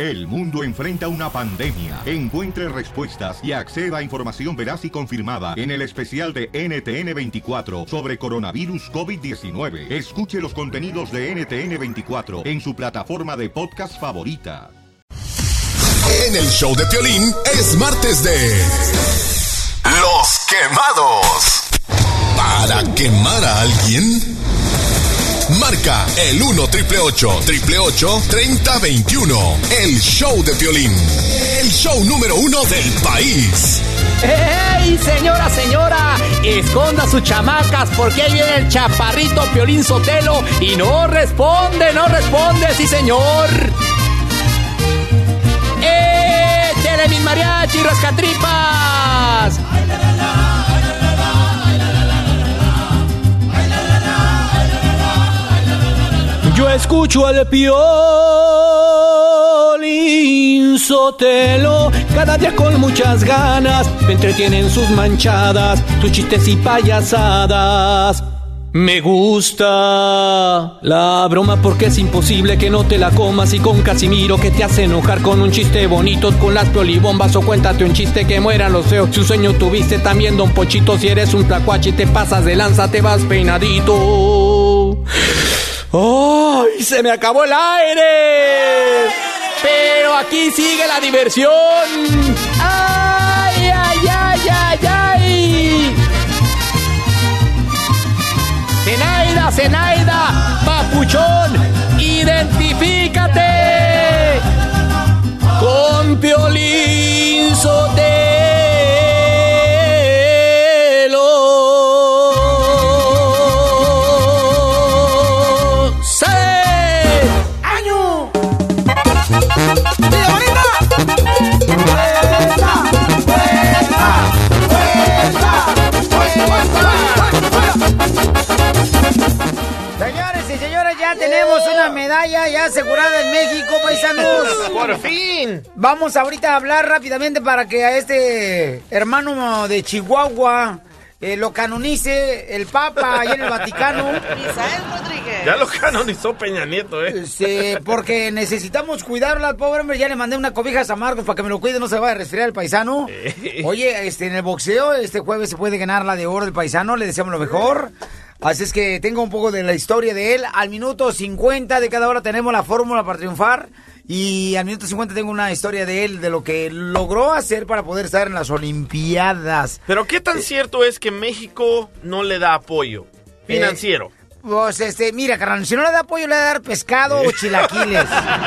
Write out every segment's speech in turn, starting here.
El mundo enfrenta una pandemia. Encuentre respuestas y acceda a información veraz y confirmada en el especial de NTN24 sobre coronavirus COVID-19. Escuche los contenidos de NTN24 en su plataforma de podcast favorita. En el show de Piolín es martes de Los Quemados. Para quemar a alguien, marca el 1-888-888-3021. El show de Piolín, el show número 1 del país. ¡Ey, señora, señora! Esconda sus chamacas porque ahí viene el chaparrito Piolín Sotelo y no responde, sí señor. ¡Échale mis mariachi rascatripas! Yo escucho al Piolín Sotelo cada día con muchas ganas. Me entretienen sus manchadas, sus chistes y payasadas. Me gusta la broma porque es imposible que no te la comas. Y con Casimiro que te hace enojar con un chiste bonito. Con las piolibombas o cuéntate un chiste que mueran los feos. Si un sueño tuviste también, Don Pochito. Si eres un tlacuache y te pasas de lanza, te vas peinadito. ¡Ay! ¡Se me acabó el aire! Pero aquí sigue la diversión. ¡Ay, ay, ay, ay, ay! Zenaida, papuchón, identifícate con Piolín Sotelo. ¡Sí! ¡Año! ¡Vida bonita! ¡Vuelta! ¡Vuelta! Señores y señoras, ya tenemos una medalla ya asegurada en México, paisanos. ¡Por fin! Vamos ahorita a hablar rápidamente para que a este hermano de Chihuahua lo canonice el Papa allá en el Vaticano. Misael Rodríguez. Ya lo canonizó Peña Nieto, Sí, porque necesitamos cuidarlo al pobre hombre. Ya le mandé una cobija a San Marcos para que me lo cuide, no se vaya a resfriar el paisano. Oye, en el boxeo, este jueves se puede ganar la de oro del paisano, le deseamos lo mejor. Así es que tengo un poco de la historia de él. Al minuto 50 de cada hora tenemos la fórmula para triunfar. Y al minuto 50 tengo una historia de él, de lo que logró hacer para poder estar en las Olimpiadas. Pero ¿qué tan cierto es que México no le da apoyo financiero? Pues, mira, carnal, si no le da apoyo, le va a dar pescado o chilaquiles.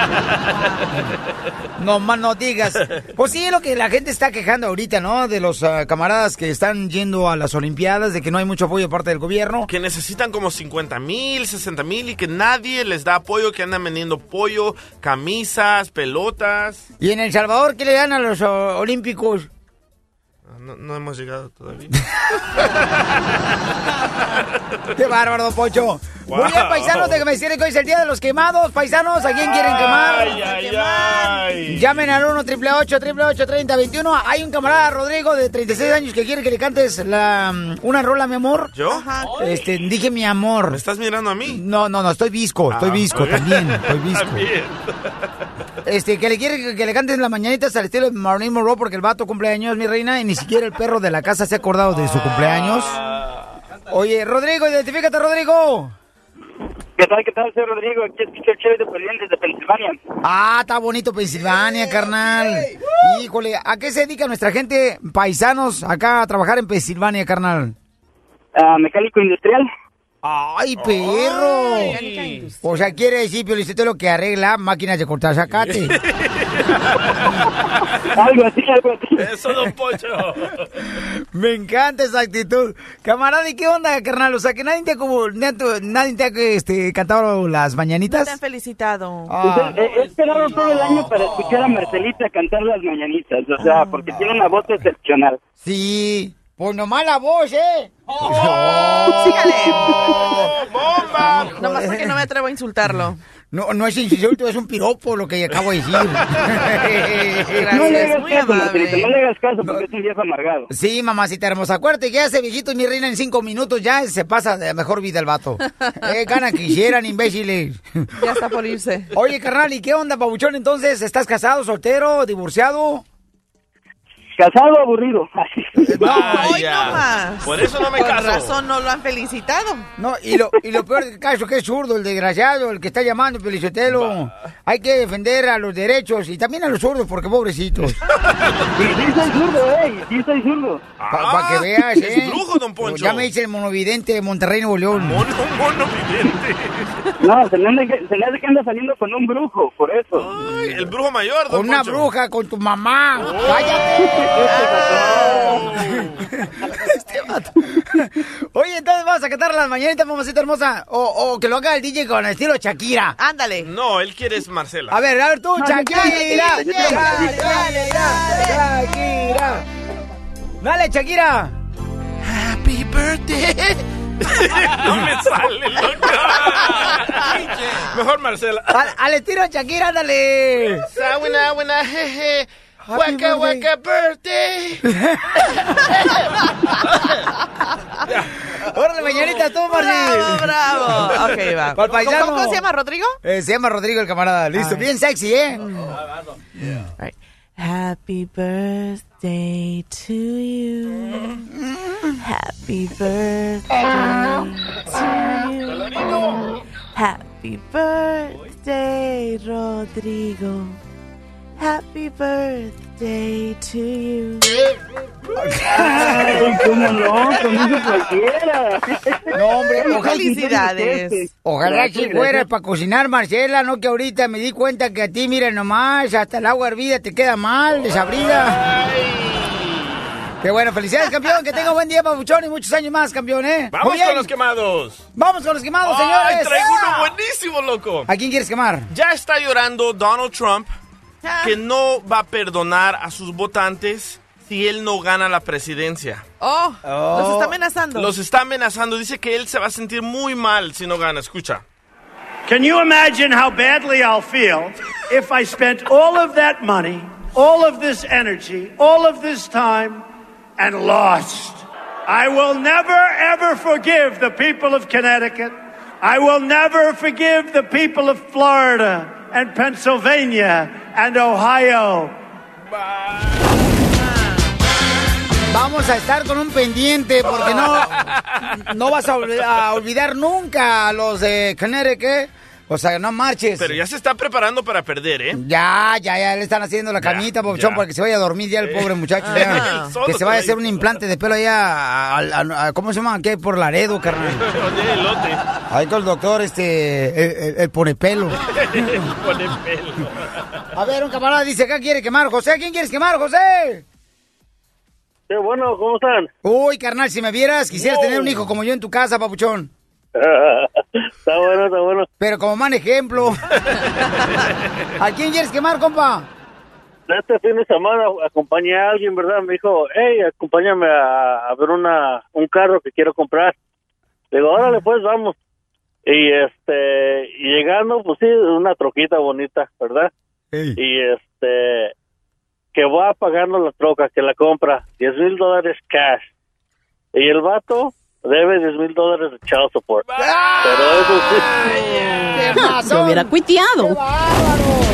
No más no digas. Pues sí, es lo que la gente está quejando ahorita, ¿no? De los camaradas que están yendo a las Olimpiadas, de que no hay mucho apoyo de parte del gobierno. Que necesitan como 50,000, 60,000 y que nadie les da apoyo, que andan vendiendo pollo, camisas, pelotas. ¿Y en El Salvador qué le dan a los olímpicos? No hemos llegado todavía. ¡Qué bárbaro, Pocho! Wow. Muy bien, paisanos, déjenme decirles que hoy es el día de los quemados. Paisanos, ¿a quién quieren quemar? Ay. Llamen al 1-888-888-3021. Hay un camarada, Rodrigo, de 36 años, que quiere que le cantes una rola, mi amor. ¿Yo? Ajá. Dije mi amor. ¿Me estás mirando a mí? No, estoy visco, también, estoy visco. También. Que le quiere que le cantes las mañanitas al estilo de Marilyn Monroe porque el vato cumpleaños, mi reina, y ni siquiera el perro de la casa se ha acordado de su cumpleaños. Oye, Rodrigo, identifícate, Rodrigo. ¿Qué tal, soy Rodrigo? Aquí es Pichel Chévez de Pelín desde Pensilvania. Ah, está bonito Pensilvania, carnal. Híjole, ¿a qué se dedica nuestra gente, paisanos, acá a trabajar en Pensilvania, carnal? Mecánico industrial. ¡Ay, perro! Ay. O sea, quiere decir, Piolín, lo que arregla máquinas de cortar zacate. Algo así. Eso, don Pocho. Me encanta esa actitud. Camarada, ¿y qué onda, carnal? O sea, que nadie te ha cantado las mañanitas. No te han felicitado. He esperado todo el año para escuchar a Marcelita cantar las mañanitas. O sea, porque tiene una voz excepcional. Sí. Pues nomás la voz, ¿eh? Sígale. ¡Bomba! Nomás porque no me atrevo a insultarlo. No es insulto, es un piropo lo que acabo de decir. No le hagas caso, Marcelita, no le hagas caso porque es un viejo amargado. Sí, mamacita hermosa. Acuérdate que hace viejito mi reina en 5 minutos ya se pasa de mejor vida el vato. Gana quisieran, imbéciles. Ya está por irse. Oye, carnal, ¿y qué onda, pabuchón? Entonces, ¿estás casado, soltero, divorciado? Casado, aburrido. Hoy no más. Por eso no me caso. Con razón no lo han felicitado. No, y lo peor del caso que es zurdo, el desgraciado, el que está llamando, Felicitelo. Hay que defender a los derechos y también a los zurdos, porque pobrecitos. Sí soy zurdo, sí soy zurdo. Para que veas, Es brujo, don Poncho. Ya me dice el monovidente de Monterrey, Nuevo León. Monovidente. No, se le hace que anda saliendo con un brujo, por eso. Ay, el brujo mayor, don Con una Poncho. bruja, con tu mamá. ¡Cállate! Este vato. Oye, entonces vamos a cantar las mañanitas, mamacita hermosa. O que lo haga el DJ con el estilo Shakira. Ándale. No, él quiere es Marcela. A ver tú, Shakira. Shakira. Dale, Shakira. Happy birthday. No me sale, loco. Mejor Marcela. Al estilo Shakira, dale. Buena, jeje. Waka birthday. Órale, mañanita, tú, Marlene. Bravo. Ok, va. Pa'l paisano. ¿Cómo se llama, Rodrigo? Se llama Rodrigo el camarada. Listo, bien sexy, ¿eh? Right. Happy birthday to you. Happy birthday to you. Happy birthday, Rodrigo. Happy birthday to you. Ay, cómo no, con eso cualquiera. No, hombre, Felicidades. Ojalá Gracias, que gracias. fuera para cocinar, Marcela, no que ahorita me di cuenta que a ti, mira nomás, hasta el agua hervida te queda mal, desabrida. Qué bueno, felicidades, campeón, que tenga buen día, papuchón, y muchos años más, campeón, ¿eh? Vamos Muy bien. con los quemados. Vamos con los quemados, Ay, señores. traigo ¡Ah! uno buenísimo, loco. ¿A quién quieres quemar? Ya está llorando Donald Trump que no va a perdonar a sus votantes si él no gana la presidencia. Los está amenazando. Los está amenazando. Dice que él se va a sentir muy mal si no gana. Escucha. Can you imagine how badly I'll feel if I spent all of that money, all of this energy, all of this time, and lost? I will never, ever forgive the people of Connecticut. I will never forgive the people of Florida and Pennsylvania and Ohio. Vamos a estar con un pendiente porque no vas a olvidar nunca a los de Connecticut. O sea, no marches. Pero ya se está preparando para perder, ¿eh? Ya le están haciendo la camita, papuchón, para que se vaya a dormir ya el pobre muchacho. Ya. Que se vaya a hacer un implante de pelo allá a ¿cómo se llama? ¿Qué? Por Laredo, carnal. Ahí con el doctor, el ponepelo. El ponepelo. A ver, un camarada dice acá quiere quemar. José, ¿a quién quieres quemar, José? Qué bueno, ¿cómo están? Uy, carnal, si me vieras, quisieras tener un hijo como yo en tu casa, papuchón. Está bueno. Pero como mal ejemplo. ¿A quién quieres quemar, compa? Este fin de semana acompañé a alguien, ¿verdad? Me dijo, hey, acompáñame a ver un carro que quiero comprar. Le digo, órale, pues, vamos. Y llegando, pues sí, una troquita bonita, ¿verdad? Hey. Y que va pagando la troca, que la compra, $10,000 cash. Y el vato debe $10,000 de child support. Pero eso sí. Se hubiera cuiteado. ¡Qué bárbaros!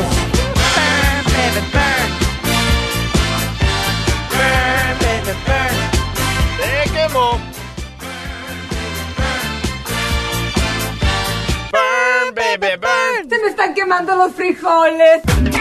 ¡Se quemó! Burn, baby, burn. Se me están quemando los frijoles.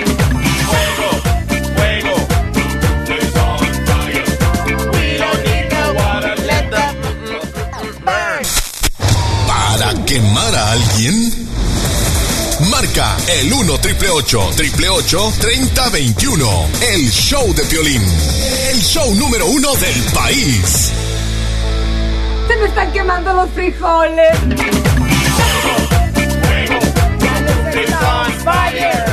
Fuego. It's on fire. We don't need no water. Let the burn. Para quemar a alguien, marca el 1-888-888-3021. El show de Piolín. El show número 1 del país. Se me están quemando los frijoles. It's on fire.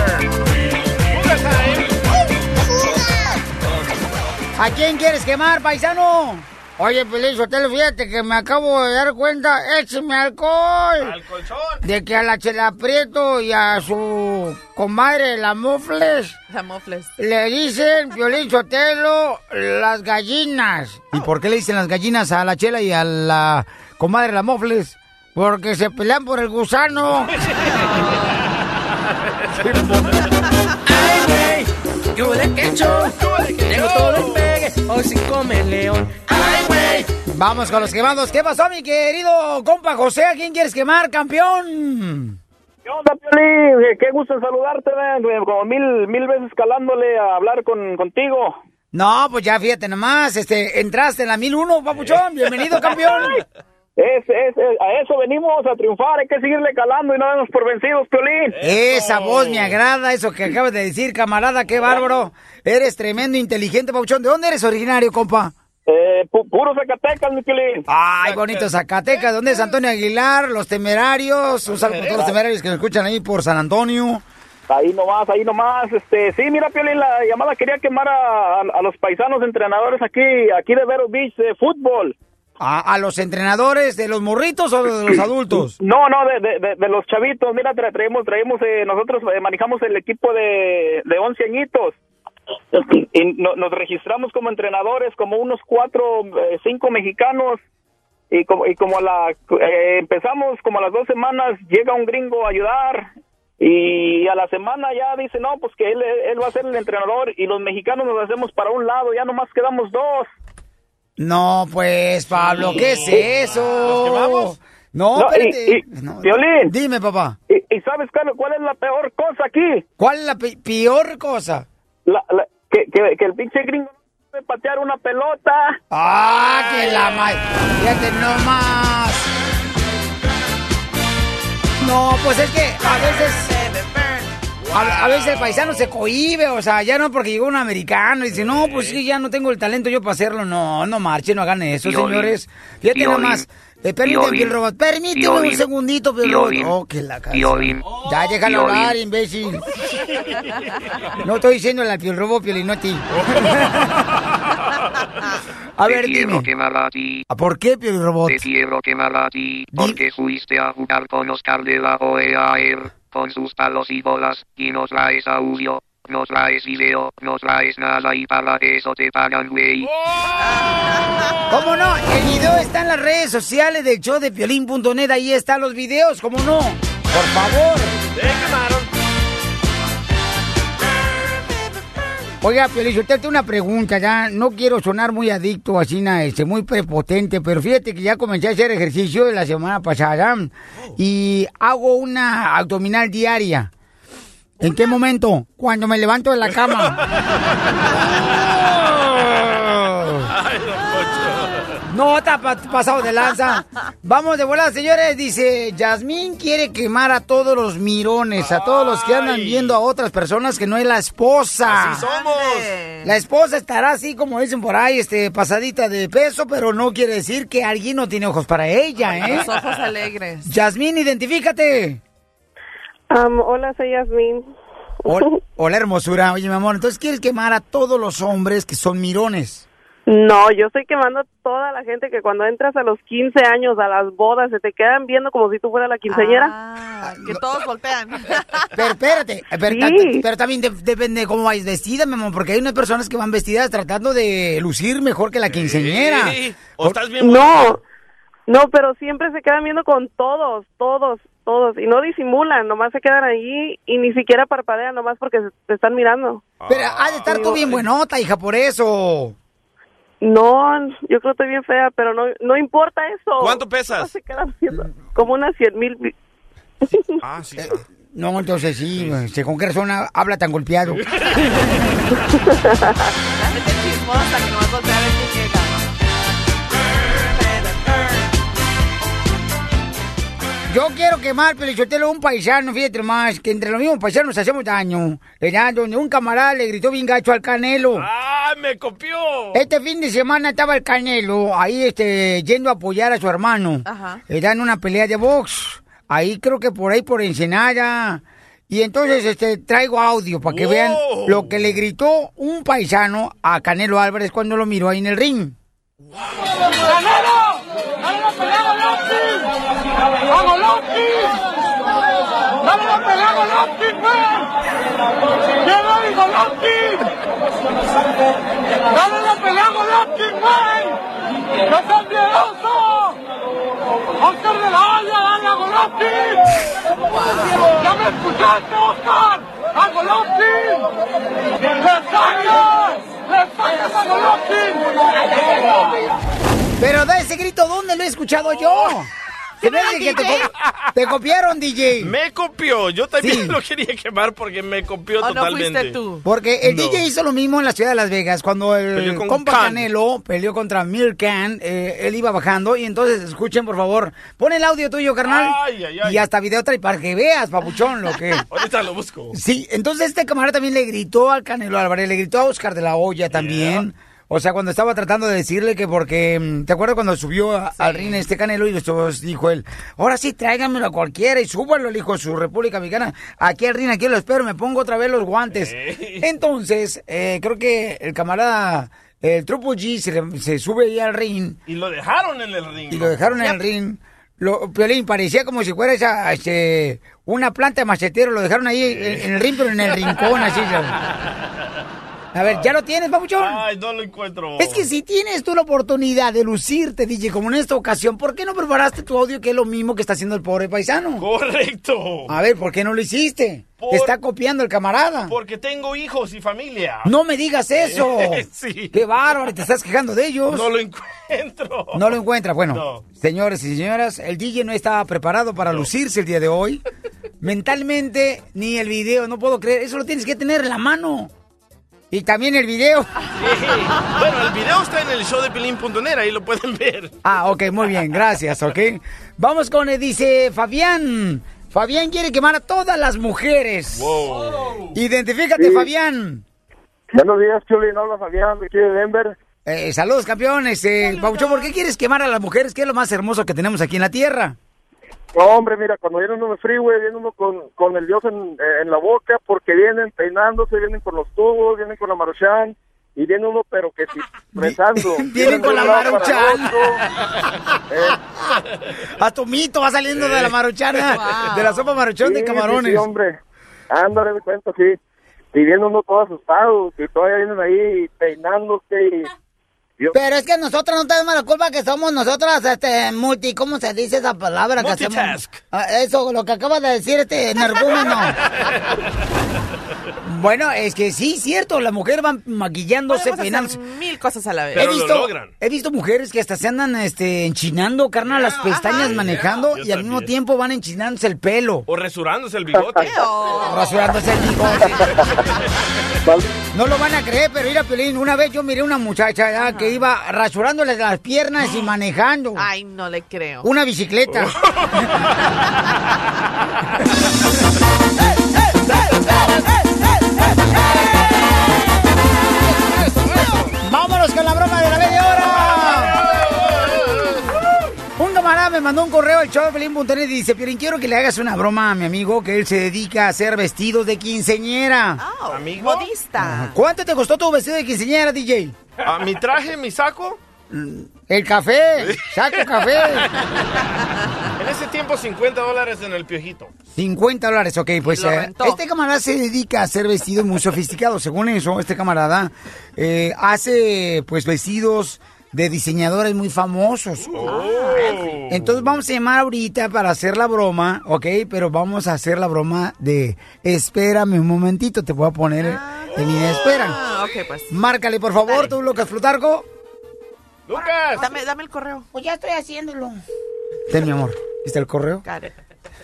¿A quién quieres quemar, paisano? Oye, Pelín Sotelo, fíjate que me acabo de dar cuenta, écheme alcohol. ¡Al colchón! De que a la Chela Prieto y a su comadre, la Mofles, le dicen, Piolín Sotelo, las gallinas. ¿Y por qué le dicen las gallinas a la Chela y a la comadre, la Mofles? Porque se pelean por el gusano. Ay, güey, yo de quecho, tengo todo el pegue, hoy sí come el león. Ay, güey. Vamos con los quemados. ¿Qué pasó, mi querido compa José? ¿A quién quieres quemar, campeón? ¿Qué onda, Piolín? Qué gusto saludarte, man. Como mil veces calándole a hablar contigo. No, pues ya fíjate nomás, entraste en la 1001, papuchón. Bienvenido, campeón. A eso venimos, a triunfar. Hay que seguirle calando y no darnos por vencidos, Piolín. Esa voz me agrada, eso que acabas de decir, camarada, qué bárbaro. Eres tremendo, inteligente, papuchón. ¿De dónde eres originario, compa? Puro Zacatecas, mi Piolín. Ay, bonito Zacatecas. ¿Dónde es Antonio Aguilar? Los Temerarios. Un saludo a todos los temerarios que me escuchan ahí por San Antonio. Ahí nomás. Sí, mira, Piolín, la llamada quería quemar a los paisanos entrenadores aquí de Vero Beach de fútbol. ¿A los entrenadores de los morritos o de los adultos? No, de los chavitos. Mira, traemos nosotros manejamos el equipo de 11 añitos. Y nos registramos como entrenadores, como unos 5 mexicanos. Y como empezamos como a las 2 semanas, llega un gringo a ayudar. Y a la semana ya dice, no, pues que él va a ser el entrenador. Y los mexicanos nos hacemos para un lado, ya nomás quedamos 2. No, pues, Pablo, ¿qué es eso? ¿Nos quemamos? No, espérate. Violín. Dime, papá. ¿Y sabes, Carlos, cuál es la peor cosa aquí? ¿Cuál es la peor cosa? Que el pinche gringo no puede patear una pelota. ¡Ah, que la madre! Fíjate nomás. No, pues es que a veces el paisano se cohíbe, o sea, ya no porque llegó un americano y dice, no, pues sí, ya no tengo el talento yo para hacerlo. No marchen, no hagan eso, señores. Fíjate nomás. Permíteme, Piel Robot. Permíteme un segundito, Piel Robot. Oh, que la casa. Ya, déjalo hablar, imbécil. No estoy diciéndole al Piel Robot, Piolinotti. A ver, dime. ¿Por qué, Piel Robot? Te quiero quemar a ti, porque fuiste a jugar con Oscar de la Hoya ayer, con sus palos y bolas, y no traes audio. No traes video, no traes nada y para eso te pagan, güey. ¿Cómo no? El video está en las redes sociales del show de Piolín.net. Ahí están los videos, ¿cómo no? Por favor. ¡Te quemaron! Oiga, Piolín, yo tengo una pregunta, ya no quiero sonar muy adicto, así, muy prepotente, pero fíjate que ya comencé a hacer ejercicio la semana pasada y hago una abdominal diaria. ¿En qué momento? Cuando me levanto de la cama. No, está pasado de lanza. Vamos de volada, señores. Dice, Yasmín quiere quemar a todos los mirones, a todos los que andan viendo a otras personas que no es la esposa. ¡Así somos! La esposa estará así, como dicen por ahí, pasadita de peso, pero no quiere decir que alguien no tiene ojos para ella, ¿eh? Los ojos alegres. Yasmín, identifícate. Hola, soy Yasmín. Hola, hermosura. Oye, mi amor, entonces ¿quieres quemar a todos los hombres que son mirones? No, yo estoy quemando a toda la gente que cuando entras a los 15 años, a las bodas, se te quedan viendo como si tú fueras la quinceañera. Que todos voltean. Pero espérate, pero también depende de cómo vayas vestida, mi amor, porque hay unas personas que van vestidas tratando de lucir mejor que la quinceañera. ¿O estás bien? No, pero siempre se quedan viendo con todos, y no disimulan, nomás se quedan ahí y ni siquiera parpadean, nomás porque te están mirando. Pero has de estar tú bien buenota, hija, por eso. No, yo creo que estoy bien fea, pero no importa eso. ¿Cuánto pesas? No se quedan viendo, como unas 100,000. Sí. No, entonces sí, con qué razón habla tan golpeado. La gente chismosa que nomás voltea a ver quién llega. Yo quiero quemar, Pelichotelo, un paisano, fíjate más, que entre los mismos paisanos hacemos daño. Era donde un camarada le gritó bien gacho al Canelo. ¡Ah, me copió! Este fin de semana estaba el Canelo ahí, yendo a apoyar a su hermano. Ajá. Era en una pelea de box. Ahí creo que por ahí, por Ensenada. Y entonces, traigo audio para que vean lo que le gritó un paisano a Canelo Álvarez cuando lo miró ahí en el ring. ¡Canelo! ¡Dale la pelea a Golovkin! ¡A Golovkin! ¡Dale la pelea a Golovkin, güey! ¡Llega Golovkin! ¡Dale la pelea a Golovkin, güey! ¡No seas miedoso! ¡Oscar de la Hoya, dale a Golovkin! ¡Ya me escuchaste, Oscar! ¡A Golovkin! ¡Le sacas! ¡Le sacas a Golovkin! Pero da ese grito, ¿dónde lo he escuchado yo? Se me hace que te copiaron, DJ. Me copió. Yo también Sí. lo quería quemar porque me copió ¿O no totalmente. fuiste tú? Porque el No. DJ hizo lo mismo en la ciudad de Las Vegas. Cuando el Peleó con compa Khan. Canelo peleó contra Amir Khan, él iba bajando. Y entonces, escuchen, por favor, pon el audio tuyo, carnal. Ay, ay, ay. Y hasta video trae para que veas, papuchón, lo que... Ahorita lo busco. Sí, entonces este camarada también le gritó al Canelo Álvarez, le gritó a Oscar de la Hoya también. O sea, cuando estaba tratando de decirle que porque... ¿Te acuerdas cuando subió al ring este Canelo y después dijo él, ahora sí, tráiganmelo a cualquiera y súbalo, el hijo de su República Mexicana, aquí al ring, aquí lo espero, me pongo otra vez los guantes. Entonces, creo que el camarada, el Triple G, se sube ahí al ring Y lo dejaron en el ring. y lo dejaron en el ring. Piolín, parecía como si fuera una planta de machetero, lo dejaron ahí en el ring, pero en el rincón, así. A ver, ¿ya lo tienes, papuchón? Ay, no lo encuentro. Es que si tienes tú la oportunidad de lucirte, DJ, como en esta ocasión, ¿por qué no preparaste tu audio, que es lo mismo que está haciendo el pobre paisano? Correcto. A ver, ¿por qué no lo hiciste? Te está copiando el camarada. Porque tengo hijos y familia. No me digas eso. Sí. Qué bárbaro, te estás quejando de ellos. No lo encuentro. No lo encuentra. Bueno, No. señores y señoras, el DJ no estaba preparado para lucirse el día de hoy. Mentalmente, ni el video, no puedo creer. Eso lo tienes que tener en la mano. Y también el video. Bueno, el video está en el show de Piolín.net, ahí lo pueden ver. Ah, ok, muy bien, gracias, ok. Vamos con, dice Fabián. Fabián quiere quemar a todas las mujeres. Wow. Identifícate, Sí. Fabián. Buenos días, Piolín. Habla Fabián, de aquí de Denver. Saludos, campeones. Pabuchón, ¿por qué quieres quemar a las mujeres? ¿Qué es lo más hermoso que tenemos aquí en la tierra? No, hombre, mira, cuando viene uno de freeway, viene uno con el Dios en la boca, porque vienen peinándose, vienen con los tubos, vienen con la maruchan, y viene uno, pero que si rezando. Vienen con la de un lado para maruchan. el otro. A tu mito va saliendo de la maruchana, Wow. de la sopa maruchón de Sí, camarones. Sí, hombre. Ándale, me cuento, sí. Y viene uno todo asustado, y todavía vienen ahí peinándose y... Pero es que nosotros no tenemos la culpa, que somos nosotras, ¿cómo se dice esa palabra? Que hacemos? Multitask. Eso, lo que acaba de decir este energúmeno. Bueno, es que sí, cierto, la mujer va maquillándose, Podemos peinándose. hacer 1000 cosas a la vez. Pero lo logran. He visto mujeres que hasta se andan enchinando, carnal, las pestañas manejando, yo y al mismo también. tiempo van enchinándose el pelo. O resurándose el bigote. Rasurándose el bigote. No lo van a creer, pero mira, Piolín, una vez yo miré una muchacha ya, que iba rasurándole las piernas y manejando Ay, no le creo. una bicicleta. ¡Vámonos con la broma de la media hora! Un camarada me mandó un correo al show de Piolín.net y dice: Piolín, quiero que le hagas una broma a mi amigo, que él se dedica a hacer vestidos de quinceñera. Oh, ¿Amigo? modista. ¿Cuánto te costó tu vestido de quinceñera, DJ? Mi traje, mi saco. El café, saco café. En ese tiempo, $50 en el Piojito. $50, ok, pues lo rentó. este camarada se dedica a hacer vestidos muy sofisticados. Según eso, este camarada hace pues vestidos de diseñadores muy famosos. Entonces vamos a llamar ahorita para hacer la broma, ok, pero vamos a hacer la broma de espérame un momentito, te voy a poner en línea de espera. Ah, ok, pues. Márcale, por favor, tú, Lucas Plutarco. ¡Lucas! Dame el correo. Pues ya estoy haciéndolo. Ten, mi amor, ¿viste el correo? Got it.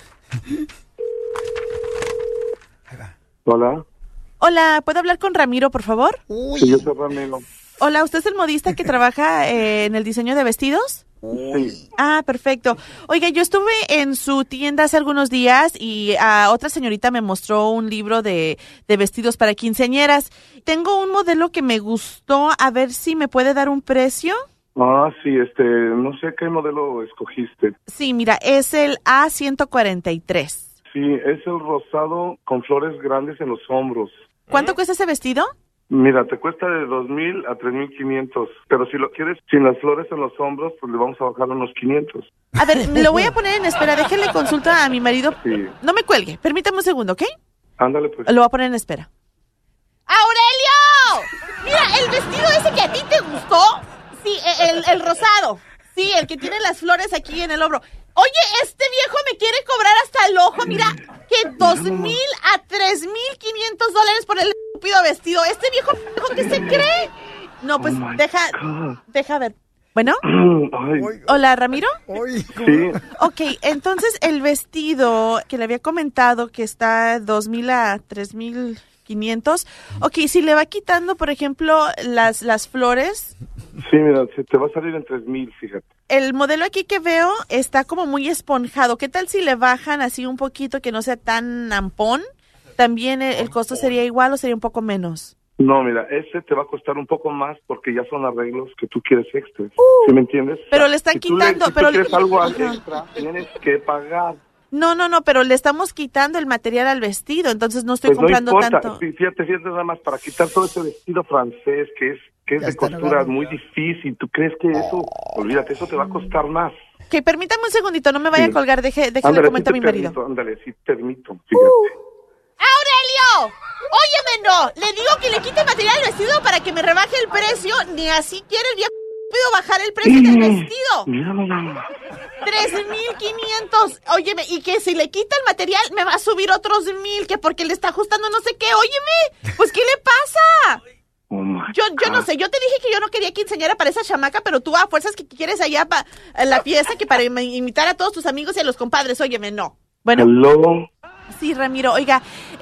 Hola. Hola, ¿puedo hablar con Ramiro, por favor? Sí, yo soy Ramiro. Hola, ¿usted es el modista que trabaja en el diseño de vestidos? Sí. Ah, perfecto. Oiga, yo estuve en su tienda hace algunos días y otra señorita me mostró un libro de vestidos para quinceañeras. Tengo un modelo que me gustó, a ver si me puede dar un precio. Ah, sí, no sé qué modelo escogiste. Sí, mira, es el A143. Sí, es el rosado con flores grandes en los hombros. ¿Cuánto cuesta ese vestido? Mira, te cuesta de 2,000 a 3,500, pero si lo quieres sin las flores en los hombros, pues le vamos a bajar unos 500. A ver, lo voy a poner en espera. Déjale consulta a mi marido. Sí. No me cuelgue. Permítame un segundo, ¿ok? Ándale, pues. Lo voy a poner en espera. ¡Aurelio! Mira, el vestido ese que a ti te gustó. Sí, el rosado. Sí, el que tiene las flores aquí en el hombro. Oye, este viejo me quiere cobrar hasta el ojo. Mira, que 2,000 a 3,500 dólares por el estúpido vestido. ¿Este viejo qué se cree? No, pues deja ver. ¿Bueno? Ay. Hola, ¿Ramiro? Sí. Ok, entonces el vestido que le había comentado que está 2,000 a 3,500. Ok, si le va quitando, por ejemplo, las flores. Sí, mira, se te va a salir en 3,000, fíjate. El modelo aquí que veo está como muy esponjado. ¿Qué tal si le bajan así un poquito que no sea tan ampón? ¿También el costo sería igual o sería un poco menos? No, mira, ese te va a costar un poco más porque ya son arreglos que tú quieres extras. ¿Sí me entiendes? Pero le están quitando. Si tú quieres algo extra, tienes que pagar. No, pero le estamos quitando el material al vestido, entonces no estoy comprando no importa. tanto. Fíjate nada más, para quitar todo ese vestido francés que es de costura muy difícil, ¿tú crees que eso, olvídate, eso te va a costar más? Ok, permítame un segundito, no me vaya a colgar, déjale comentar a mi marido. Ándale, sí permito, fíjate. ¡Aurelio! Óyeme, no, le digo que le quite material al vestido para que me rebaje el precio, ni así quiere el viejo bajar el precio del vestido. 3,500. Óyeme, y que si le quita el material me va a subir otros 1,000, que porque le está ajustando no sé qué. Óyeme, pues ¿qué le pasa? Yo no sé, yo te dije que yo no quería que enseñara para esa chamaca, pero tú a fuerzas que quieres allá para la fiesta, que para invitar a todos tus amigos y a los compadres. Óyeme, no. Bueno. Hello. Sí, Ramiro, oiga,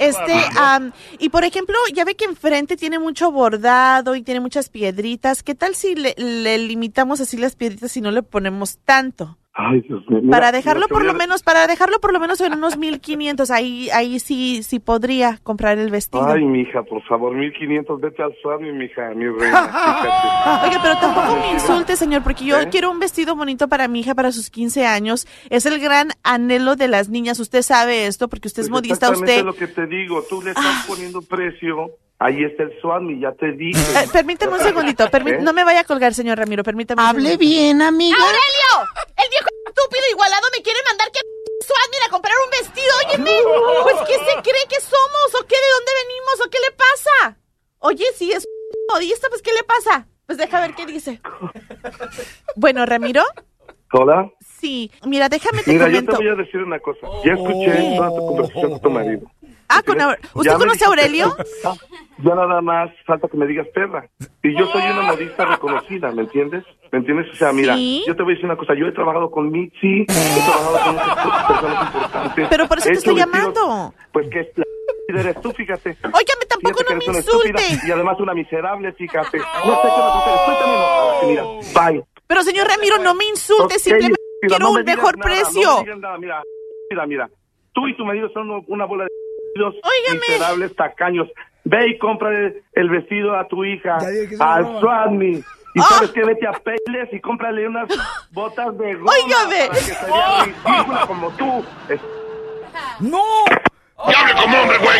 y por ejemplo, ya ve que enfrente tiene mucho bordado y tiene muchas piedritas. ¿Qué tal si le limitamos así las piedritas y no le ponemos tanto? Ay, Dios mío. Para dejarlo por lo menos en unos 1,500, ahí sí podría comprar el vestido. Ay, mija, por favor, 1,500, vete al suave, mija, mi reina. Oiga, pero tampoco me insulte, señor, porque yo quiero un vestido bonito para mi hija para sus 15 años. Es el gran anhelo de las niñas. Usted sabe esto porque usted es modista. Exactamente lo que te digo, tú le estás poniendo precio. Ahí está el Swami, ya te dije. Permíteme un segundito, no me vaya a colgar, señor Ramiro, permítame. Hable bien, amiga. ¡Aurelio! El viejo estúpido igualado me quiere mandar que Swami a comprar un vestido, óyeme. Pues, ¿qué se cree que somos? ¿O qué? ¿De dónde venimos? ¿O qué le pasa? Oye, si es modista, pues, ¿qué le pasa? Pues deja ver qué dice. Bueno, Ramiro. ¿Hola? Sí, mira, déjame Mira, comento. yo te voy a decir una cosa. Ya escuché toda tu conversación con tu marido. ¿Usted conoce a Aurelio? Ya nada más falta que me digas perra. Y yo soy una modista reconocida, ¿me entiendes? ¿Me entiendes? O sea, mira, yo te voy a decir una cosa. Yo he trabajado con Mitzi, he trabajado con muchas personas importantes. Pero por eso te estoy llamando. Pues que eres tú, fíjate. Óigame, tampoco no me insulte. Y además una miserable, fíjate. No sé qué vas a hacer. Estoy también. Mira, bye. Pero señor Ramiro, no me insulte, simplemente quiero un mejor precio. No me digas nada, mira. Tú y tu marido son una bola de miserables tacaños. Ve y cómprale el vestido a tu hija, al Swami. Y sabes que vete a Peles y cómprale unas botas de goma. ¡Óigame! Para que se vea ridícula como tú. ¡No! ¡Y hable como hombre, güey!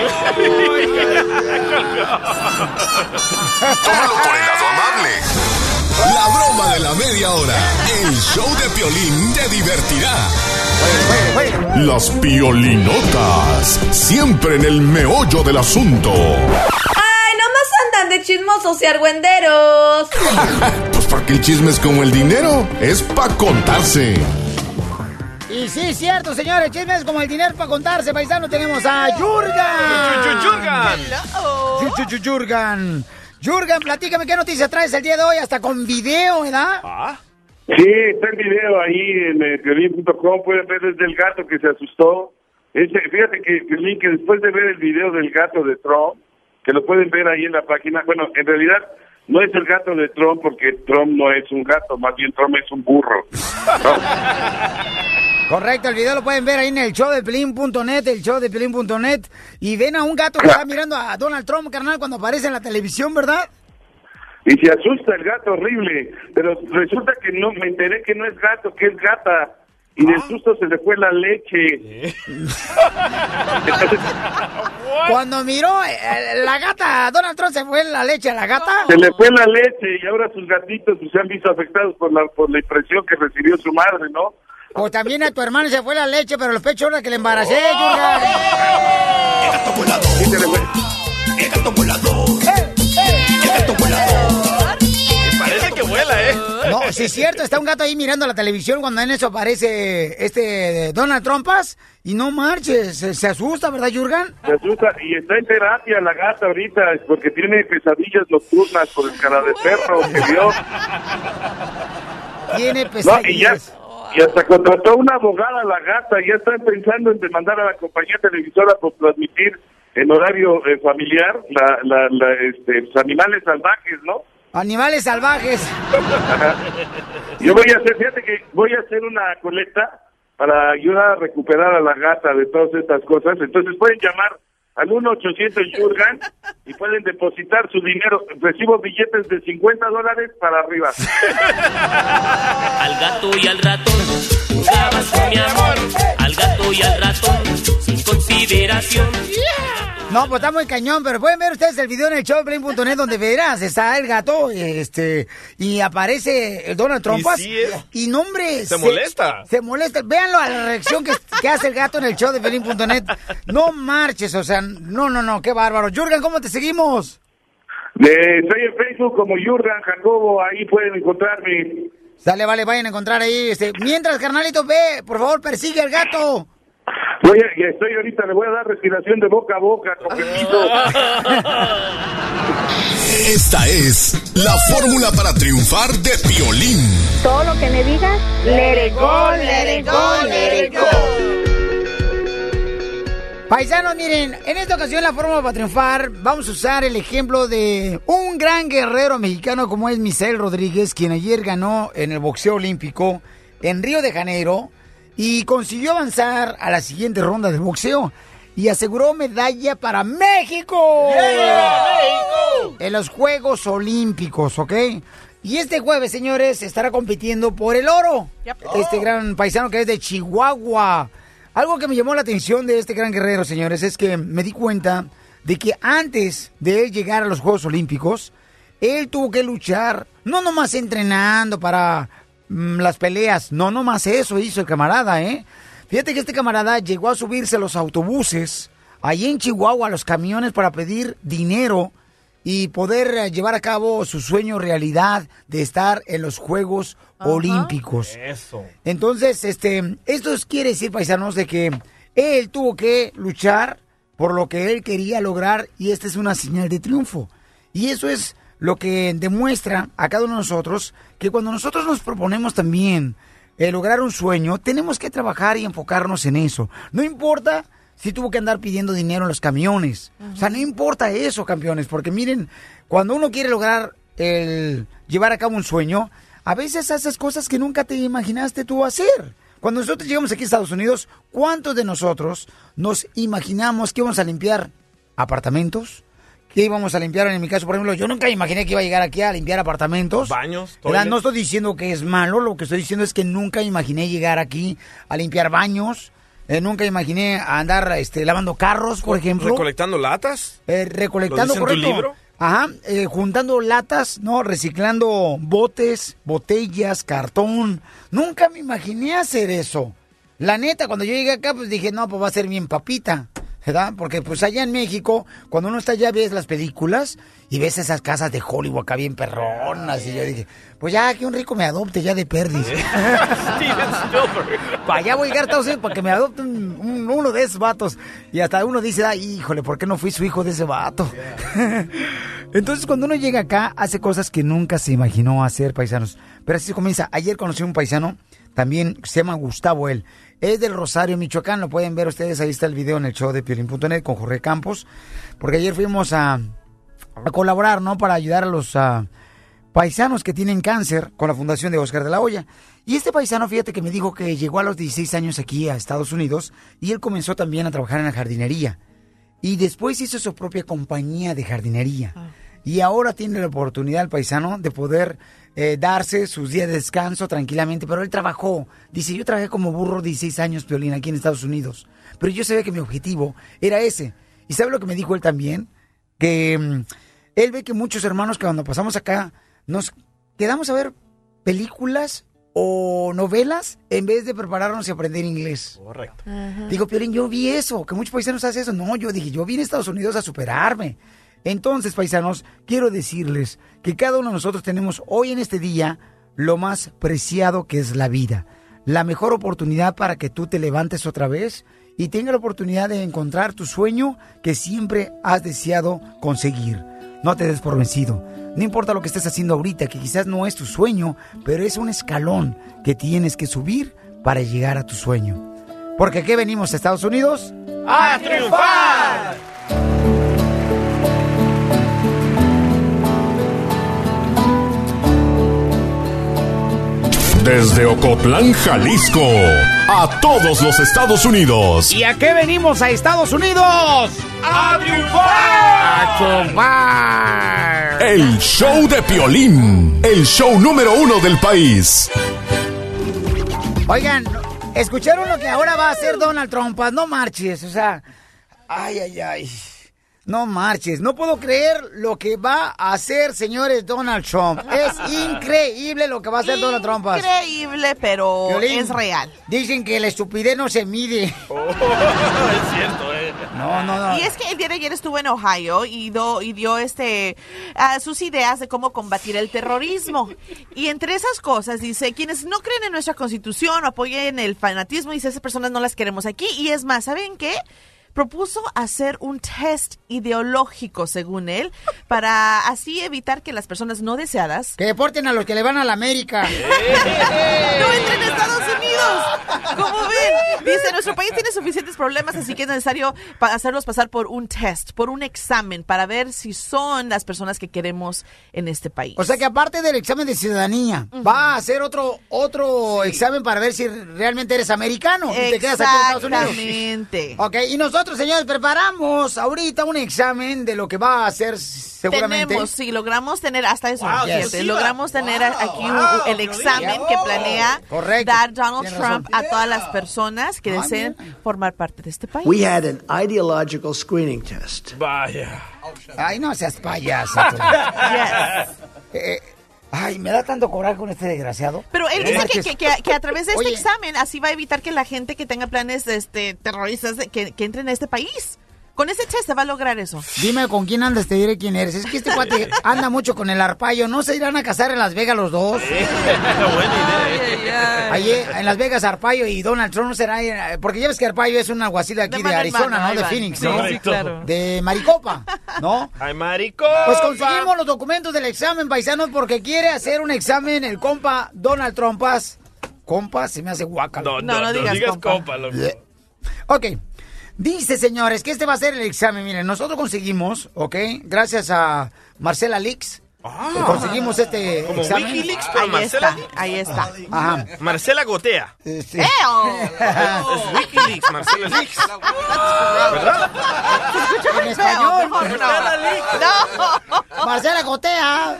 Tómalo por el lado amable. La broma de la media hora. El show de Piolín te divertirá. Las piolinotas. Siempre en el meollo del asunto. ¡Ay, nomás andan de chismosos y argüenderos! Pues porque el chisme es como el dinero. Es pa' contarse. Y sí, es cierto, señores, chisme es como el dinero para contarse, paisano. Tenemos a Jurgen. Jurgen. Jurgen, platícame qué noticias traes el día de hoy, hasta con video, ¿verdad? Sí, está el video ahí en Piolín.com, pueden ver desde el gato que se asustó. Fíjate que Piolín, que después de ver el video del gato de Trump, que lo pueden ver ahí en la página, bueno, en realidad no es el gato de Trump porque Trump no es un gato, más bien Trump es un burro. Correcto, el video lo pueden ver ahí en el showdepiolín.net, y ven a un gato que está mirando a Donald Trump, carnal, cuando aparece en la televisión, ¿verdad? Y se asusta el gato horrible, pero resulta que no, me enteré que no es gato, que es gata. y del susto se le fue la leche. Entonces, cuando miró la gata, Donald Trump se fue la leche a la gata. se le fue la leche y ahora sus gatitos se han visto afectados por la impresión que recibió su madre, ¿no? O también a tu hermano se fue la leche, pero los pechos ahora que le embaracé, Yurga. ¡El gato volador! Sí, se le fue. ¡El gato volador! ¡El gato volador! Parece que vuela, No, sí es cierto, está un gato ahí mirando la televisión cuando en eso aparece Donald Trumpas y no marches, se asusta, ¿verdad, Jurgen? Se asusta y está en terapia la gata ahorita porque tiene pesadillas nocturnas por el cara de perro que vio. Tiene pesadillas. Y hasta contrató una abogada la gata, ya están pensando en demandar a la compañía televisora por transmitir en horario familiar los animales salvajes, ¿no? Animales salvajes. Yo voy a hacer una colecta para ayudar a recuperar a la gata de todas estas cosas. Entonces pueden llamar al 1-800-YURGAN y pueden depositar su dinero. Recibo billetes de $50 para arriba. Al gato y al ratón jugabas con mi amor. Al gato y al ratón sin consideración. No, pues está muy cañón, pero pueden ver ustedes el video en el showdeplin.net donde verás, está el gato, y aparece el Donald Trump. Y no, hombre, se molesta. Se molesta. Véanlo a la reacción que hace el gato en el showdeplin.net. No marches, o sea, no, qué bárbaro. Jurgen, ¿cómo te seguimos? Estoy en Facebook como Jurgen Jacobo, ahí pueden encontrarme. Dale, vale, vayan a encontrar ahí. Mientras, carnalito, ve, por favor, persigue al gato. Estoy ahorita, le voy a dar respiración de boca a boca, con permiso. Esta es la fórmula para triunfar de Piolín. Todo lo que me digas, let it go, let it go, let it go. Paisanos, miren, en esta ocasión la fórmula para triunfar vamos a usar el ejemplo de un gran guerrero mexicano como es Misael Rodríguez, quien ayer ganó en el boxeo olímpico en Río de Janeiro y consiguió avanzar a la siguiente ronda del boxeo y aseguró medalla para México. ¡México! En los Juegos Olímpicos, ¿ok? Y este jueves, señores, estará compitiendo por el oro. Este gran paisano que es de Chihuahua. Algo que me llamó la atención de este gran guerrero, señores, es que me di cuenta de que antes de él llegar a los Juegos Olímpicos, él tuvo que luchar, no nomás entrenando para las peleas, no nomás eso hizo el camarada, ¿eh? Fíjate que este camarada llegó a subirse a los autobuses, ahí en Chihuahua, a los camiones para pedir dinero y poder llevar a cabo su sueño realidad de estar en los Juegos Olímpicos. Eso. Entonces, esto quiere decir, paisanos, de que él tuvo que luchar por lo que él quería lograr y esta es una señal de triunfo. Y eso es lo que demuestra a cada uno de nosotros que cuando nosotros nos proponemos también lograr un sueño, tenemos que trabajar y enfocarnos en eso. No importa si tuvo que andar pidiendo dinero en los camiones. O sea, no importa eso, campeones, porque miren, cuando uno quiere lograr llevar a cabo un sueño, a veces haces cosas que nunca te imaginaste tú hacer. Cuando nosotros llegamos aquí a Estados Unidos, ¿cuántos de nosotros nos imaginamos que íbamos a limpiar apartamentos? ¿Qué íbamos a limpiar? En mi caso, por ejemplo, yo nunca imaginé que iba a llegar aquí a limpiar apartamentos. Baños. No estoy diciendo que es malo, lo que estoy diciendo es que nunca imaginé llegar aquí a limpiar baños. Nunca imaginé andar lavando carros, por ejemplo. ¿Recolectando latas? Recolectando, ¿Lo dice en tu libro? Ajá, juntando latas, ¿no? Reciclando botes, botellas, cartón. Nunca me imaginé hacer eso. La neta, cuando yo llegué acá, pues dije, no, pues va a ser bien papita, ¿verdad? Porque pues allá en México, cuando uno está allá, ves las películas y ves esas casas de Hollywood acá bien perronas. Y yo dije, pues ya que un rico me adopte ya de perdiz. Para allá voy a llegar a Estados Unidos para que me adopten uno de esos vatos. Y hasta uno dice, ay, híjole, ¿por qué no fui su hijo de ese vato? Entonces, cuando uno llega acá, hace cosas que nunca se imaginó hacer, paisanos. Pero así comienza. Ayer conocí a un paisano, también se llama Gustavo, él. Es del Rosario, Michoacán. Lo pueden ver ustedes, ahí está el video en el show de Piolín.net con Jorge Campos. Porque ayer fuimos a colaborar, ¿no? Para ayudar a los paisanos que tienen cáncer con la fundación de Oscar de la Hoya. Y este paisano, fíjate que me dijo que llegó a los 16 años aquí a Estados Unidos y él comenzó también a trabajar en la jardinería. Y después hizo su propia compañía de jardinería. Y ahora tiene la oportunidad el paisano de poder darse sus días de descanso tranquilamente. Pero él trabajó. Dice, yo trabajé como burro 16 años, Piolín, aquí en Estados Unidos. Pero yo sabía que mi objetivo era ese. ¿Y sabe lo que me dijo él también? Que él ve que muchos hermanos que cuando pasamos acá nos quedamos a ver películas o novelas en vez de prepararnos y aprender inglés. Correcto. Digo, Piolín, yo vi eso, que muchos paisanos hacen eso. No, yo dije, yo vine a Estados Unidos a superarme. Entonces, paisanos, quiero decirles que cada uno de nosotros tenemos hoy en este día lo más preciado que es la vida. La mejor oportunidad para que tú te levantes otra vez y tengas la oportunidad de encontrar tu sueño que siempre has deseado conseguir. No te des por vencido. No importa lo que estés haciendo ahorita, que quizás no es tu sueño, pero es un escalón que tienes que subir para llegar a tu sueño. Porque aquí venimos a Estados Unidos ¡a triunfar! Desde Ocotlán, Jalisco, a todos los Estados Unidos. ¿Y a qué venimos a Estados Unidos? ¡A triunfar! ¡A triunfar! El show de Piolín, el show número 1 del país. Oigan, ¿escucharon lo que ahora va a hacer Donald Trump? No marches, o sea, ay. No marches, no puedo creer lo que va a hacer, señores, Donald Trump. Es increíble lo que va a hacer Donald Trump. Increíble, pero Piolín, es real. Dicen que la estupidez no se mide. Es cierto, No. Y es que el día de ayer estuvo en Ohio y dio sus ideas de cómo combatir el terrorismo. Y entre esas cosas dice, quienes no creen en nuestra Constitución o apoyen el fanatismo, dice, esas personas no las queremos aquí. Y es más, ¿saben qué? Propuso hacer un test ideológico, según él, para así evitar que las personas no deseadas... Que deporten a los que le van a la América. ¡No entren a Estados Unidos! ¿Cómo ven? Dice, nuestro país tiene suficientes problemas, así que es necesario hacerlos pasar por un test, por un examen, para ver si son las personas que queremos en este país. O sea que aparte del examen de ciudadanía, va a hacer otro examen para ver si realmente eres americano y te quedas aquí en Estados Unidos. Exactamente. Ok, y nosotros, señores, preparamos ahorita un examen de lo que va a hacer seguramente. Logramos tener hasta eso. Wow, logramos tener aquí el examen que planea dar Donald Trump a todas las personas que deseen formar parte de este país. We had an ideological screening test. Vaya. Ay, no seas payaso. Ay, me da tanto coraje con este desgraciado. Pero él dice que a través de este examen así va a evitar que la gente que tenga planes terroristas que entren a este país. Con ese test se va a lograr eso. Dime con quién andas, te diré quién eres. Es que este cuate anda mucho con el Arpaio. ¿No se irán a casar en Las Vegas los dos? Buena idea. Allí en Las Vegas, Arpaio y Donald Trump no será... Porque ya ves que Arpaio es un alguacil de aquí de Arizona, ¿no? De Phoenix, ¿no? Sí, claro. De Maricopa, ¿no? ¡Ay, Maricopa! Pues conseguimos los documentos del examen, paisanos, porque quiere hacer un examen el compa Donald Trumpas. Compa, se me hace guacala. No digas compa. Loco. Ok. Dice, señores, que este va a ser el examen. Miren, nosotros conseguimos, ¿ok? Gracias a Marcela Leaks. Conseguimos este como examen. Wikileaks, pero Marcela. Ahí está. Ajá. Marcela Gotea. Sí. Es Wikileaks, Marcela Leaks. ¿Verdad? En español. Marcela Leaks. No. Marcela Gotea.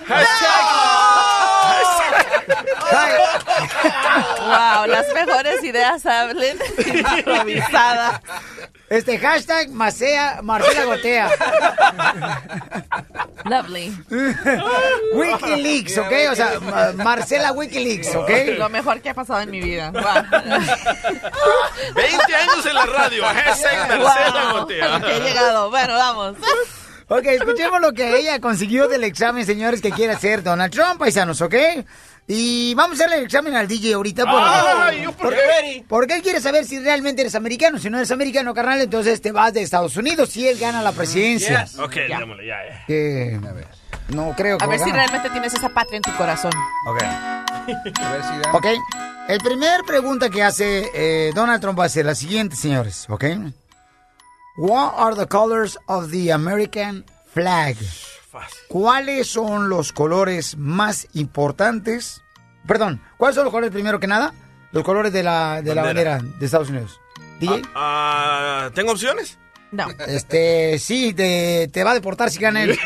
Wow, las mejores ideas hablen improvisadas. Hashtag Marcela Gotea. Lovely. Wikileaks, ¿ok? O sea, Marcela Wikileaks, ¿ok? Lo mejor que ha pasado en mi vida. Wow. 20 años en la radio. Hashtag Marcela Gotea. Que he llegado. Bueno, vamos. Ok, escuchemos lo que ella consiguió del examen, señores, que quiere hacer Donald Trump, paisanos, ¿ok? Y vamos a hacerle el examen al DJ ahorita. Porque él quiere saber si realmente eres americano. Si no eres americano, carnal, entonces te vas de Estados Unidos si él gana la presidencia. Yes. Ok, démosle, ya. No creo que a ver si realmente tienes esa patria en tu corazón. Ok. Ok. El primer pregunta que hace Donald Trump va a ser la siguiente, señores, ¿ok? What are the colors of the American flag? ¿Cuáles son los colores más importantes? Perdón, ¿cuáles son los colores primero que nada? Los colores de la bandera de Estados Unidos. ¿DJ? ¿Tengo opciones? No. Sí, te va a deportar si gana él.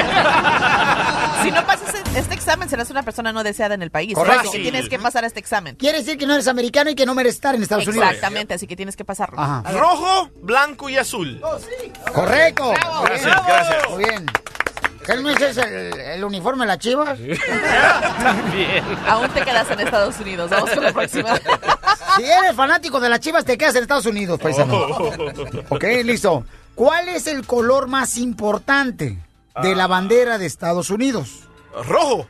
Si no pasas este examen, serás una persona no deseada en el país. Correcto. Así que tienes que pasar este examen. Quiere decir que no eres americano y que no mereces estar en Estados Unidos. Exactamente, así que tienes que pasarlo. Ajá. Rojo, blanco y azul. Correcto. Bravo. Gracias, gracias. Muy bien. ¿Qué no es el uniforme de las Chivas? También. Aún te quedas en Estados Unidos. Vamos con la próxima. Si eres fanático de las Chivas, te quedas en Estados Unidos, paisano. Ok, listo. ¿Cuál es el color más importante de la bandera de Estados Unidos? Rojo.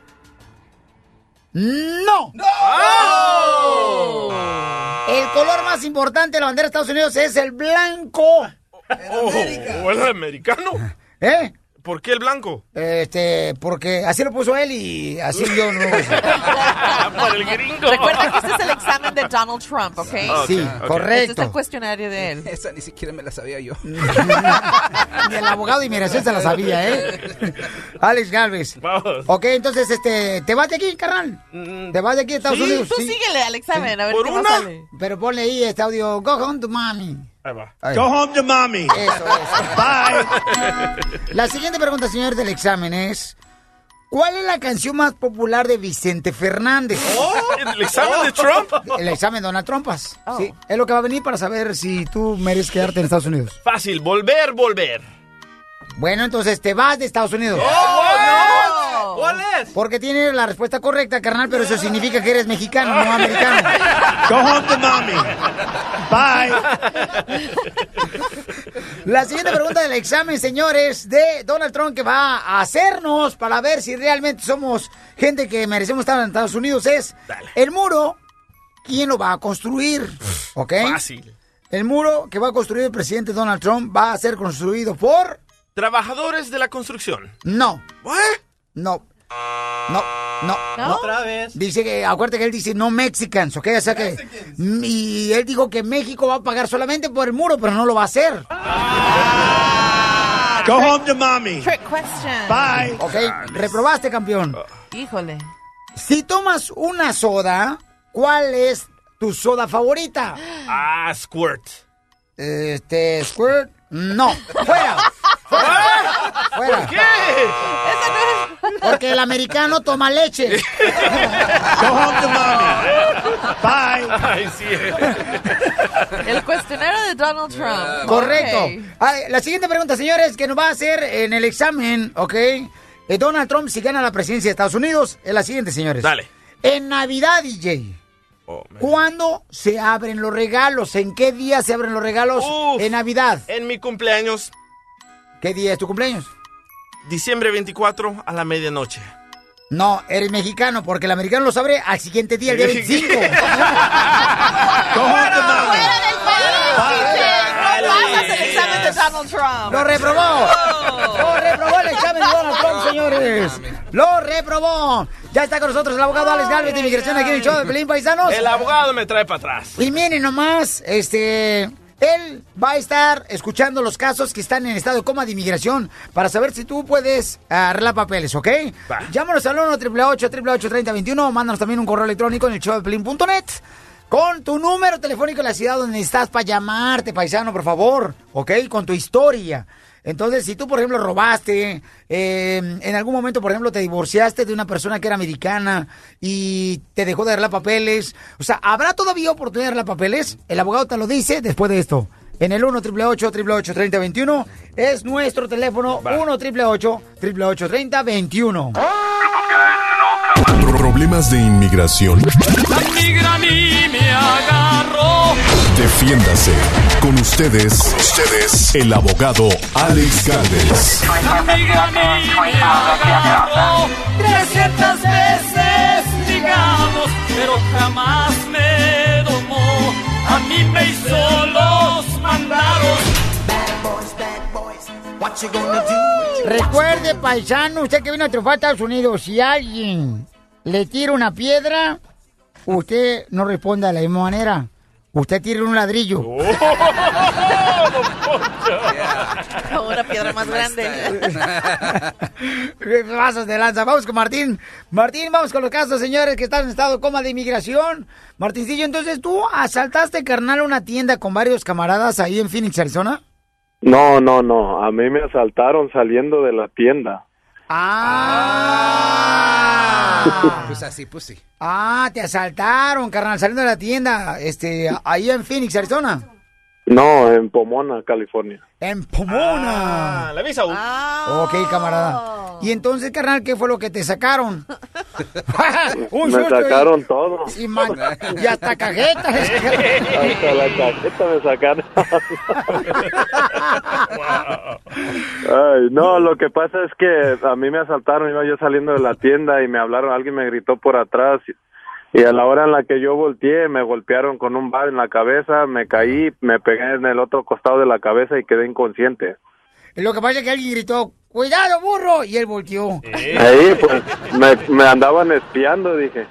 ¡No! ¡Oh! El color más importante de la bandera de Estados Unidos es el blanco. ¿O el americano? ¿Eh? ¿Por qué el blanco? Porque así lo puso él y así yo no. Por el gringo. Recuerda que este es el examen de Donald Trump, ¿ok? Sí, correcto. Este es el cuestionario de él. Esa ni siquiera me la sabía yo. Ni el abogado de inmigración se la sabía, ¿eh? Alex Galvez. Vamos. Ok, entonces, ¿te vas de aquí, carnal? ¿Te vas de aquí a Estados Unidos? Tú síguele al examen, a ver ¿Por qué una? más sale. Pero ponle ahí este audio, go home to mommy. Ahí va. Ahí. Go home to mommy. Eso. Bye. La siguiente pregunta, señor, del examen es... ¿Cuál es la canción más popular de Vicente Fernández? Oh, ¿el examen de Trump? El examen de Donald Trumpas. Oh. Sí, es lo que va a venir para saber si tú mereces quedarte en Estados Unidos. Fácil, volver. Bueno, entonces te vas de Estados Unidos. ¡Oh, no! ¿Cuál es? Porque tienes la respuesta correcta, carnal, pero eso significa que eres mexicano, no americano. Go home to mommy. Bye. La siguiente pregunta del examen, señores, de Donald Trump que va a hacernos para ver si realmente somos gente que merecemos estar en Estados Unidos es... Dale. El muro, ¿quién lo va a construir? ¿Ok? Fácil. El muro que va a construir el presidente Donald Trump va a ser construido por... Trabajadores de la construcción. No. ¿What? No. ¿No? Otra vez. Dice que, acuérdate que él dice no Mexicans, ¿ok? O sea que... Y él dijo que México va a pagar solamente por el muro, pero no lo va a hacer. Go home to mommy. Trick question. Bye. Ok, reprobaste, campeón. Híjole. Si tomas una soda, ¿cuál es tu soda favorita? Squirt. Squirt, no. ¡Fuera! ¡Fuera! ¿Por qué? Porque el americano toma leche. Go home to mommy. Bye. Ay, sí. El cuestionario de Donald Trump. Correcto. Ok. La siguiente pregunta, señores, que nos va a hacer en el examen, ¿ok? Donald Trump, si gana la presidencia de Estados Unidos, es la siguiente, señores. Dale. En Navidad, DJ, ¿cuándo se abren los regalos? ¿En qué día se abren los regalos en Navidad? En mi cumpleaños. ¿Qué día es tu cumpleaños? Diciembre 24 a la medianoche. No, eres mexicano, porque el americano los abre al siguiente día, el día 25. No pasas el examen de Donald Trump. ¡Lo reprobó! ¡Lo reprobó el examen de Donald Trump, señores! ¡Lo reprobó! Ya está con nosotros el abogado Alex Galvez de Inmigración aquí en el show de Pelín, paisanos. El abogado me trae para atrás. Y miren nomás, él va a estar escuchando los casos que están en estado de coma de inmigración para saber si tú puedes arreglar papeles, ¿ok? Va. Llámanos al 1-888-888-3021 o mándanos también un correo electrónico en el showdeplin.net con tu número telefónico de la ciudad donde estás para llamarte, paisano, por favor, ¿ok? Con tu historia. Entonces, si tú, por ejemplo, robaste, en algún momento, por ejemplo, te divorciaste de una persona que era americana y te dejó de arreglar papeles, o sea, ¿habrá todavía oportunidad de arreglar papeles? El abogado te lo dice después de esto. En el 1-888-888-3021 es nuestro teléfono, 1-888-888-3021. Problemas de inmigración. La migra a mí me agarró. Defiéndase. Con ustedes, el abogado Alex Galvez. La migra a mí me agarró 300 veces, digamos, pero jamás me domó. A mí me hizo los mandados. Recuerde, paisano, usted que vino a triunfar a Estados Unidos, si alguien le tira una piedra, usted no responde de la misma manera. Usted tira un ladrillo. Como una piedra más grande. Pasos de lanza. Vamos con Martín. Martín, vamos con los casos, señores, que están en estado de coma de inmigración. Martincillo, entonces, ¿tú asaltaste, carnal, una tienda con varios camaradas ahí en Phoenix, Arizona? No, a mí me asaltaron saliendo de la tienda. Pues así, pues sí. Te asaltaron, carnal, saliendo de la tienda, ahí en Phoenix, Arizona. No, en Pomona, California. En Pomona. La visa. Ok, camarada. Y entonces, carnal, ¿qué fue lo que te sacaron? Me sacaron todo. Y hasta cajetas. Hasta la cajeta me sacaron. Ay, no, lo que pasa es que a mí me asaltaron, iba yo saliendo de la tienda y me hablaron, alguien me gritó por atrás. Y a la hora en la que yo volteé, me golpearon con un bat en la cabeza, me caí, me pegué en el otro costado de la cabeza y quedé inconsciente. Lo que pasa es que alguien gritó, ¡cuidado, burro! Y él volteó. Ahí, pues, me andaban espiando, dije.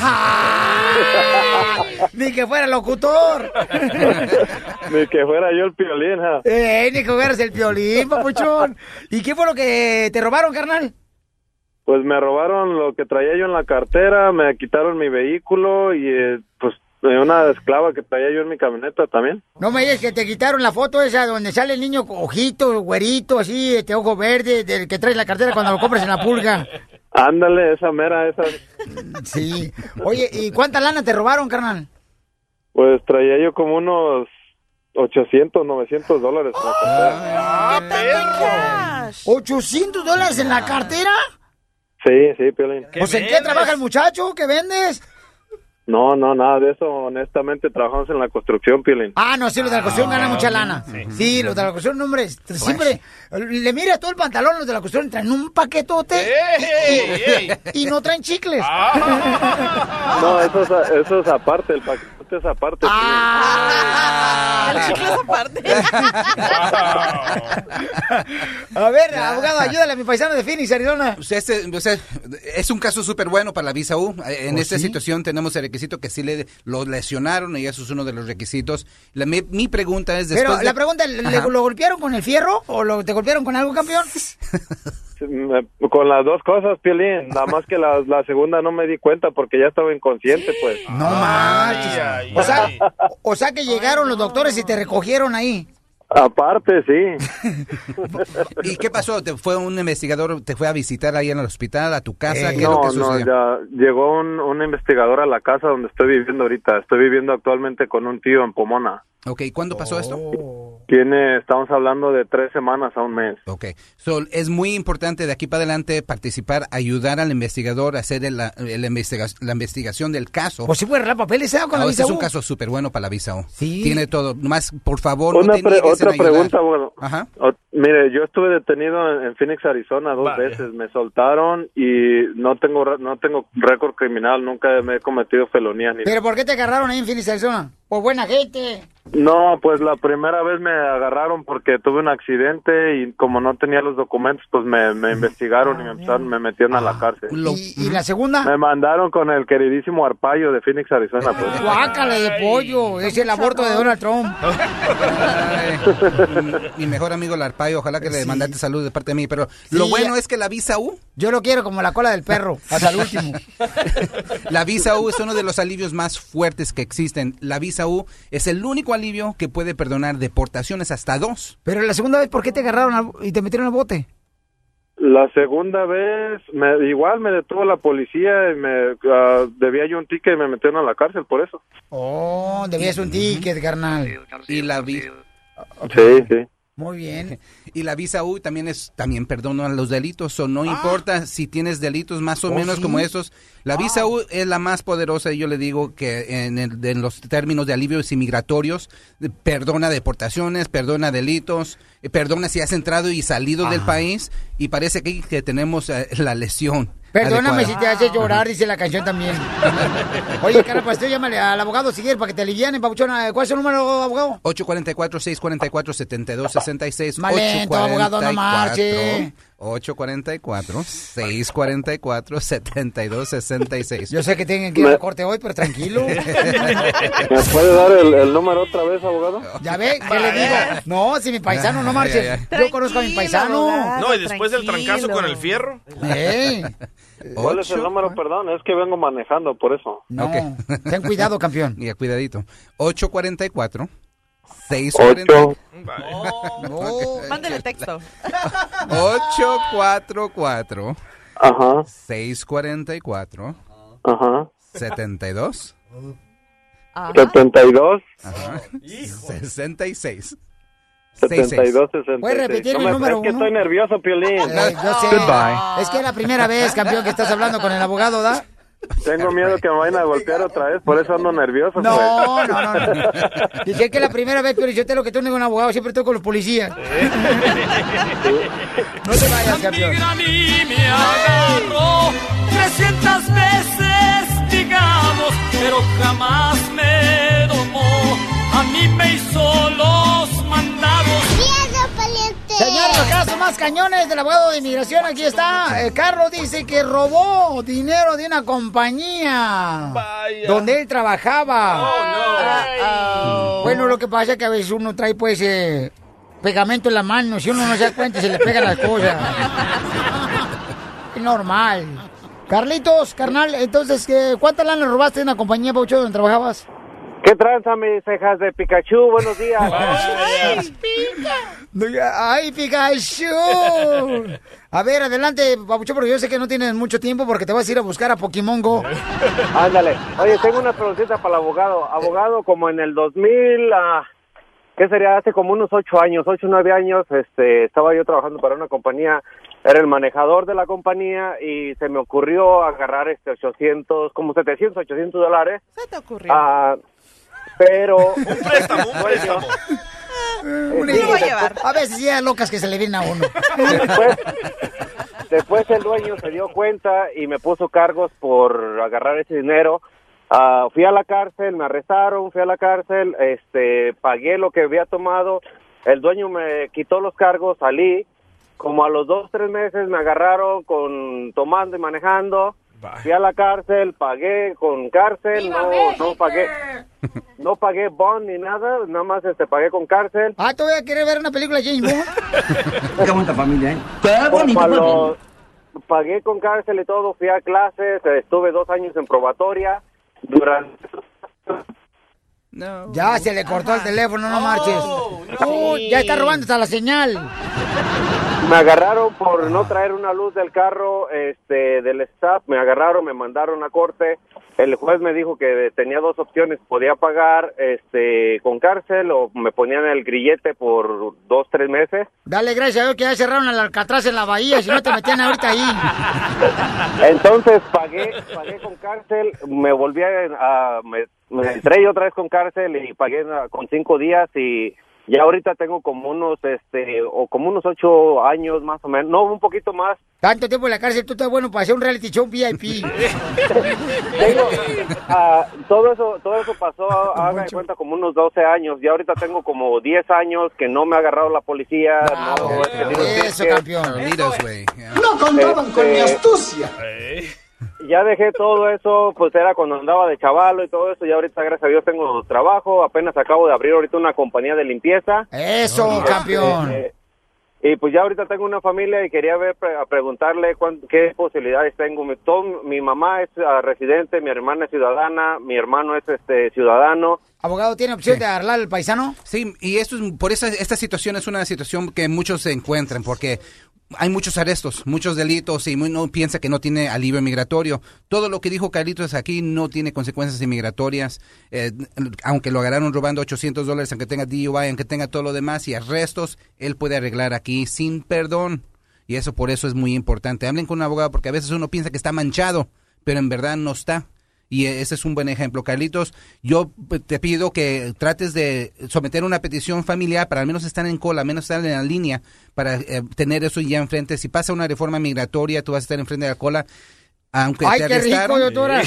Ni que fuera locutor. Ni que fuera yo el Piolín, ni que fueras el Piolín, papuchón. ¿Y qué fue lo que te robaron, carnal? Pues me robaron lo que traía yo en la cartera, me quitaron mi vehículo y pues una esclava que traía yo en mi camioneta también. No me digas que te quitaron la foto esa donde sale el niño ojito, güerito, así, ojo verde, del que traes la cartera cuando lo compras en la pulga. Ándale, esa mera, esa. Sí. Oye, ¿y cuánta lana te robaron, carnal? Pues traía yo como unos $800, $900 en la cartera. ¿$800 en la cartera? Sí, Piolín. Pues, ¿en qué trabaja el muchacho? ¿Qué vendes? No, nada de eso. Honestamente, trabajamos en la construcción, Piolín. No, sí, los de la construcción ganan mucha lana. Sí, los de la construcción, hombre, siempre le miras todo el pantalón, los de la construcción traen un paquetote y no traen chicles. No, eso es aparte, el paquetote es aparte. El chicle es aparte. A ver, abogado, ayúdale a mi paisano de Phoenix, Arizona. Es un caso súper bueno para la visa U. En esta situación tenemos el requisito que sí lo lesionaron y eso es uno de los requisitos. Mi pregunta es después. Pero la pregunta, ¿lo golpearon con el fierro o te golpearon con algo, campeón? Con las dos cosas, Piolín. Nada más que la segunda no me di cuenta porque ya estaba inconsciente, pues. No manches. O sea que llegaron los doctores y te recogieron ahí. Aparte, sí. ¿Y qué pasó? ¿Te fue un investigador, te fue a visitar ahí en el hospital, a tu casa? ¿Qué es no, lo que sucedió? ya llegó un investigador a la casa donde estoy viviendo ahorita. Estoy viviendo actualmente con un tío en Pomona. Ok, ¿cuándo pasó esto? Estamos hablando de 3 semanas a un mes. Ok, es muy importante de aquí para adelante participar, ayudar al investigador a hacer la investigación del caso. Pues si puede arreglar papeles, con la visa U. Este es un caso súper bueno para la visa U. Sí. Tiene todo. Nomás, por favor, otra pregunta, bueno. Ajá. Mire, yo estuve detenido en Phoenix, Arizona 2 veces. Me soltaron y no tengo récord criminal. Nunca me he cometido felonías. ¿Pero por qué te agarraron ahí en Phoenix, Arizona? Por buena gente. No, pues la primera vez me agarraron porque tuve un accidente y como no tenía los documentos, pues me investigaron y me metieron a la cárcel. ¿Y la segunda? Me mandaron con el queridísimo Arpaio de Phoenix, Arizona. Pues. Guácala de pollo, es el aborto de Donald Trump. Mi mejor amigo el Arpaio, ojalá que le mandaste salud de parte de mí, pero lo bueno es que la visa U... Yo lo quiero como la cola del perro, hasta el último. La visa U es uno de los alivios más fuertes que existen. La visa U es el único alivio que puede perdonar deportaciones hasta 2. Pero la segunda vez, ¿por qué te agarraron y te metieron al bote? La segunda vez, igual me detuvo la policía y debía yo un ticket y me metieron a la cárcel por eso. Oh, debías un ticket, carnal. Y la visa... Sí. Muy bien. Y la visa U también perdona los delitos, o no importa si tienes delitos más o menos como esos. La visa U es la más poderosa, y yo le digo que en los términos de alivios inmigratorios, perdona deportaciones, perdona delitos, perdona si has entrado y salido del país, y parece que tenemos la lesión. Perdóname adecuada. si te hace llorar, dice la canción también. Oye, cara, pues tú llámale al abogado Siguer para que te alivianen, papuchona. ¿Cuál es el número, abogado? 844-644-7266. Malento, abogado, no marche. 844-644-7266. Yo sé que tienen que ir a la corte hoy, pero tranquilo. ¿Me puede dar el número otra vez, abogado? Ya ve, ¿qué le digo? No, si mi paisano no marche. Yo conozco a mi paisano. No, y después del trancazo con el fierro. ¿Cuál es el número? Perdón, es que vengo manejando, por eso. No, ten cuidado, campeón. Ya, cuidadito. 844 640. Mándale texto. 844. Ajá. 644. Ajá. 72. Ajá. 72. Ajá. 66. 72, 66. ¿Puedes repetir el número Es que uno? estoy nervioso, Piolín. Yo sé. Goodbye. Es que es la primera vez, campeón, que estás hablando con el abogado, ¿da? Tengo miedo que me vayan a golpear otra vez, por eso ando nervioso. No, pues. no. Dice que es la primera vez, pero yo te lo que tú no un abogado, siempre estoy con los policías. No te vayas, campeón. A mí me agarró 300 veces, digamos, pero jamás me domó. A mí me hizo los mandados. Señor, los casos más cañones del abogado de inmigración, aquí está. Carlos dice que robó dinero de una compañía donde él trabajaba. Bueno, lo que pasa es que a veces uno trae, pues, pegamento en la mano. Si uno no se da cuenta, se le pegan las cosas. Es normal. Carlitos, carnal, entonces, ¿cuánta lana robaste de una compañía, Paucho, donde trabajabas? ¿Qué tranza, mis cejas de Pikachu? Buenos días. ¡Ay, Pikachu! A ver, adelante, Papucho, porque yo sé que no tienes mucho tiempo porque te vas a ir a buscar a Pokémon Go. Ándale. Oye, tengo una preguntita para el abogado. Abogado, como en el 2000, ¿qué sería? Hace como unos 8 o 9 años, estaba yo trabajando para una compañía, era el manejador de la compañía y se me ocurrió agarrar 800, como 700, $800. ¿Se te ocurrió? Pero... Un préstamo. A veces ya locas que se le vienen a uno. Después el dueño se dio cuenta y me puso cargos por agarrar ese dinero. Fui a la cárcel, me arrestaron, fui a la cárcel, pagué lo que había tomado. El dueño me quitó los cargos, salí. Como a los 2-3 meses me agarraron con tomando y manejando. Fui a la cárcel, pagué con cárcel, no pagué bond ni nada más pagué con cárcel. ¿Todavía quieres ver una película de James Bond? Qué bonita familia, ¿eh? Qué bonita. Pagué con cárcel y todo, fui a clases, estuve 2 años en probatoria. Ya se le cortó el teléfono, no marches. Ya está robando hasta la señal. Me agarraron por no traer una luz del carro, del staff, me agarraron, me mandaron a corte. El juez me dijo que tenía 2 opciones, podía pagar con cárcel o me ponían el grillete por 2-3 meses. Dale gracias a Dios que ya cerraron el Alcatraz en la bahía, si no te metían ahorita ahí. Entonces pagué con cárcel, me volví me entré otra vez con cárcel y pagué con 5 días y ya ahorita tengo como unos 8 años más o menos, no, un poquito más. Tanto tiempo en la cárcel, tú estás bueno para hacer un reality show VIP. Todo eso pasó, haga de cuenta, como unos 12 años. Y ahorita tengo como 10 años que no me ha agarrado la policía. Eso, campeón. No contaban con mi astucia. Ya dejé todo eso, pues era cuando andaba de chavalo y todo eso. Y ahorita, gracias a Dios, tengo trabajo. Apenas acabo de abrir ahorita una compañía de limpieza. Eso, campeón. Y pues ya ahorita tengo una familia y quería preguntarle qué posibilidades tengo. Mi mamá es residente, mi hermana es ciudadana, mi hermano es ciudadano. ¿Abogado tiene opción de arreglar el paisano? Sí, y esto es por esta situación es una situación que muchos se encuentran porque hay muchos arrestos, muchos delitos y uno piensa que no tiene alivio migratorio. Todo lo que dijo Carlitos aquí no tiene consecuencias inmigratorias, aunque lo agarraron robando $800, aunque tenga DUI, aunque tenga todo lo demás y arrestos, él puede arreglar aquí sin perdón. Y por eso es muy importante. Hablen con un abogado porque a veces uno piensa que está manchado, pero en verdad no está. Y ese es un buen ejemplo. Carlitos, yo te pido que trates de someter una petición familiar para al menos estar en cola, al menos estar en la línea para tener eso ya enfrente. Si pasa una reforma migratoria, tú vas a estar enfrente de la cola. Aunque te arrestaron, rico, doctora.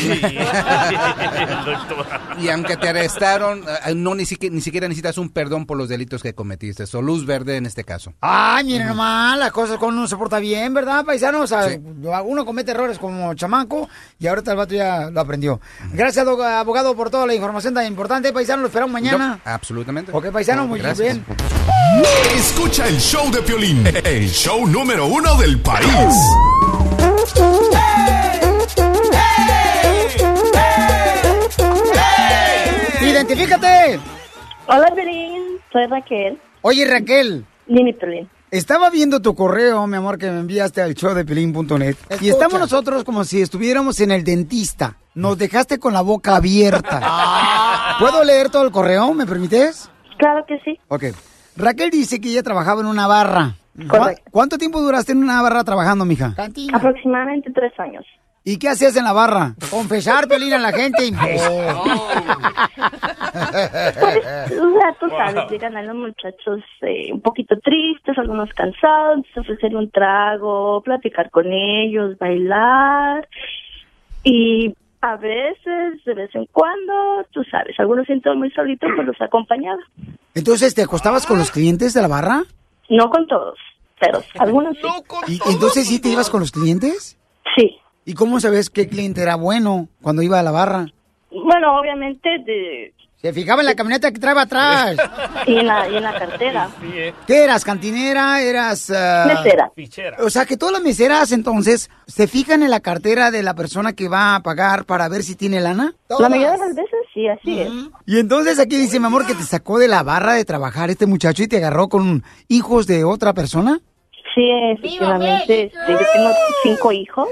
Y aunque te arrestaron, ni siquiera necesitas un perdón por los delitos que cometiste. O luz verde en este caso. Ay, miren nomás, las cosas cuando uno se porta bien, ¿verdad, paisano? O sea, sí. Uno comete errores como chamaco y ahorita el vato ya lo aprendió. Gracias, abogado, por toda la información tan importante. Paisano, lo esperamos mañana. Absolutamente. Ok, paisano, muy bien. Escucha el show de Piolín, el show número 1 del país. ¡Identifícate! Hola, Piolín. Soy Raquel. Oye, Raquel. Dime, Piolín. Estaba viendo tu correo, mi amor, que me enviaste al showdepiolín.net. Y estamos nosotros como si estuviéramos en el dentista. Nos dejaste con la boca abierta. ¿Puedo leer todo el correo? ¿Me permites? Claro que sí. Ok. Raquel dice que ella trabajaba en una barra. Correcto. ¿Cuánto tiempo duraste en una barra trabajando, mija? Aproximadamente 3 años. ¿Y qué hacías en la barra? Confesar, Piolín, a la gente. Pues, o sea, tú sabes, llegan a los muchachos un poquito tristes, algunos cansados, ofrecer un trago, platicar con ellos, bailar. Y a veces, de vez en cuando, tú sabes, algunos sienten muy solitos, pues los acompañaba. Entonces, ¿te acostabas con los clientes de la barra? No con todos, pero algunos sí. ¿Y entonces sí te ibas con los clientes? Sí. ¿Y cómo sabes qué cliente era bueno cuando iba a la barra? Bueno, obviamente Se fijaba en la camioneta que traía atrás. Y en la cartera. ¿Qué eras? ¿Cantinera? ¿Eras...? Mesera. O sea, que todas las meseras, entonces, ¿se fijan en la cartera de la persona que va a pagar para ver si tiene lana? La mayoría de las veces sí, así es. Y entonces aquí dice, mi amor, que te sacó de la barra de trabajar este muchacho y te agarró con hijos de otra persona. Sí, efectivamente, yo tengo 5 hijos.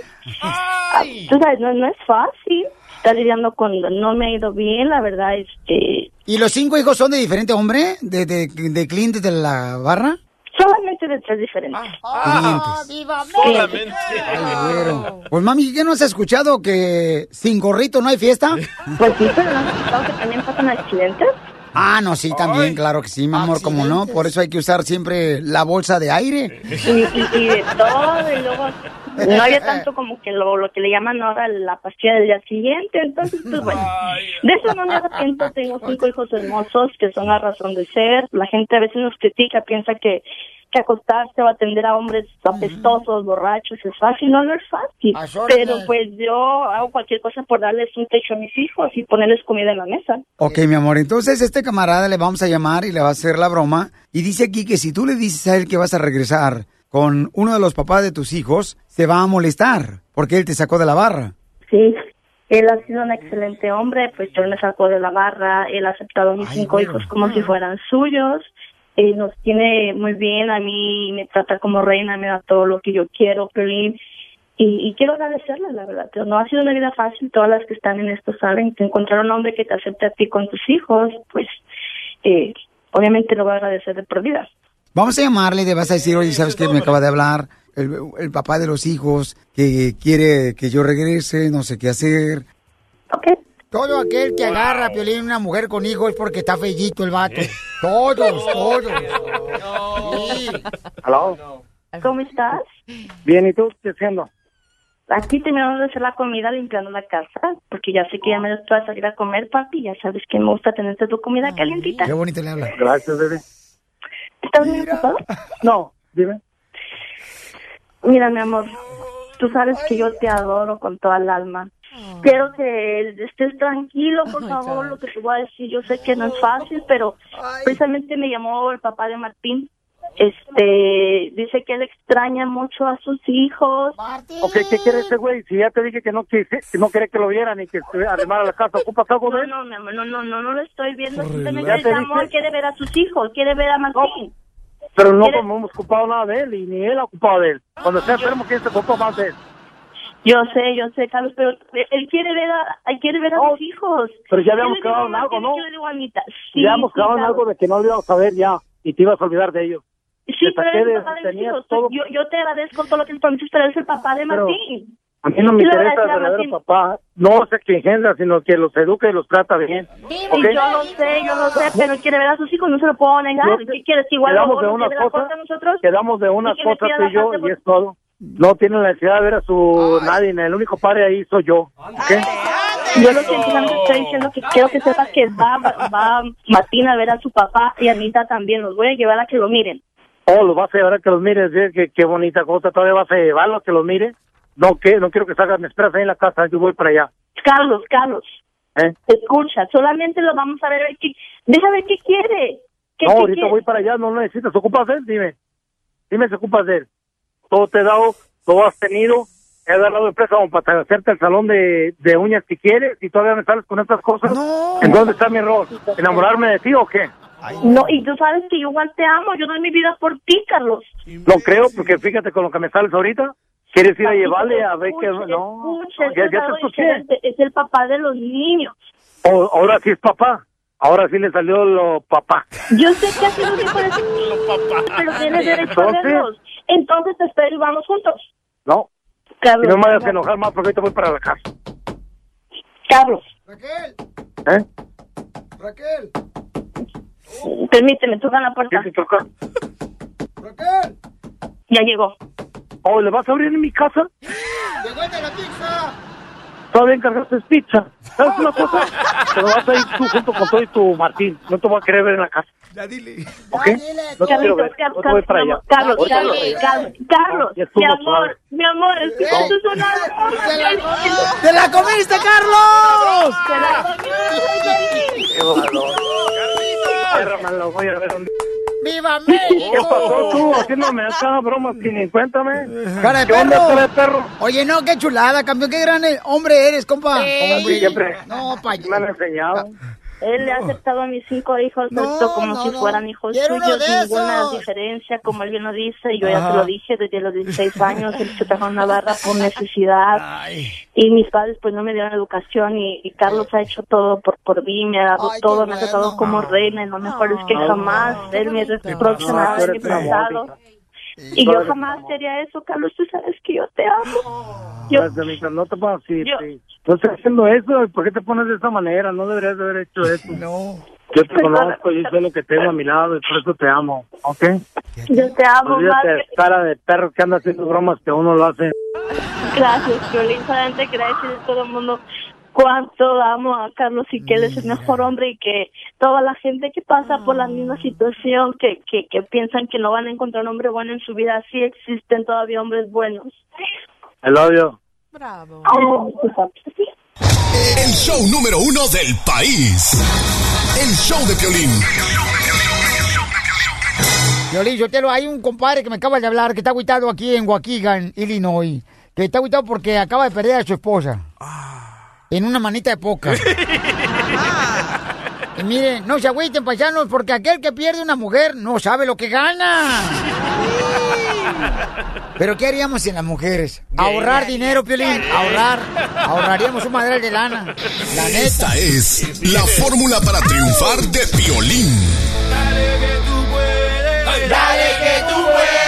Tú sabes, no es fácil estar lidiando con... No me ha ido bien, la verdad es que... ¿Y los 5 hijos son de diferente hombre? ¿De clientes de la barra? Solamente de 3 diferentes. Clientes. Ay, güero. Pues mami, ¿qué no has escuchado que sin gorrito no hay fiesta? Pues sí, pero ¿no has escuchado que también pasan accidentes? Ah, no, sí, también, claro que sí, mi amor, como no, por eso hay que usar siempre la bolsa de aire. Y de todo, y luego no había tanto como que lo que le llaman ahora la pastilla del día siguiente, entonces, pues bueno, de eso no me arrepiento, tengo 5 hijos hermosos que son la razón de ser, la gente a veces nos critica, piensa que acostarse o atender a hombres apestosos, borrachos, es fácil. No es fácil. Pero pues yo hago cualquier cosa por darles un techo a mis hijos y ponerles comida en la mesa. Ok, mi amor, entonces este camarada le vamos a llamar y le va a hacer la broma. Y dice aquí que si tú le dices a él que vas a regresar con uno de los papás de tus hijos, se va a molestar porque él te sacó de la barra. Sí, él ha sido un excelente hombre, pues yo me sacó de la barra, él ha aceptado a mis 5 hijos como si fueran suyos. Nos tiene muy bien, a mí me trata como reina, me da todo lo que yo quiero, Piolín, y quiero agradecerle, la verdad. No ha sido una vida fácil, todas las que están en esto saben que encontrar un hombre que te acepte a ti con tus hijos, pues obviamente lo voy a agradecer de por vida. Vamos a llamarle y le vas a decir, oye, ¿sabes qué? Me acaba de hablar el papá de los hijos que quiere que yo regrese, no sé qué hacer. Ok. Todo aquel que agarra a Piolín una mujer con hijos es porque está fellito el vato. Todos. Sí. ¿Aló? ¿Cómo estás? Bien, ¿y tú qué haciendo? Aquí terminando de hacer la comida, limpiando la casa, porque ya sé que ya me vas a salir a comer, papi. Ya sabes que me gusta tenerte tu comida calientita. Qué bonito le habla. Gracias, bebé. ¿Estás muy ocupado? No, dime. Mira, mi amor, tú sabes que yo te adoro con toda el alma. Quiero que estés tranquilo, por favor, lo que te voy a decir. Yo sé que no es fácil, pero precisamente me llamó el papá de Martín. Dice que él extraña mucho a sus hijos. Ok, ¿qué quiere ese güey? Si ya te dije que no quiere que lo vieran y que arrimara la casa, ¿ocupas algo de él? No lo estoy viendo. Simplemente el amor quiere ver a sus hijos, quiere ver a Martín. Pero no hemos ocupado nada de él y ni él ha ocupado de él. Cuando esté enfermo, ¿quién se ocupó más de él? Yo sé, Carlos, pero él quiere ver a sus hijos. Pero ya habíamos quedado en algo, ¿no? Sí, ya habíamos quedado en algo de que no lo íbamos a ver ya y te ibas a olvidar de ellos. Sí, pero él es el papá de mis hijos. Yo te agradezco todo lo que le prometes, pero él es el papá de Martín. A mí no me interesa el verdadero papá. No sé que engendra, sino que los educa y los trata bien. ¿Okay? Yo lo sé, pero él quiere ver a sus hijos, no se lo puedo negar. ¿Qué quieres? Igual quedamos de una cosa tú y yo, y es todo. No tiene la necesidad de ver a nadie, el único padre ahí soy yo. ¿Okay? Yo lo que estoy diciendo que quiero que sepas que va Martín a ver a su papá y a Anita también. Los voy a llevar a que lo miren. Oh, los vas a llevar a que los mires, qué bonita cosa, todavía vas a llevarlo a que los mire. No quiero que salgas, me esperas ahí en la casa, yo voy para allá. Carlos, escucha, solamente lo vamos a ver, deja ver qué quiere. Ahorita voy para allá, no lo necesitas, ¿ocupas de él? Dime si ocupas de él. Todo te he dado, todo has tenido, he agarrado empresa como para hacerte el salón de uñas que quieres y todavía me sales con estas cosas. No. ¿En dónde está mi error? ¿Enamorarme de ti o qué? No, y tú sabes que yo igual te amo, yo doy mi vida por ti, Carlos. No creo, porque fíjate con lo que me sales ahorita. ¿Quieres ir a llevarle a ver que no? Ya te escuché. Es el papá de los niños. Ahora sí es papá. Ahora sí le salió lo papá. Yo sé que ha sido un hijo de pero tienes derecho a verlos. Entonces te espero y vamos juntos. No. Carlos, y no me vayas a enojar más porque ahorita voy para la casa. Carlos. Raquel. ¿Eh? Raquel. Permíteme, toca la puerta. ¿Qué te toca? Raquel. Ya llegó. Oh, ¿le vas a abrir en mi casa? Llegó el de la pizza. Todavía encargaste pizza. ¿Sabes una cosa? Te lo vas a ir tú junto con todo y tu Martín. No te voy a querer ver en la casa. Ya dile. ¿Ok? No te quiero ver. No te voy para allá. Carlos, mi amor, es que esto es una... ¡Te la comiste, Carlos! ¡Qué valor! ¡Carlitos! Lo voy a ver dónde... ¡Viva ¿Qué México! pasó tú haciéndome acá bromas sin ni cuéntame? ¡Cara de ¿Qué onda, cara de perro! perro? Oye, no, qué chulada, campeón, qué gran hombre eres, compa. Como siempre. No, me han enseñado. Él le ha aceptado a mis 5 hijos como si fueran hijos suyos, ninguna diferencia, como él bien lo dice. Yo ya te lo dije desde los 16 años, él se trajo una barra por necesidad. Y mis padres pues no me dieron educación y Carlos ha hecho todo por mí, me ha dado todo, me ha tratado como reina. Y lo mejor es que jamás él me reprocha nada de mi pasado. Y yo jamás te haría eso, Carlos, tú sabes que yo te amo. No te puedo decir, no estoy haciendo eso, ¿por qué te pones de esa manera? No deberías de haber hecho eso. No. Yo te conozco, yo sé lo que tengo a mi lado y por eso te amo, ¿ok? Yo te amo, olvídate, cara de perro que anda haciendo bromas que uno lo hace. Gracias, Violín, solamente quería decirle a todo el mundo cuánto amo a Carlos y que él es el mejor hombre y que toda la gente que pasa por la misma situación, que piensan que no van a encontrar un hombre bueno en su vida, sí existen todavía hombres buenos. El odio. Bravo. El show número 1 del país. El show de Piolín. Piolín, hay un compadre que me acaba de hablar que está agüitado aquí en Waukegan, Illinois. Que está agüitado porque acaba de perder a su esposa. En una manita de póker. Y miren, no se agüiten, paisanos, porque aquel que pierde una mujer no sabe lo que gana. Pero ¿qué haríamos sin las mujeres? Ahorrar dinero, Piolín, ahorraríamos un madral de lana. La neta. Esta es la fórmula para triunfar de Piolín. Dale que tú puedes. Dale que tú puedes.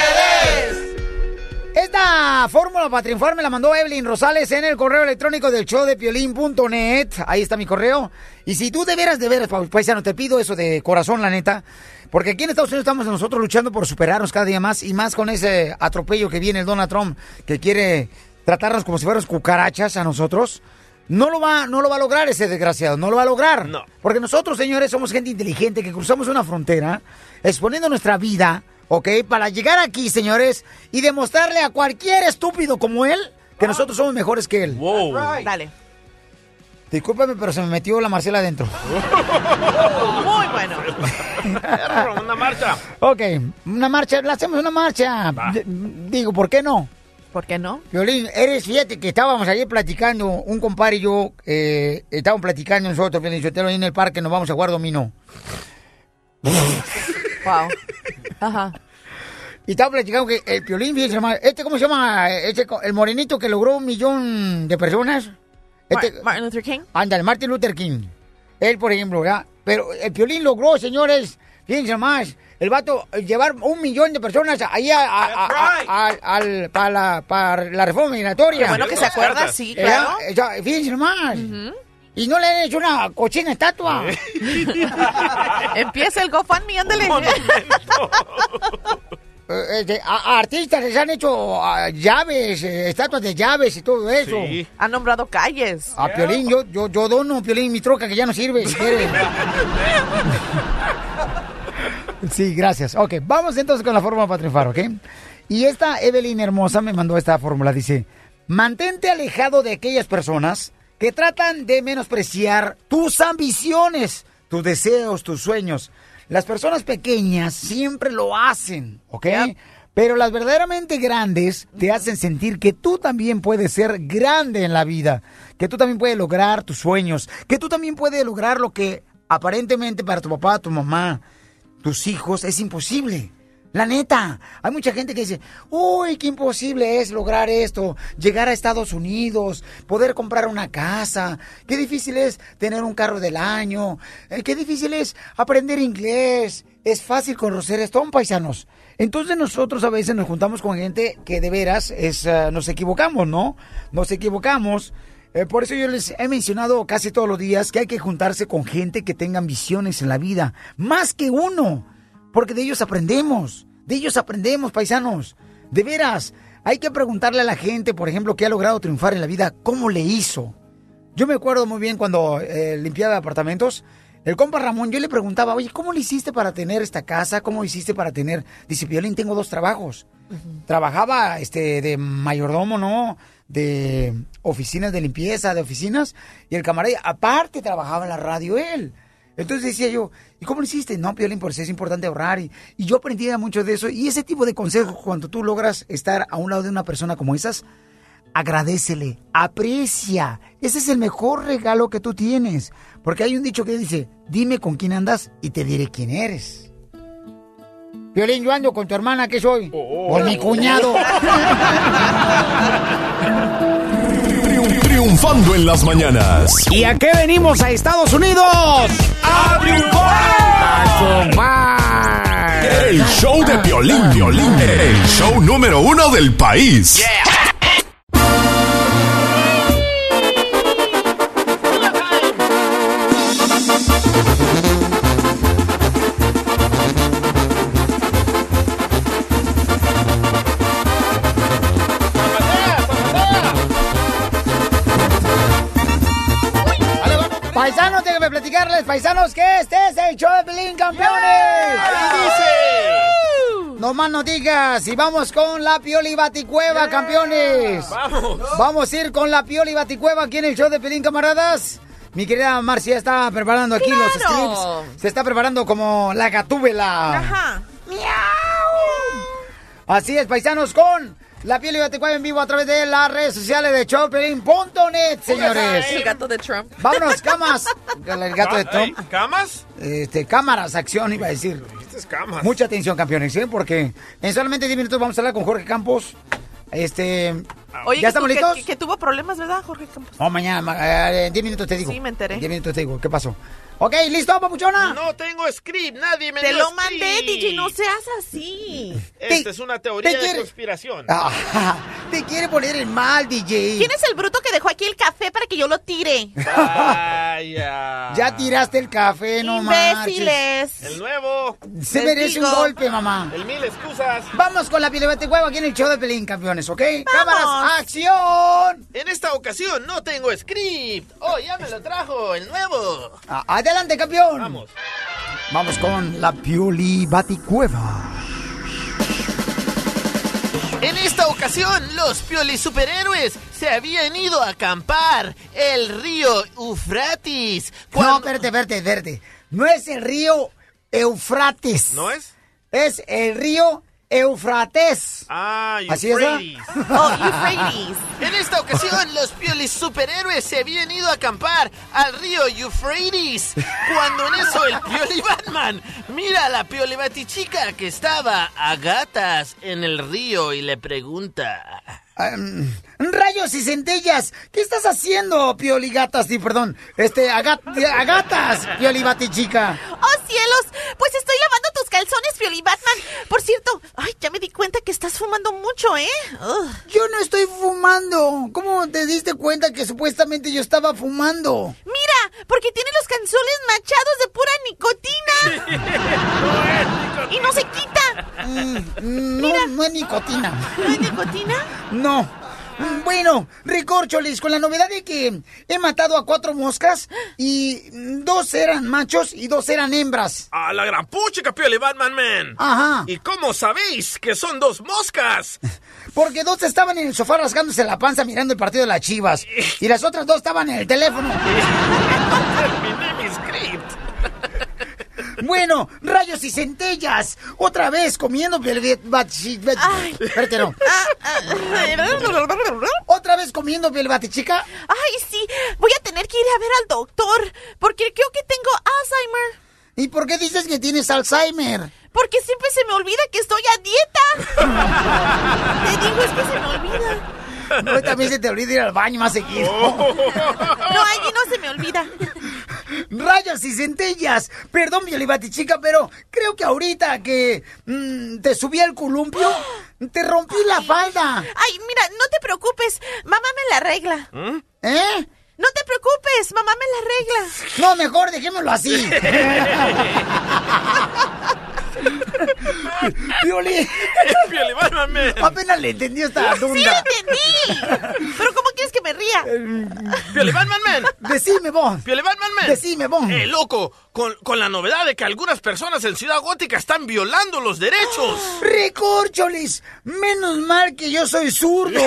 Esta fórmula para triunfar me la mandó Evelyn Rosales en el correo electrónico del showdepiolín.net. Ahí está mi correo. Y si tú de veras, paisano, te pido eso de corazón, la neta. Porque aquí en Estados Unidos estamos nosotros luchando por superarnos cada día más. Y más con ese atropello que viene el Donald Trump, que quiere tratarnos como si fuéramos cucarachas a nosotros. No lo va a lograr ese desgraciado, no lo va a lograr. No. Porque nosotros, señores, somos gente inteligente que cruzamos una frontera exponiendo nuestra vida, ¿ok? Para llegar aquí, señores, y demostrarle a cualquier estúpido como él que nosotros somos mejores que él. Wow. Dale. Discúlpame, pero se me metió la Marcela adentro. Muy bueno. Una marcha. Ok, una marcha, la hacemos una marcha. Digo, ¿por qué no? ¿Por qué no? Violín, fíjate que estábamos ayer platicando, un compadre y yo, estábamos platicando nosotros, Violín, ahí en el parque, nos vamos a jugar dominó. Wow. Ajá. Y estaba platicando que el Piolín, fíjense, ¿cómo se llama? El morenito que logró 1 millón de personas. Martin Luther King. Ándale, Martin Luther King. Él, por ejemplo, ¿verdad? Pero el Piolín logró, señores, fíjense más, el vato llevar 1 millón de personas ahí para la reforma migratoria. Qué bueno que se acuerda, sí, claro. Fíjense más. Y no le han hecho una cochina estatua. Empieza el GoFundMe, ándale. A artistas les han hecho llaves, estatuas de llaves y todo eso. Sí. Han nombrado calles. A Piolín, yo dono, Piolín, mi troca que ya no sirve, si quieren. Sí, gracias. Ok, vamos entonces con la fórmula para triunfar, ¿ok? Y esta Evelyn hermosa me mandó esta fórmula. Dice, mantente alejado de aquellas personas que tratan de menospreciar tus ambiciones, tus deseos, tus sueños. Las personas pequeñas siempre lo hacen, ¿ok? Yep. Pero las verdaderamente grandes te hacen sentir que tú también puedes ser grande en la vida, que tú también puedes lograr tus sueños, que tú también puedes lograr lo que aparentemente para tu papá, tu mamá, tus hijos es imposible. La neta, hay mucha gente que dice, uy, qué imposible es lograr esto, llegar a Estados Unidos, poder comprar una casa, qué difícil es tener un carro del año, qué difícil es aprender inglés, es fácil conocer esto, paisanos. Entonces nosotros a veces nos juntamos con gente que de veras nos equivocamos, ¿no? Nos equivocamos. Por eso yo les he mencionado casi todos los días que hay que juntarse con gente que tenga visiones en la vida, más que uno. Porque de ellos aprendemos, paisanos. De veras, hay que preguntarle a la gente, por ejemplo, que ha logrado triunfar en la vida, ¿cómo le hizo? Yo me acuerdo muy bien cuando limpiaba apartamentos, el compa Ramón, yo le preguntaba, oye, ¿cómo le hiciste para tener esta casa? ¿Cómo le hiciste para tener? Dice, Piolín, tengo 2 trabajos. Trabajaba de mayordomo, ¿no? De oficinas de limpieza, de oficinas, y el camarada, aparte, trabajaba en la radio él. Entonces decía yo, ¿y cómo lo hiciste? No, Piolín, por eso es importante ahorrar. Y yo aprendía mucho de eso. Y ese tipo de consejos, cuando tú logras estar a un lado de una persona como esas, agradécele, aprecia. Ese es el mejor regalo que tú tienes. Porque hay un dicho que dice, dime con quién andas y te diré quién eres. Piolín, yo ando con tu hermana, ¿qué soy? Por mi cuñado. Triunfando en las mañanas. ¿Y a qué venimos a Estados Unidos? ¡A triunfar! El show de Piolín, el show número 1 del país. Yeah. Paisanos, déjenme platicarles, paisanos, que este es el show de Piolín, campeones. Ahí dice. No más noticias y vamos con la Pioli Baticueva, campeones. Vamos a ir con la Pioli Baticueva aquí en el show de Piolín, camaradas. Mi querida Marcia está preparando aquí los scripts. Se está preparando como la Gatúbela. Ajá. ¡Miau! Así es, paisanos, con la Pioli Baticueva en vivo a través de las redes sociales de showpiolín.net, señores. El gato de Trump. Vámonos, camas. El gato de Trump. ¿Camas? Cámaras, acción, iba a decir. Camas. Mucha atención, campeones, ¿eh? Porque en solamente 10 minutos vamos a hablar con Jorge Campos. Oye, ¿ya estamos listos? Que tuvo problemas, ¿verdad, Jorge Campos? No, mañana, en 10 minutos te digo. Sí, me enteré. En 10 minutos te digo, ¿qué pasó? Ok, ¿listo, papuchona? No tengo script, nadie me Te dio lo script. mandé, DJ, no seas así. Esta es una teoría de conspiración. Te quiere poner en mal, DJ. ¿Quién es el bruto que dejó aquí el café para que yo lo tire? Vaya. Ya tiraste el café, no manches. Imbéciles. El nuevo. Se merece un golpe, mamá. El 1000 excusas. Vamos con la Pioli Baticueva aquí en el show de Piolín, campeones, ¿ok? ¡Cámaras, acción! En esta ocasión no tengo script. Oh, ya me lo trajo, el nuevo. Adelante, campeón. Vamos. Vamos con la Pioli Baticueva. En esta ocasión, los Pioli superhéroes se habían ido a acampar el río Eufrates. No, espérate. No es el río Eufrates. ¿No es? Es el río Eufrates. Euphrates. ¿Así es, Euphrates. En esta ocasión, los Pioli superhéroes se habían ido a acampar al río Euphrates. Cuando en eso el Pioli Batman mira a la Pioli Batichica que estaba a gatas en el río y le pregunta... Rayos y centellas, ¿qué estás haciendo, Pioli Gatas? Perdón, Agatas, Pioli Batichica. ¡Oh, cielos! Pues estoy lavando tus calzones, Pioli Batman. Por cierto, ya me di cuenta que estás fumando mucho, ¿eh? Yo no estoy fumando. ¿Cómo te diste cuenta que supuestamente yo estaba fumando? Mira, porque tiene los calzones manchados de pura nicotina. Y no se quita. No es nicotina. ¿No es nicotina? No. Bueno, Ricorcholis, con la novedad de que he matado a 4 moscas y 2 eran machos y 2 eran hembras. ¡A la gran puchica, Pioli Batman Man! Ajá. ¿Y cómo sabéis que son 2 moscas? Porque 2 estaban en el sofá rasgándose la panza mirando el partido de las Chivas y las otras 2 estaban en el teléfono. Terminé mi script. Bueno, rayos y centellas. Otra vez comiendo... Espérate, no. ¿Otra vez comiendo Pioli Batichica? Ay, sí. Voy a tener que ir a ver al doctor porque creo que tengo Alzheimer. ¿Y por qué dices que tienes Alzheimer? Porque siempre se me olvida que estoy a dieta. Te digo, es que se me olvida. No, también se te olvida ir al baño más seguido. No, allí no se me olvida. Rayos y centellas. Perdón, Piolín Batichica, pero creo que ahorita que te subí al columpio, te rompí la falda. Ay, mira, no te preocupes. Mamá me la arregla. ¿Eh? No te preocupes, mamá me la arregla. No, mejor dejémoslo así. Piolín. Piolín, válvame. Apenas le entendió esta dunda. Sí, entendí. Pero ¿cómo quieres que me ría? Piolín, válvame. Decime vos. Piolín, válvame. Decime vos. Loco, con la novedad de que algunas personas en Ciudad Gótica están violando los derechos. ¡Recórcholis! Menos mal que yo soy zurdo.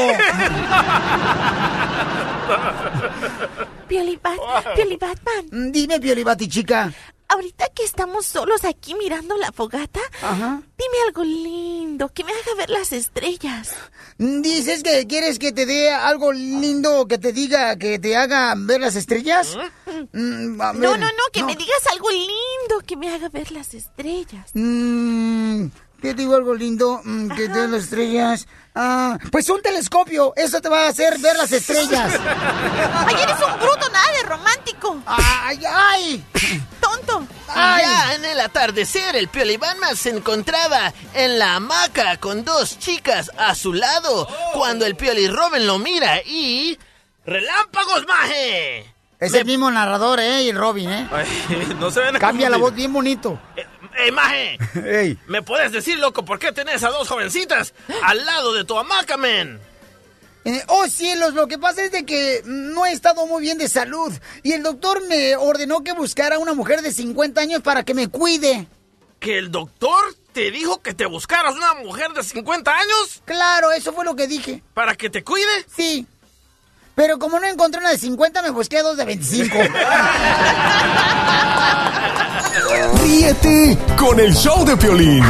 Piolín Batman. Dime, Piolín Batichica. Ahorita que estamos solos aquí mirando la fogata, dime algo lindo, que me haga ver las estrellas. ¿Dices que quieres que te dé algo lindo, que te diga, que te haga ver las estrellas? No, que me digas algo lindo, que me haga ver las estrellas. ¿Qué te digo algo lindo? Que te dé las estrellas. Pues un telescopio, eso te va a hacer ver las estrellas. Ay, eres un bruto, nada de romántico. ¡Ay! ¡Tonto! Ya en el atardecer, el Piolín Batman se encontraba en la hamaca con dos chicas a su lado cuando el Piolín Robin lo mira y... ¡Relámpagos, maje! Es el mismo narrador, y el Robin, Ay, no se ven a Cambia la confundir. voz bien bonito. Maje! Ey. ¿Me puedes decir, loco, por qué tenés a dos jovencitas al lado de tu hamaca, men? Oh, cielos, lo que pasa es de que no he estado muy bien de salud. Y el doctor me ordenó que buscara a una mujer de 50 años para que me cuide. ¿Que el doctor te dijo que te buscaras una mujer de 50 años? Claro, eso fue lo que dije. ¿Para que te cuide? Sí. Pero como no encontré una de 50, me busqué a dos de 25. Ríete con el show de Piolín.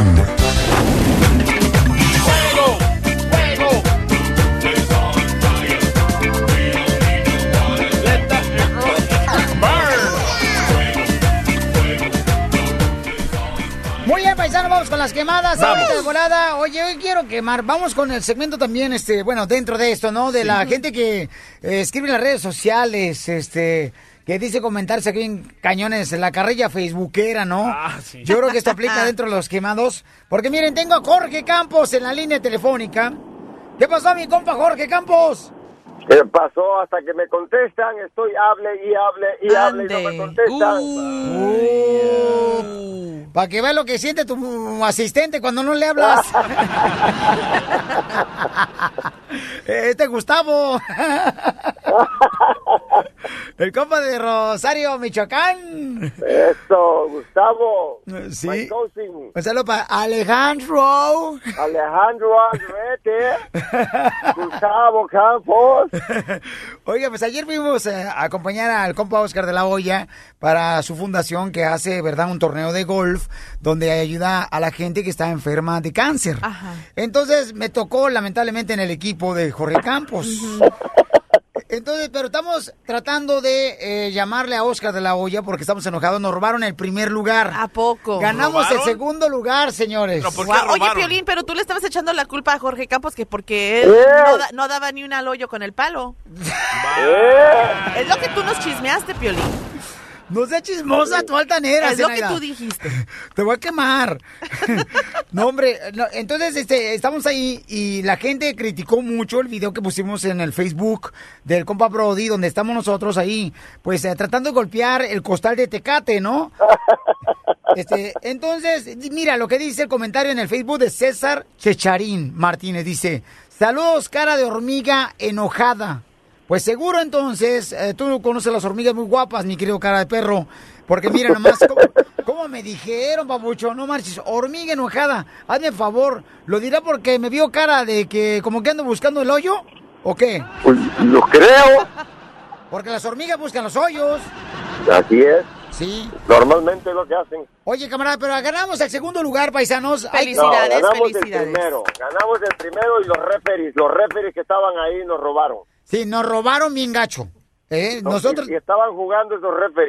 Muy bien, paisano, vamos con las quemadas. Ahorita de volada. Oye, hoy quiero quemar. Vamos con el segmento también, bueno, dentro de esto, ¿no? De la gente que escribe en las redes sociales, que dice comentarios aquí en cañones, en la carrilla facebookera, ¿no? Sí. Yo creo que esto aplica dentro de los quemados. Porque miren, tengo a Jorge Campos en la línea telefónica. ¿Qué pasó, mi compa Jorge Campos? ¿Qué pasó? Hasta que me contestan, estoy hable y hable y no me contestan. Para que veas lo que siente tu asistente cuando no le hablas. Gustavo. El compa de Rosario, Michoacán. Eso, Gustavo. Sí. My cousin. Un saludo para Alejandro. Alejandro Andrete. Gustavo Campos. Oiga, pues ayer fuimos a acompañar al compa Oscar de la Hoya para su fundación que hace, ¿verdad?, un torneo de golf donde ayuda a la gente que está enferma de cáncer. Ajá. Entonces me tocó lamentablemente en el equipo de Jorge Campos. Entonces, pero estamos tratando de llamarle a Oscar de la Hoya porque estamos enojados. Nos robaron el primer lugar. ¿A poco? Ganamos ¿Robaron? el segundo lugar, señores. ¿Pero por qué Guau, oye, robaron? Piolín, pero tú le estabas echando la culpa a Jorge Campos que porque él no daba ni un aloyo con el palo. Es lo que tú nos chismeaste, Piolín. No seas chismosa, tú altanera. Es lo que Zenaida. tú dijiste. Te voy a quemar. No, hombre. No, entonces, estamos ahí y la gente criticó mucho el video que pusimos en el Facebook del compa Brody, donde estamos nosotros ahí, pues tratando de golpear el costal de Tecate, ¿no? Entonces, mira lo que dice el comentario en el Facebook de César Checharín Martínez. Dice, saludos, cara de hormiga enojada. Pues seguro entonces, tú conoces las hormigas muy guapas, mi querido cara de perro. Porque mira nomás, ¿cómo me dijeron, papucho? No marches, hormiga enojada. Hazme favor, ¿lo dirá porque me vio cara de que como que ando buscando el hoyo? ¿O qué? Pues lo creo. Porque las hormigas buscan los hoyos. Así es. Sí. Normalmente es lo que hacen. Oye, camarada, pero ganamos el segundo lugar, paisanos. Felicidades, no, ganamos felicidades. Ganamos el primero y los referees que estaban ahí nos robaron. Sí, nos robaron bien gacho. Nosotros... Y estaban jugando esos referees.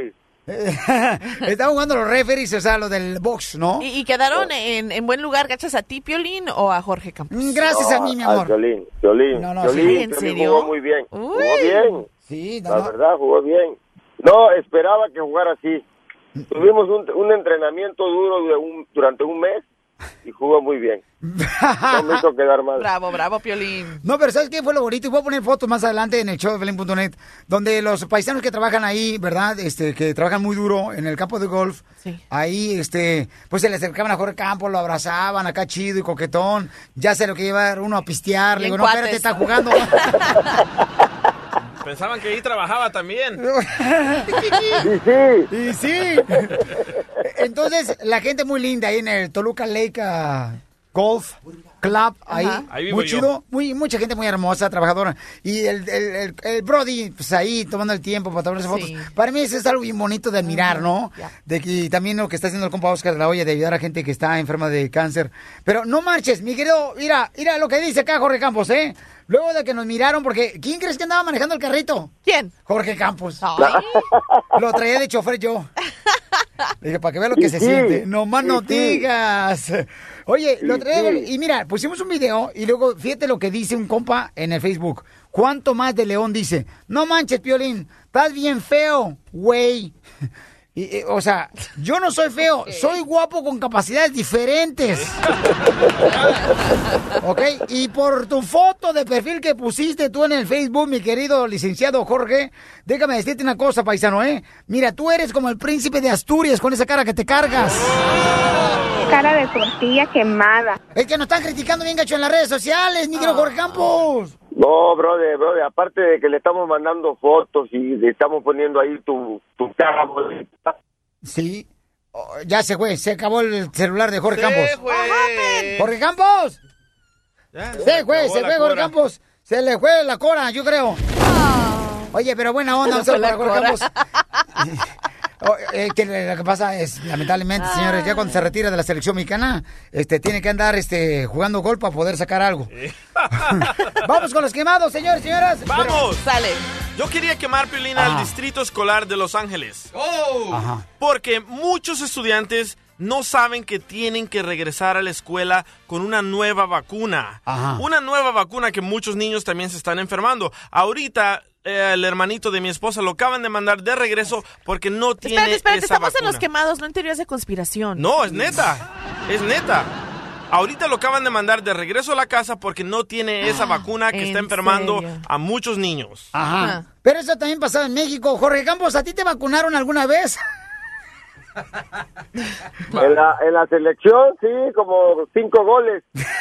Estaban jugando los referees, o sea, los del box, ¿no? ¿Y quedaron en buen lugar gracias a ti, Piolín, o a Jorge Campos? Gracias a mí, mi amor. Piolín. Sí, ¿en serio? Jugó muy bien. Jugó bien. Sí, La verdad, jugó bien. No, esperaba que jugara así. Tuvimos un entrenamiento duro durante un mes y jugó muy bien. No me hizo quedar mal. Bravo, Piolín. No, pero ¿sabes qué fue lo bonito? Y voy a poner fotos más adelante en el show de Piolín.net, donde los paisanos que trabajan ahí, ¿verdad? Que trabajan muy duro en el campo de golf. Sí. Ahí, pues se le acercaban a Jorge Campos, lo abrazaban acá chido y coquetón. Ya sé lo que lleva uno a pistear. Le digo, no, espérate, está jugando. Pensaban que ahí trabajaba también. Y sí. Entonces, la gente muy linda ahí en el Toluca Lake Golf Club, ahí muy chido, mucha gente muy hermosa, trabajadora. Y el Brody, pues ahí tomando el tiempo para tomarse fotos. Para mí eso es algo bien bonito de admirar, ¿no? De que también lo que está haciendo el compa Oscar de la Hoya, de ayudar a gente que está enferma de cáncer. Pero no marches, mi querido, mira lo que dice acá Jorge Campos, ¿eh? Luego de que nos miraron, porque ¿quién crees que andaba manejando el carrito? ¿Quién? Jorge Campos. Lo traía de chofer yo. Le dije, para que vea lo que se siente. No más no digas. Oye, lo traía y mira, pusimos un video y luego fíjate lo que dice un compa en el Facebook. ¿Cuánto más de León dice? No manches, Piolín, estás bien feo, güey. O sea, yo no soy feo, soy guapo con capacidades diferentes. ¿Ok? Y por tu foto de perfil que pusiste tú en el Facebook, mi querido licenciado Jorge, déjame decirte una cosa, paisano, ¿eh? Mira, tú eres como el príncipe de Asturias con esa cara que te cargas. Cara de tortilla quemada. Es que nos están criticando bien gacho en las redes sociales, mi querido Jorge Campos. No, brother, aparte de que le estamos mandando fotos y le estamos poniendo ahí tu cara bonita. Sí, ya se fue, se acabó el celular de Jorge Campos. ¡Jorge Campos! Se fue Jorge Campos. Se le fue la cora, yo creo. Oye, pero buena onda, para Jorge Campos. Que lo que pasa es, lamentablemente, señores, ya cuando se retira de la selección mexicana, tiene que andar jugando golf para poder sacar algo. Vamos con los quemados, señores, señoras. ¡Vamos! Sale. Yo quería quemar, Piolín, al Distrito Escolar de Los Ángeles. Porque muchos estudiantes no saben que tienen que regresar a la escuela con una nueva vacuna. Una nueva vacuna que muchos niños también se están enfermando. Ahorita el hermanito de mi esposa lo acaban de mandar de regreso porque no tiene Espérate, esa estamos vacuna. en los quemados, no en teorías de conspiración. No, es neta. Ahorita lo acaban de mandar de regreso a la casa porque no tiene esa vacuna que está enfermando a muchos niños. Pero eso también pasaba en México. Jorge Campos, ¿a ti te vacunaron alguna vez? En la selección, sí, como 5 goles.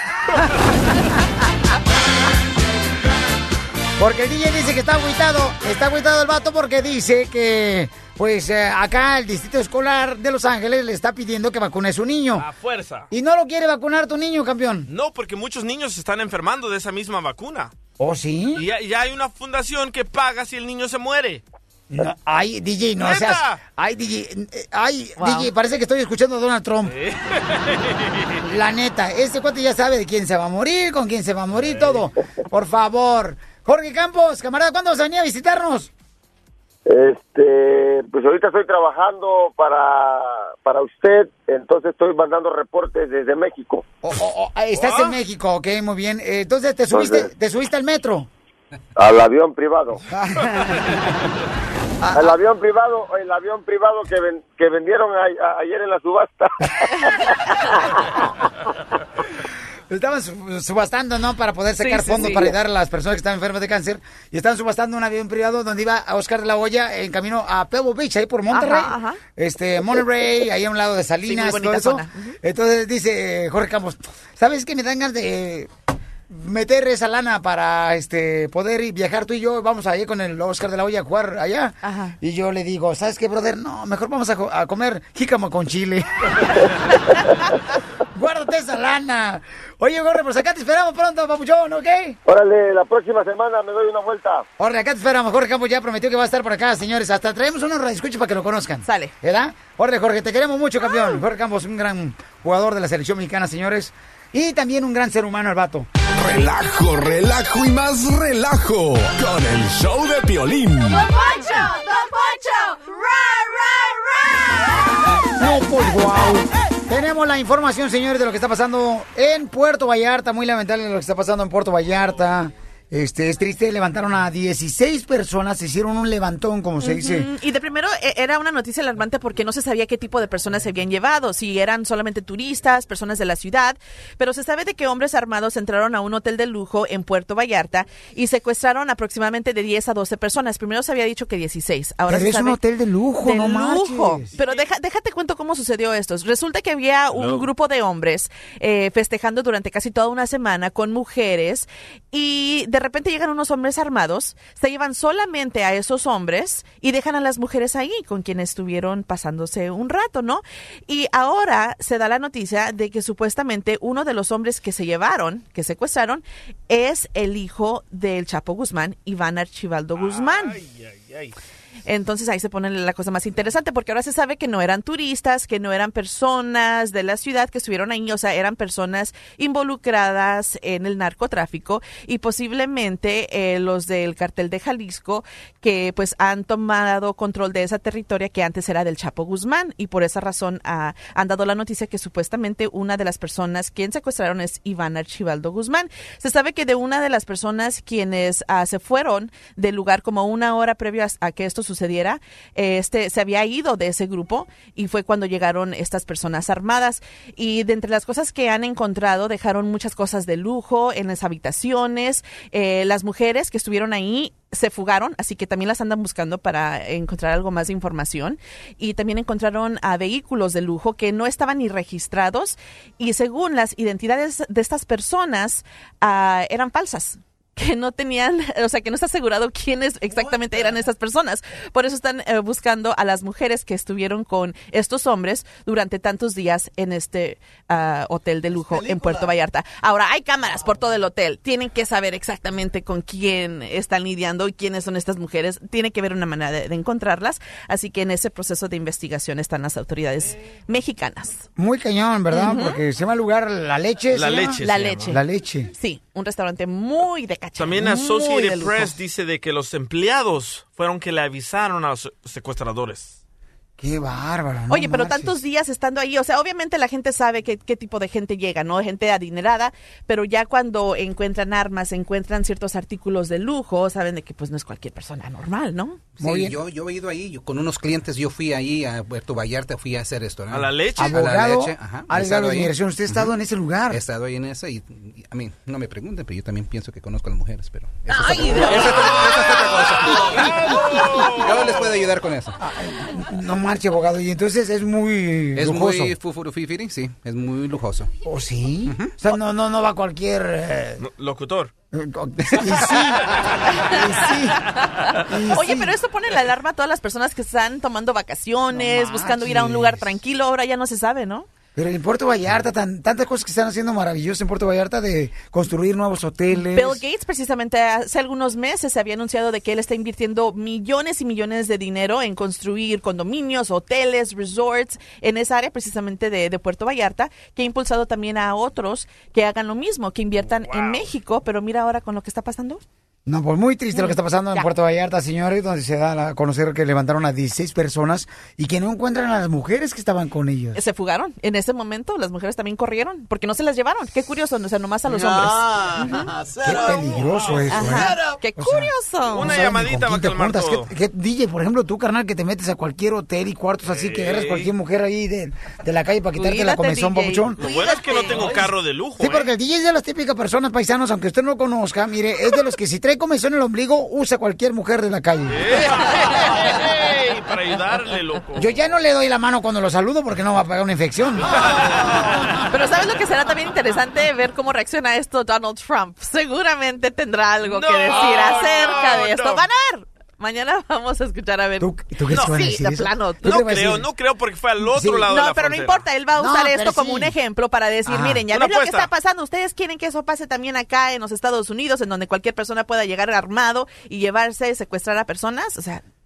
Porque el DJ dice que está agüitado el vato porque dice que, pues, acá el Distrito Escolar de Los Ángeles le está pidiendo que vacune a su niño. A fuerza. ¿Y no lo quiere vacunar tu niño, campeón? No, porque muchos niños se están enfermando de esa misma vacuna. ¿Oh, sí? Y ya hay una fundación que paga si el niño se muere. No, ay, DJ, no seas... Ay, DJ, DJ, parece que estoy escuchando a Donald Trump. La neta, este cuate ya sabe de quién se va a morir, con quién se va a morir, todo. Por favor. Jorge Campos, camarada, ¿cuándo vas a venir a visitarnos? Pues ahorita estoy trabajando para usted, entonces estoy mandando reportes desde México. Estás en México, ok, muy bien. Entonces, ¿te subiste al metro? Al avión privado. El avión privado que vendieron ayer en la subasta. Estaban subastando, ¿no? Para poder sacar fondos para ayudar a las personas que están enfermas de cáncer. Y estaban subastando un avión privado donde iba a Oscar de la Hoya en camino a Pebble Beach, ahí por Monterrey. Monterrey, ahí a un lado de Salinas, todo eso. Zona. Entonces dice Jorge Campos, ¿sabes qué me dan ganas de meter esa lana para poder viajar tú y yo? Vamos allá con el Oscar de la Hoya a jugar allá. Y yo le digo, ¿sabes qué, brother? No, mejor vamos a comer jícama con chile. Guárdate esa lana. Oye, Jorge, pues acá te esperamos pronto, papuchón, ¿ok? Órale, la próxima semana me doy una vuelta. Órale, acá te esperamos. Jorge Campos ya prometió que va a estar por acá, señores. Hasta traemos unos radioescuchas para que lo conozcan. Sale. ¿Verdad? Órale, Jorge, te queremos mucho, campeón. Jorge Campos, un gran jugador de la selección mexicana, señores. Y también un gran ser humano, el vato. Relajo y más relajo con el show de Piolín. ¡Don Poncho! ¡Ra, ra, No, pues wow. Tenemos la información, señores, de lo que está pasando en Puerto Vallarta. Muy lamentable lo que está pasando en Puerto Vallarta. Es triste, levantaron a 16 personas, se hicieron un levantón, como se dice. Y de primero era una noticia alarmante porque no se sabía qué tipo de personas se habían llevado, si eran solamente turistas, personas de la ciudad, pero se sabe de que hombres armados entraron a un hotel de lujo en Puerto Vallarta y secuestraron aproximadamente de 10 a 12 personas. Primero se había dicho que 16. Ahora Pero se es sabe un hotel de lujo, no marches. Pero déjate cuento cómo sucedió esto. Resulta que había un grupo de hombres festejando durante casi toda una semana con mujeres y de repente llegan unos hombres armados, se llevan solamente a esos hombres y dejan a las mujeres ahí con quienes estuvieron pasándose un rato, ¿no? Y ahora se da la noticia de que supuestamente uno de los hombres que se llevaron, que secuestraron, es el hijo del Chapo Guzmán, Iván Archibaldo Guzmán. Entonces ahí se pone la cosa más interesante porque ahora se sabe que no eran turistas, que no eran personas de la ciudad que estuvieron ahí, o sea, eran personas involucradas en el narcotráfico y posiblemente los del cartel de Jalisco que pues han tomado control de esa territoria que antes era del Chapo Guzmán y por esa razón han dado la noticia que supuestamente una de las personas quien secuestraron es Iván Archibaldo Guzmán. Se sabe que de una de las personas quienes se fueron del lugar como una hora previo a que esto sucediera, se había ido de ese grupo y fue cuando llegaron estas personas armadas y de entre las cosas que han encontrado dejaron muchas cosas de lujo en las habitaciones. Las mujeres que estuvieron ahí se fugaron, así que también las andan buscando para encontrar algo más de información y también encontraron vehículos de lujo que no estaban ni registrados y según las identidades de estas personas eran falsas, que no tenían, o sea, que no está asegurado quiénes exactamente eran estas personas. Por eso están buscando a las mujeres que estuvieron con estos hombres durante tantos días en este hotel de lujo en Puerto Vallarta. Ahora, hay cámaras por todo el hotel. Tienen que saber exactamente con quién están lidiando y quiénes son estas mujeres. Tiene que haber una manera de encontrarlas. Así que en ese proceso de investigación están las autoridades mexicanas. Muy cañón, ¿verdad? Porque se llama el lugar La Leche. La Leche. La Leche. La Leche. Sí, un restaurante muy de caché. También Associated Press dice de que los empleados fueron que le avisaron a los secuestradores. Qué bárbaro. No Oye, pero marches. tantos días estando ahí, o sea, obviamente la gente sabe qué tipo de gente llega, ¿no? Gente adinerada, pero ya cuando encuentran armas, encuentran ciertos artículos de lujo, saben de que pues no es cualquier persona normal, ¿no? Sí, yo he ido ahí, con unos clientes, yo fui ahí a Puerto Vallarta, fui a hacer esto, ¿no? ¿A La Leche? Abogado, a La Leche, ajá. Algado de Inmigración. ¿Usted ha estado en ese lugar? He estado ahí en ese y a mí, no me pregunten, pero yo también pienso que conozco a las mujeres, pero... Yo les puedo ayudar con eso. No marche, abogado. Y entonces es muy Es lujoso. muy fufurufifiri, sí, es muy lujoso. ¿Oh, sí? O sea, no va cualquier... Locutor. Oye, pero esto pone la alarma a todas las personas que están tomando vacaciones, buscando ir a un lugar tranquilo. Ahora ya no se sabe, ¿no? Pero en Puerto Vallarta, tantas cosas que están haciendo maravillosas en Puerto Vallarta de construir nuevos hoteles. Bill Gates precisamente hace algunos meses se había anunciado de que él está invirtiendo millones y millones de dinero en construir condominios, hoteles, resorts en esa área precisamente de Puerto Vallarta, que ha impulsado también a otros que hagan lo mismo, que inviertan en México, pero mira ahora con lo que está pasando. No, pues muy triste lo que está pasando en Ya. Puerto Vallarta, señores, donde se da a conocer que levantaron a 16 personas y que no encuentran a las mujeres que estaban con ellos. Se fugaron. En ese momento las mujeres también corrieron porque no se las llevaron. Qué curioso, o sea, nomás a los hombres. Qué peligroso eso, Ajá. ¿eh? Qué curioso. Una llamadita va a calmar todo. ¿Qué, DJ, por ejemplo, tú, carnal, que te metes a cualquier hotel y cuartos así, que agarras cualquier mujer ahí de la calle para quitarte la Cuídate, comezón, DJ. papuchón? Lo bueno es que no tengo carro de lujo. Sí, porque el DJ es de las típicas personas, paisanos, aunque usted no lo conozca, mire, es de los que si trae comezón en el ombligo, usa cualquier mujer de la calle. ¡Ey! Para ayudarle, loco. Yo ya no le doy la mano cuando lo saludo porque no va a pagar una infección. Pero ¿sabes lo que será también interesante? Ver cómo reacciona esto Donald Trump. Seguramente tendrá algo que decir acerca de esto. ¡Van a ver! Mañana vamos a escuchar a ver. ¿Tú crees que van a sí, decir de eso? plano. No creo porque fue al otro lado de No, la pero no frontera. importa, él va a usar pero esto como sí. un ejemplo para decir, miren, ya Una ven lo que apuesta. está pasando. Ustedes quieren que eso pase también acá en los Estados Unidos, en donde cualquier persona pueda llegar armado y llevarse, secuestrar a personas. O sea,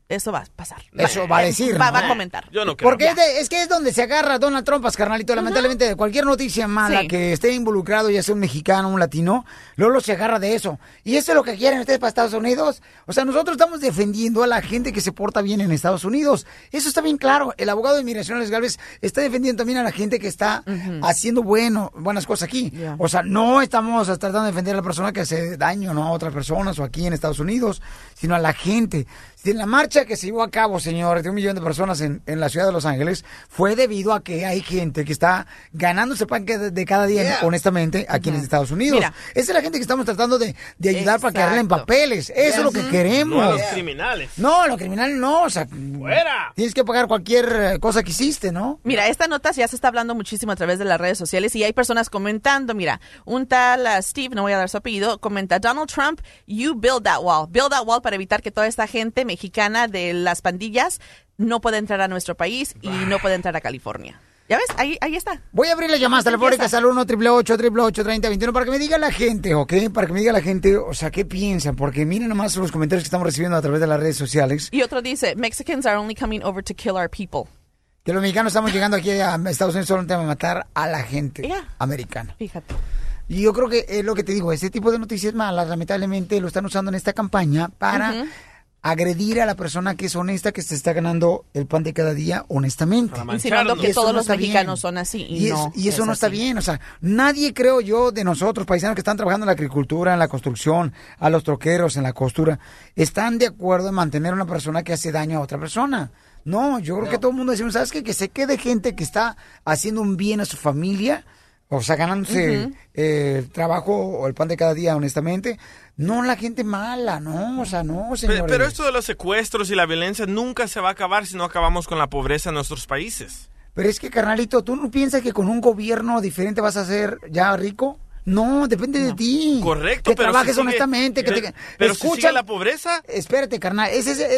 Eso va a pasar. Eso va a decir. Va a comentar. Yo no creo. Porque es que es donde se agarra Donald Trump, carnalito. Lamentablemente, de cualquier noticia mala que esté involucrado, ya sea un mexicano, un latino, luego se agarra de eso. Y eso es lo que quieren ustedes para Estados Unidos. O sea, nosotros estamos defendiendo a la gente que se porta bien en Estados Unidos. Eso está bien claro. El abogado de inmigración, Alex Galvez, está defendiendo también a la gente que está haciendo buenas cosas aquí. O sea, no estamos tratando de defender a la persona que hace daño, ¿no?, a otras personas o aquí en Estados Unidos, sino a la gente. Si en la marcha que se llevó a cabo, señores, de 1 millón de personas en la ciudad de Los Ángeles, fue debido a que hay gente que está ganándose pan de cada día, honestamente, aquí en Estados Unidos. Mira. Esa es la gente que estamos tratando de ayudar para que arreglen papeles. Eso es lo que queremos. No a los criminales. No, los criminales no. O sea, ¡fuera! Tienes que pagar cualquier cosa que hiciste, ¿no? Mira, esta nota ya se está hablando muchísimo a través de las redes sociales y hay personas comentando. Mira, un tal Steve, no voy a dar su apellido, comenta: Donald Trump, you build that wall. Build that wall para evitar que toda esta gente mexicana de las pandillas no pueda entrar a nuestro país y no pueda entrar a California. ¿Ya ves? Ahí está. Voy a abrir las llamadas telefónicas al 1-888-888-3021 para que me diga la gente, ¿ok? Para que me diga la gente, o sea, ¿qué piensan? Porque miren nomás los comentarios que estamos recibiendo a través de las redes sociales. Y otro dice: Mexicans are only coming over to kill our people. Que los mexicanos estamos llegando aquí a Estados Unidos solamente a matar a la gente americana. Fíjate. Y yo creo que es lo que te digo, ese tipo de noticias malas, lamentablemente, lo están usando en esta campaña para agredir a la persona que es honesta, que se está ganando el pan de cada día honestamente. Insinuando que todos los mexicanos son así. Y eso no está bien. O sea, nadie, creo yo, de nosotros, paisanos que están trabajando en la agricultura, en la construcción, a los troqueros, en la costura, están de acuerdo en mantener a una persona que hace daño a otra persona. No, yo creo que todo el mundo decimos, ¿sabes qué? Que se quede gente que está haciendo un bien a su familia, o sea, ganándose el trabajo o el pan de cada día, honestamente. No la gente mala, no, o sea, no, señores. Pero esto de los secuestros y la violencia nunca se va a acabar si no acabamos con la pobreza en nuestros países. Pero es que, carnalito, ¿tú no piensas que con un gobierno diferente vas a ser ya rico? No, depende de ti. Correcto, que pero trabajes si sigue, honestamente. Pero si sigue la pobreza. Espérate, carnal.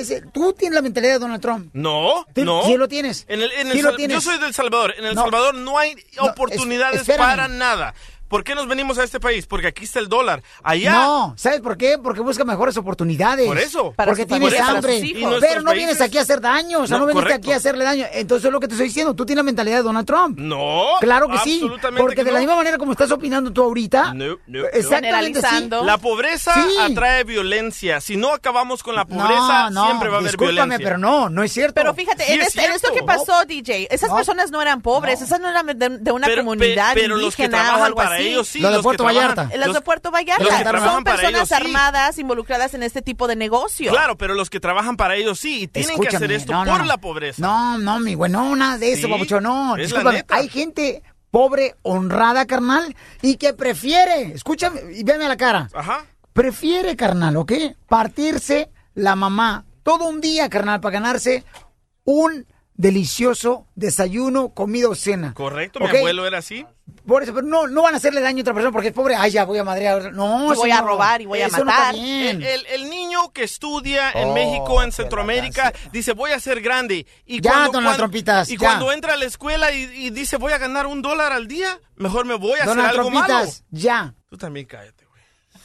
Tú tienes la mentalidad de Donald Trump. No. Sí lo tienes. Yo soy del Salvador. En El Salvador no hay oportunidades para nada. ¿Por qué nos venimos a este país? Porque aquí está el dólar. Allá... No, ¿sabes por qué? Porque busca mejores oportunidades. Por eso. Porque tienes hambre. Pero no vienes aquí a hacer daño. O sea, no vienes aquí a hacerle daño. Entonces es lo que te estoy diciendo. Tú tienes la mentalidad de Donald Trump. No. Claro que sí. Porque de la misma manera como estás opinando tú ahorita. Exactamente sí. La pobreza atrae violencia. Si no acabamos con la pobreza, siempre va a haber violencia. Pero no es cierto. Pero fíjate, en esto que pasó, DJ, esas personas no eran pobres. Esas no eran de una comunidad indígena o algo así. Ellos sí, lo de Puerto Vallarta. Los de Puerto Vallarta. Son personas armadas involucradas en este tipo de negocio. Claro, pero los que trabajan para ellos sí. Y tienen que hacer esto por la pobreza. No, mi güey. No, nada de eso, papucho. No, discúlpame. Hay gente pobre, honrada, carnal, y que prefiere, escúchame y véame a la cara. Prefiere, carnal, ¿ok? Partirse la mamá todo un día, carnal, para ganarse un delicioso desayuno, comida o cena. Correcto, mi abuelo era así. Por eso, pero no van a hacerle daño a otra persona porque es pobre. Ay, ya voy a madrear. No, voy a robar y voy a matar. No, el niño que estudia en México, en Centroamérica, dice voy a ser grande. Y cuando entra a la escuela y dice voy a ganar $1 al día, mejor me voy a hacer algo malo. Ya. Tú también cállate, güey.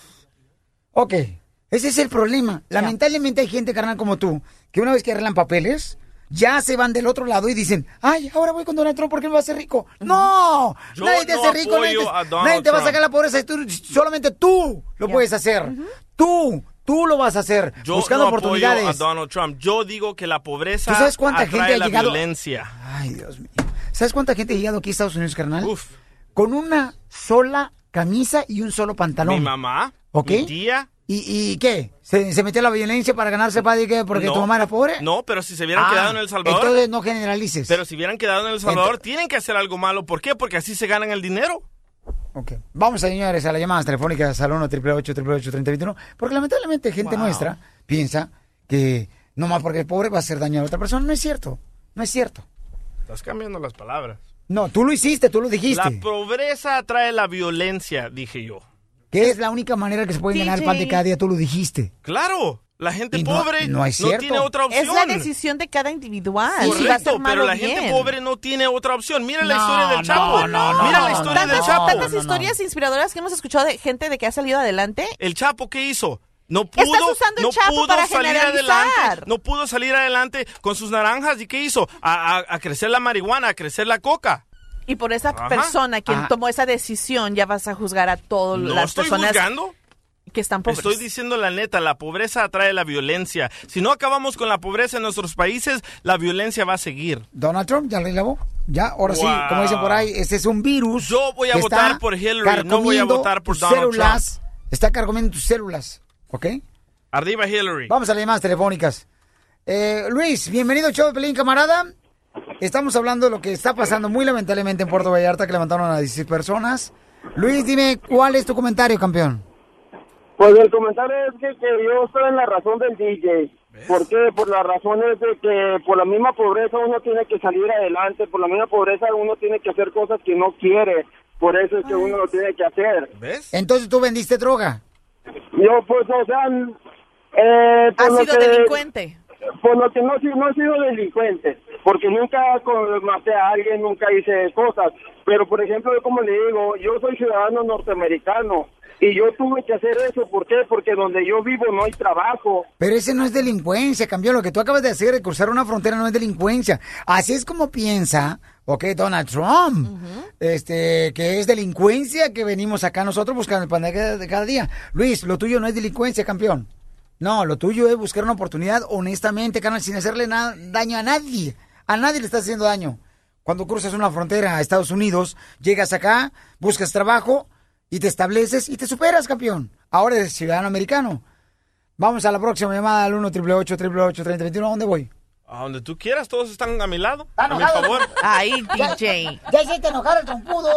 Ok, ese es el problema. Lamentablemente hay gente, carnal, como tú, que una vez que arreglan papeles, ya se van del otro lado y dicen, ay, ahora voy con Donald Trump porque me va a hacer rico. ¡No! Nadie te hace rico, nadie te va a sacar la pobreza. Solamente tú lo puedes hacer. Tú lo vas a hacer, buscando oportunidades. Yo no apoyo a Donald Trump. Yo digo que la pobreza ¿tú sabes cuánta gente ha llegado? Violencia. Ay, Dios mío. ¿Sabes cuánta gente ha llegado aquí a Estados Unidos, carnal? Con una sola camisa y un solo pantalón. Mi mamá, mi tía. ¿Y qué? ¿Se metió a la violencia para ganarse padre porque tu mamá era pobre? No, pero si se hubieran quedado en El Salvador... Entonces no generalices. Pero si hubieran quedado en El Salvador, tienen que hacer algo malo. ¿Por qué? Porque así se ganan el dinero. Ok. Vamos, señores, a las llamadas telefónicas al 1-888-888-3021. Porque lamentablemente gente nuestra piensa que nomás porque es pobre va a hacer daño a otra persona. No es cierto. No es cierto. Estás cambiando las palabras. No, tú lo hiciste, tú lo dijiste. La pobreza atrae la violencia, dije yo. Que es la única manera que se puede ganar el pan de cada día, tú lo dijiste. Claro, la gente pobre no tiene otra opción. Es la decisión de cada individual. Correcto, si va a ser malo, pero la bien. gente pobre no tiene otra opción. Mira la historia del Chapo. Mira la historia del Chapo. Tantas historias inspiradoras que hemos escuchado de gente de que ha salido adelante. ¿El Chapo qué hizo? No pudo, Estás usando el no Chapo pudo para salir generalizar. adelante. No pudo salir adelante con sus naranjas. ¿Y qué hizo? A crecer la marihuana, a crecer la coca. Y por esa Ajá. persona quien tomó esa decisión, ya vas a juzgar a todas las personas juzgando. que están pobres. Estoy diciendo la neta, la pobreza atrae la violencia. Si no acabamos con la pobreza en nuestros países, la violencia va a seguir. Donald Trump ya le lavó. Ya, ahora sí, como dicen por ahí, este es un virus. Yo voy a que votar está por Hillary, no voy a carcomiendo votar por tus Donald células, está carcomiendo tus células, ¿ok? Arriba Hillary. Vamos a las llamadas telefónicas. Luis, bienvenido al show de Pelín, camarada. Estamos hablando de lo que está pasando muy lamentablemente en Puerto Vallarta, que levantaron a 16 personas. Luis, dime, ¿cuál es tu comentario, campeón? Pues el comentario es que yo estoy en la razón del DJ. ¿Por qué? Por la razón es de que por la misma pobreza uno tiene que salir adelante, por la misma pobreza uno tiene que hacer cosas que no quiere, por eso es que uno lo tiene que hacer. ¿Ves? Entonces tú vendiste droga. Yo pues, o sea, ¿Has sido delincuente? Por lo que no he sido delincuente, porque nunca maté a alguien, nunca hice cosas, pero por ejemplo, como le digo, yo soy ciudadano norteamericano, y yo tuve que hacer eso, ¿por qué? Porque donde yo vivo no hay trabajo. Pero ese no es delincuencia, campeón. Lo que tú acabas de hacer, de cruzar una frontera, no es delincuencia. Así es como piensa, Donald Trump, que es delincuencia que venimos acá nosotros buscando el pan de cada día. Luis, lo tuyo no es delincuencia, campeón. No, lo tuyo es buscar una oportunidad honestamente, carnal, sin hacerle daño a nadie. A nadie le estás haciendo daño. Cuando cruzas una frontera a Estados Unidos, llegas acá, buscas trabajo y te estableces y te superas, campeón. Ahora eres ciudadano americano. Vamos a la próxima llamada al 1-888-888-3021. ¿A dónde voy? A donde tú quieras, todos están a mi lado. ¿Está A mi enojado? favor. Ay, DJ. Ya hiciste enojar al trompudo.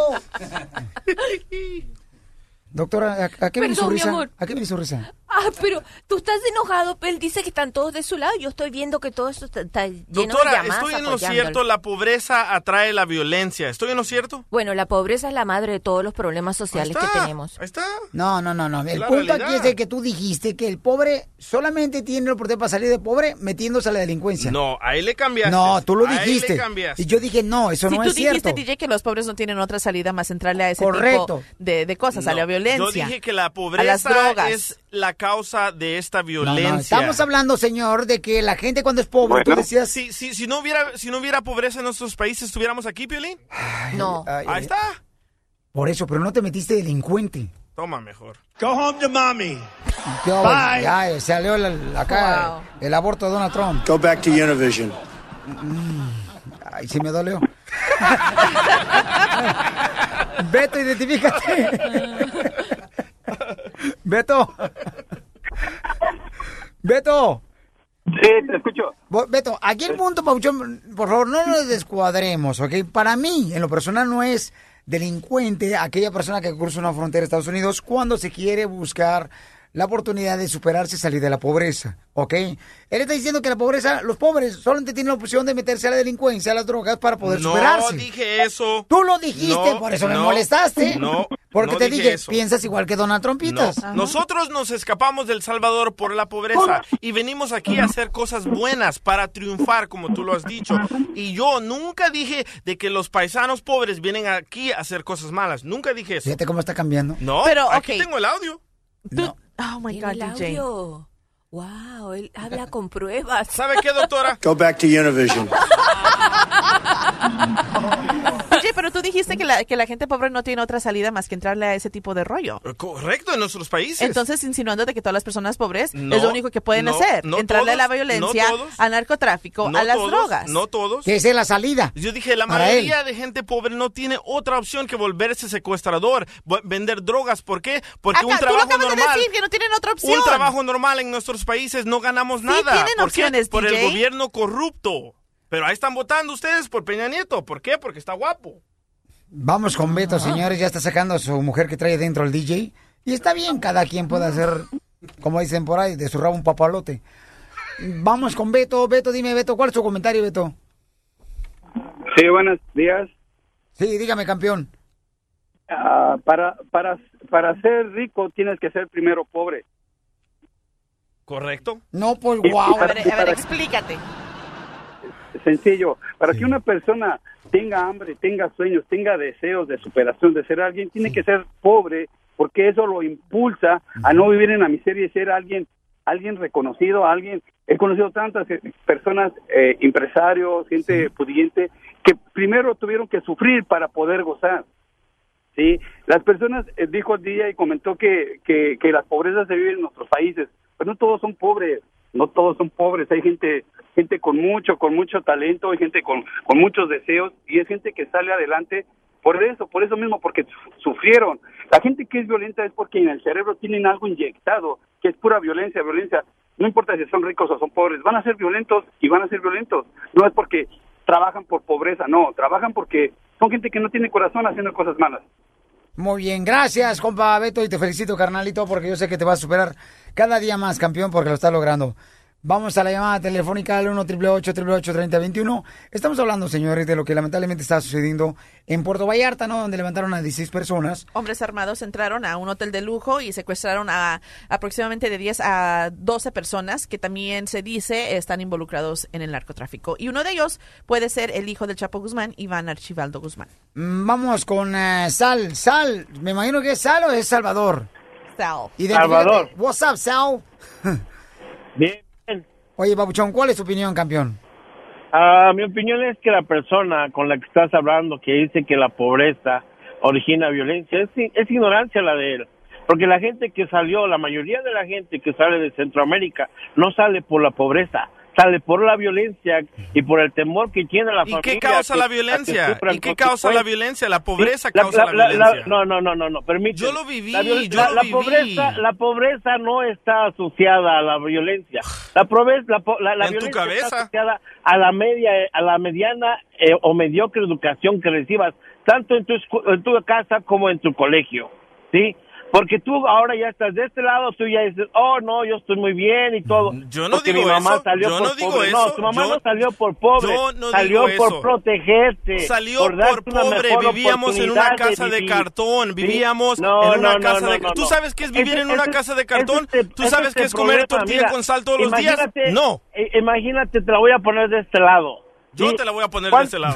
Doctora, ¿a qué viene su Perdón, mi risa? amor. ¿A qué viene su risa? Ah, pero tú estás enojado, él dice que están todos de su lado. Yo estoy viendo que todo esto está lleno Doctora, de llamadas estoy en lo apoyándolo. cierto, la pobreza atrae la violencia. ¿Estoy en lo cierto? Bueno, la pobreza es la madre de todos los problemas sociales que tenemos. Ahí está. No. El La punto realidad. aquí es de que tú dijiste que el pobre solamente tiene la oportunidad para salir de pobre metiéndose a la delincuencia. No, ahí le cambiaste. No, tú lo Ahí dijiste. le cambiaste. Y yo dije, no, eso Si no tú es cierto. dijiste, DJ, que los pobres no tienen otra salida más entrarle a ese Correcto. tipo de cosas, a la No, violencia. Yo dije que la a las pobreza drogas. es la causa de esta No, violencia. estamos hablando, señor, de que la gente cuando es pobre, tú decías... Si no hubiera pobreza en nuestros países, ¿estuviéramos aquí, Piolín? No. Ahí está. Por eso, pero no te metiste delincuente. Toma mejor. Go home to mommy. Bye. Ya salió acá el aborto de Donald Trump. Go back to Univision. Ay, sí me dolió. Beto, identifícate. Beto. Sí, te escucho. Beto, aquí el punto, Pauchón, por favor, no nos descuadremos, ¿ok? Para mí, en lo personal, no es delincuente aquella persona que cruza una frontera de Estados Unidos cuando se quiere buscar la oportunidad de superarse y salir de la pobreza, ¿ok? Él está diciendo que la pobreza, los pobres solamente tienen la opción de meterse a la delincuencia, a las drogas para poder superarse. No dije eso. Tú lo dijiste, No, por eso me no, molestaste. no, Porque no te dije dije, eso. piensas igual que Donald Trumpitas. No. Nosotros nos escapamos del Salvador por la pobreza y venimos aquí a hacer cosas buenas para triunfar, como tú lo has dicho. Y yo nunca dije de que los paisanos pobres vienen aquí a hacer cosas malas. Nunca dije eso. Fíjate cómo está cambiando. No, Pero, aquí ok. tengo el audio. Oh my God, El DJ. audio. Wow, él habla con pruebas. ¿Sabe qué, doctora? Go back to Univision. DJ, pero tú dijiste que la gente pobre no tiene otra salida más que entrarle a ese tipo de rollo. Correcto, en nuestros países. Entonces, insinuando de que todas las personas pobres No, es lo único que pueden no, hacer. no Entrarle a la todos, violencia, no todos. al narcotráfico, No a las todos, drogas. No todos. Que esa es la salida. Yo dije, la para mayoría de gente pobre no tiene otra opción que volverse secuestrador, vender drogas. ¿Por qué? Porque un Tú lo trabajo acabas de normal, decir, que no tienen otra opción. un trabajo normal en nuestros países no ganamos nada. tienen ¿Por qué? opciones, Por DJ. el gobierno corrupto. Pero ahí están votando ustedes por Peña Nieto. ¿Por qué? Porque está guapo. Vamos con Beto, señores. Ya está sacando a su mujer que trae dentro el DJ. Y está bien, cada quien puede hacer, como dicen por ahí, de su rabo un papalote. Vamos con Beto. Beto, dime, Beto, ¿cuál es tu comentario, Beto? Sí, buenos días. Sí, dígame, campeón. Para ser rico tienes que ser primero pobre. ¿Correcto? No, pues, wow. A ver, explícate. Sencillo. Para que una persona tenga hambre, tenga sueños, tenga deseos de superación, de ser alguien, tiene que ser pobre porque eso lo impulsa a no vivir en la miseria y ser alguien reconocido, he conocido tantas personas, empresarios, gente pudiente, que primero tuvieron que sufrir para poder gozar. Sí, las personas, dijo el día y comentó que las pobrezas se viven en nuestros países, pero no todos son pobres, hay gente con mucho talento, hay gente con muchos deseos, y es gente que sale adelante por eso mismo, porque sufrieron. La gente que es violenta es porque en el cerebro tienen algo inyectado, que es pura violencia, no importa si son ricos o son pobres, van a ser violentos, no es porque trabajan por pobreza, no, trabajan porque son gente que no tiene corazón haciendo cosas malas. Muy bien, gracias, compa Beto, y te felicito, carnalito, porque yo sé que te vas a superar cada día más, campeón, porque lo estás logrando. Vamos a la llamada telefónica al 1-888-888-3021. Estamos hablando, señores, de lo que lamentablemente está sucediendo en Puerto Vallarta, ¿no? Donde levantaron a 16 personas. Hombres armados entraron a un hotel de lujo y secuestraron a aproximadamente de 10 a 12 personas que también se dice están involucrados en el narcotráfico. Y uno de ellos puede ser el hijo del Chapo Guzmán, Iván Archibaldo Guzmán. Vamos con Sal. Sal, me imagino que es Sal o es Salvador. Sal. Salvador. What's up, Sal? Bien. Oye, Babuchón, ¿cuál es tu opinión, campeón? Mi opinión es que la persona con la que estás hablando, que dice que la pobreza origina violencia, es ignorancia la de él. Porque la gente que salió, la mayoría de la gente que sale de Centroamérica, no sale por la pobreza, sale por la violencia y por el temor que tiene la familia. ¿Y qué causa la violencia? ¿Y qué causa la violencia? La pobreza sí, causa la violencia. No, permíteme. Yo lo viví, La pobreza no está asociada a la violencia. La violencia está asociada a la mediana o mediocre educación que recibas, tanto en tu casa como en tu colegio, ¿sí? Porque tú ahora ya estás de este lado, tú ya dices, oh, no, yo estoy muy bien y todo. Yo no digo eso. Yo no digo eso. No, tu mamá no salió por pobre. Salió por protegerte. Salió por pobre. Vivíamos en una casa de cartón. Vivíamos en una casa de cartón. ¿Tú sabes qué es vivir en una casa de cartón? ¿Tú sabes qué es comer tortilla con sal todos los días? No. Imagínate, te la voy a poner de este lado. Yo te la voy a poner de ese lado.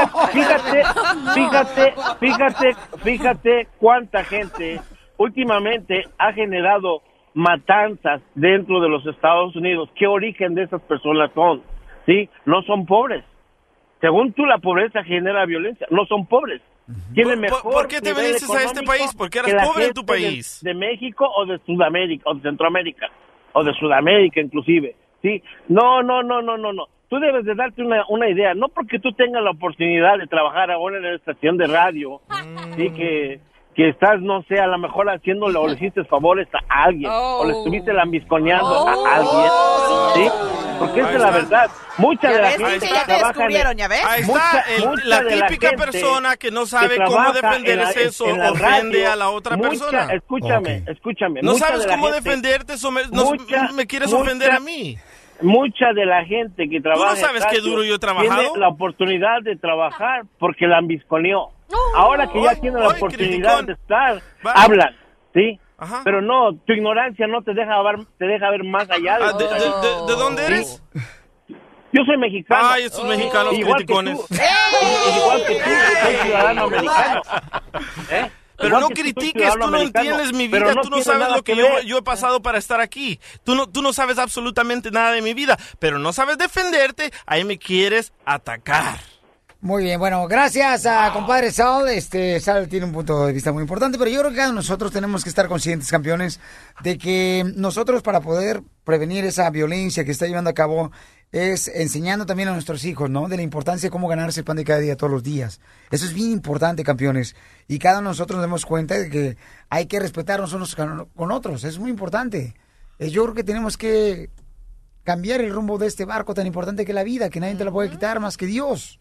Fíjate cuánta gente últimamente ha generado matanzas dentro de los Estados Unidos. ¿Qué origen de esas personas son? ¿Sí? No son pobres. Según tú, la pobreza genera violencia. No son pobres. ¿Por qué te viniste a este país? Porque eras pobre en tu país. De México o de Sudamérica, o de Centroamérica, o de Sudamérica inclusive. ¿Sí? No. Tú debes de darte una idea. No porque tú tengas la oportunidad de trabajar ahora en la estación de radio, ¿sí? Que estás, no sé, a lo mejor haciéndole o le hiciste favores a alguien, o le estuviste lambisconeando a alguien, ¿sí? Porque esa es la verdad. Mucha de la gente ya te descubrieron, ¿ya ves? Ahí está, la típica persona que no sabe cómo defenderse, eso ofende a la otra persona. Escúchame. No sabes cómo defenderte, me quieres ofender a mí. Mucha de la gente que trabaja... ¿Tú no sabes qué duro yo he trabajado? Tiene la oportunidad de trabajar porque la ambisconeó. Ahora que ya tiene la oportunidad de estar, hablan, ¿sí? Ajá. Pero no, tu ignorancia no te deja ver más allá de... ¿De dónde eres? Yo soy mexicano. Ay, esos mexicanos criticones. Igual que tú, soy ciudadano americano. Pero no critiques, tú no entiendes mi vida, tú no sabes lo que yo he pasado para estar aquí. Tú no sabes absolutamente nada de mi vida, pero no sabes defenderte, ahí me quieres atacar. Muy bien, bueno, gracias a compadre Sal. Sal tiene un punto de vista muy importante, pero yo creo que nosotros tenemos que estar conscientes, campeones, de que nosotros para poder prevenir esa violencia que está llevando a cabo es enseñando también a nuestros hijos, ¿no? De la importancia de cómo ganarse el pan de cada día, todos los días. Eso es bien importante, campeones. Y cada uno de nosotros nos damos cuenta de que hay que respetarnos unos con otros. Es muy importante. Yo creo que tenemos que cambiar el rumbo de este barco tan importante que es la vida, que nadie te la puede quitar más que Dios.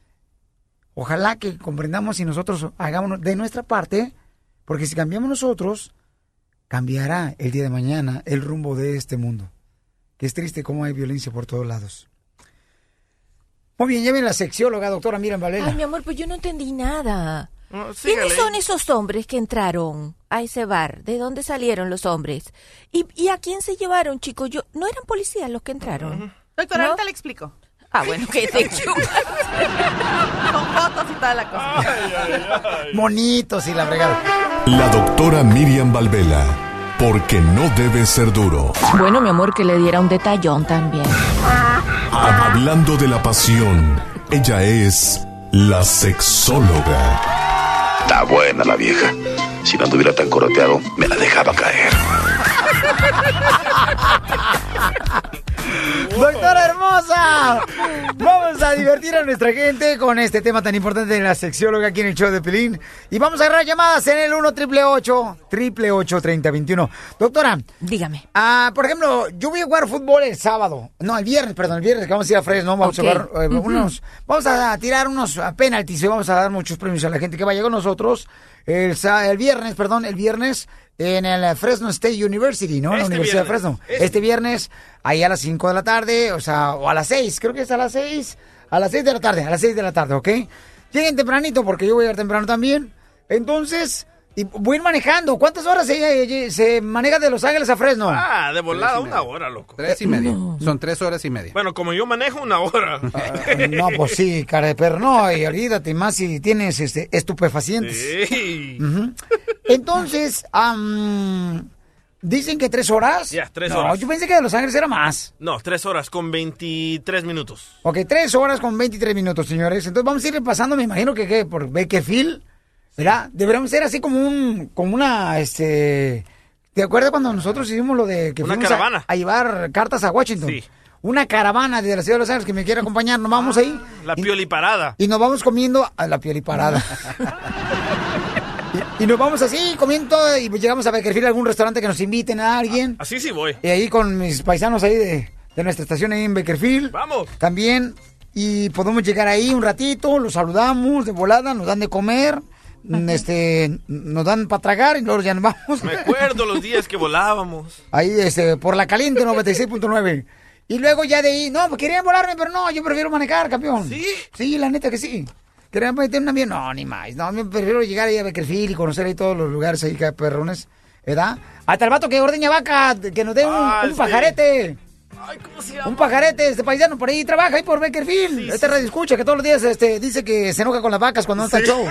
Ojalá que comprendamos y nosotros hagamos de nuestra parte, porque si cambiamos nosotros, cambiará el día de mañana el rumbo de este mundo. Que es triste cómo hay violencia por todos lados. Muy bien, ya viene la sexióloga, doctora Miriam Valera. Ay, mi amor, pues yo no entendí nada. ¿Quiénes son esos hombres que entraron a ese bar? ¿De dónde salieron los hombres? ¿Y a quién se llevaron, chicos? ¿No eran policías los que entraron? Doctora, ahorita le explico. Ah, bueno, que thank you. Con fotos y toda la cosa. Monitos y la fregada. La doctora Miriam Valvela, porque no debe ser duro. Bueno, mi amor, que le diera un detallón también. Hablando de la pasión, ella es la sexóloga. Está buena la vieja. Si no anduviera tan coroteado, me la dejaba caer. ¡Doctora hermosa! Vamos a divertir a nuestra gente con este tema tan importante de la sexióloga aquí en el show de Piolín. Y vamos a agarrar llamadas en el 1-888-888-3021. Doctora. Dígame. Por ejemplo, yo voy a jugar fútbol el sábado. No, el viernes, que vamos a ir a Fresno. Vamos a jugar vamos a tirar unos penaltis y vamos a dar muchos premios a la gente que vaya con nosotros el viernes en el Fresno State University, ¿no? La Universidad de Fresno. Este viernes, ahí a las 5 de la tarde, o a las 6, creo que es a las 6. A las 6 de la tarde, ¿ok? Lleguen tempranito porque yo voy a llegar temprano también. Entonces, y voy a ir manejando. ¿Cuántas horas se maneja de Los Ángeles a Fresno? De volada 1 hora, loco. 3:30. No. Son 3 horas y media. Bueno, como yo manejo 1 hora. No, pues sí, cara de perro. No, y olvídate más si tienes estupefacientes. Sí. Entonces, dicen que 3 horas. 3 horas. No, yo pensé que de Los Ángeles era más. No, 3 horas con 23 minutos. Ok, 3 horas con 23 minutos, señores. Entonces vamos a ir repasando, me imagino que por Bakersfield, ¿verdad? Deberíamos ser así como una, ¿te acuerdas cuando nosotros hicimos lo de que una fuimos caravana a llevar cartas a Washington? Sí. Una caravana de la ciudad de Los Ángeles que me quiere acompañar. Nos vamos ahí. La pioliparada. Y nos vamos comiendo a la pioliparada. y nos vamos así comiendo y llegamos a Bakersfield, algún restaurante que nos inviten a alguien. Así sí voy. Y ahí con mis paisanos ahí de nuestra estación ahí en Bakersfield. Vamos. También. Y podemos llegar ahí un ratito, los saludamos de volada, nos dan de comer. Nos dan para tragar y luego ya nos vamos. Me acuerdo los días que volábamos. Ahí, por la caliente 96.9. Y luego ya de ahí, no, pues querían volarme, pero no, yo prefiero manejar, campeón. ¿Sí? Sí, la neta que sí. Querían meter un avión, no, ni más. No, yo prefiero llegar ahí a Bakersfield y conocer ahí todos los lugares ahí, que perrones, ¿verdad? Hasta el vato que ordeña vaca, que nos dé un pajarete. Ay, ¿cómo se llama? Un pajarete, paisano por ahí, trabaja ahí por Bakersfield. Sí, radio escucha que todos los días dice que se enoja con las vacas cuando no está el show.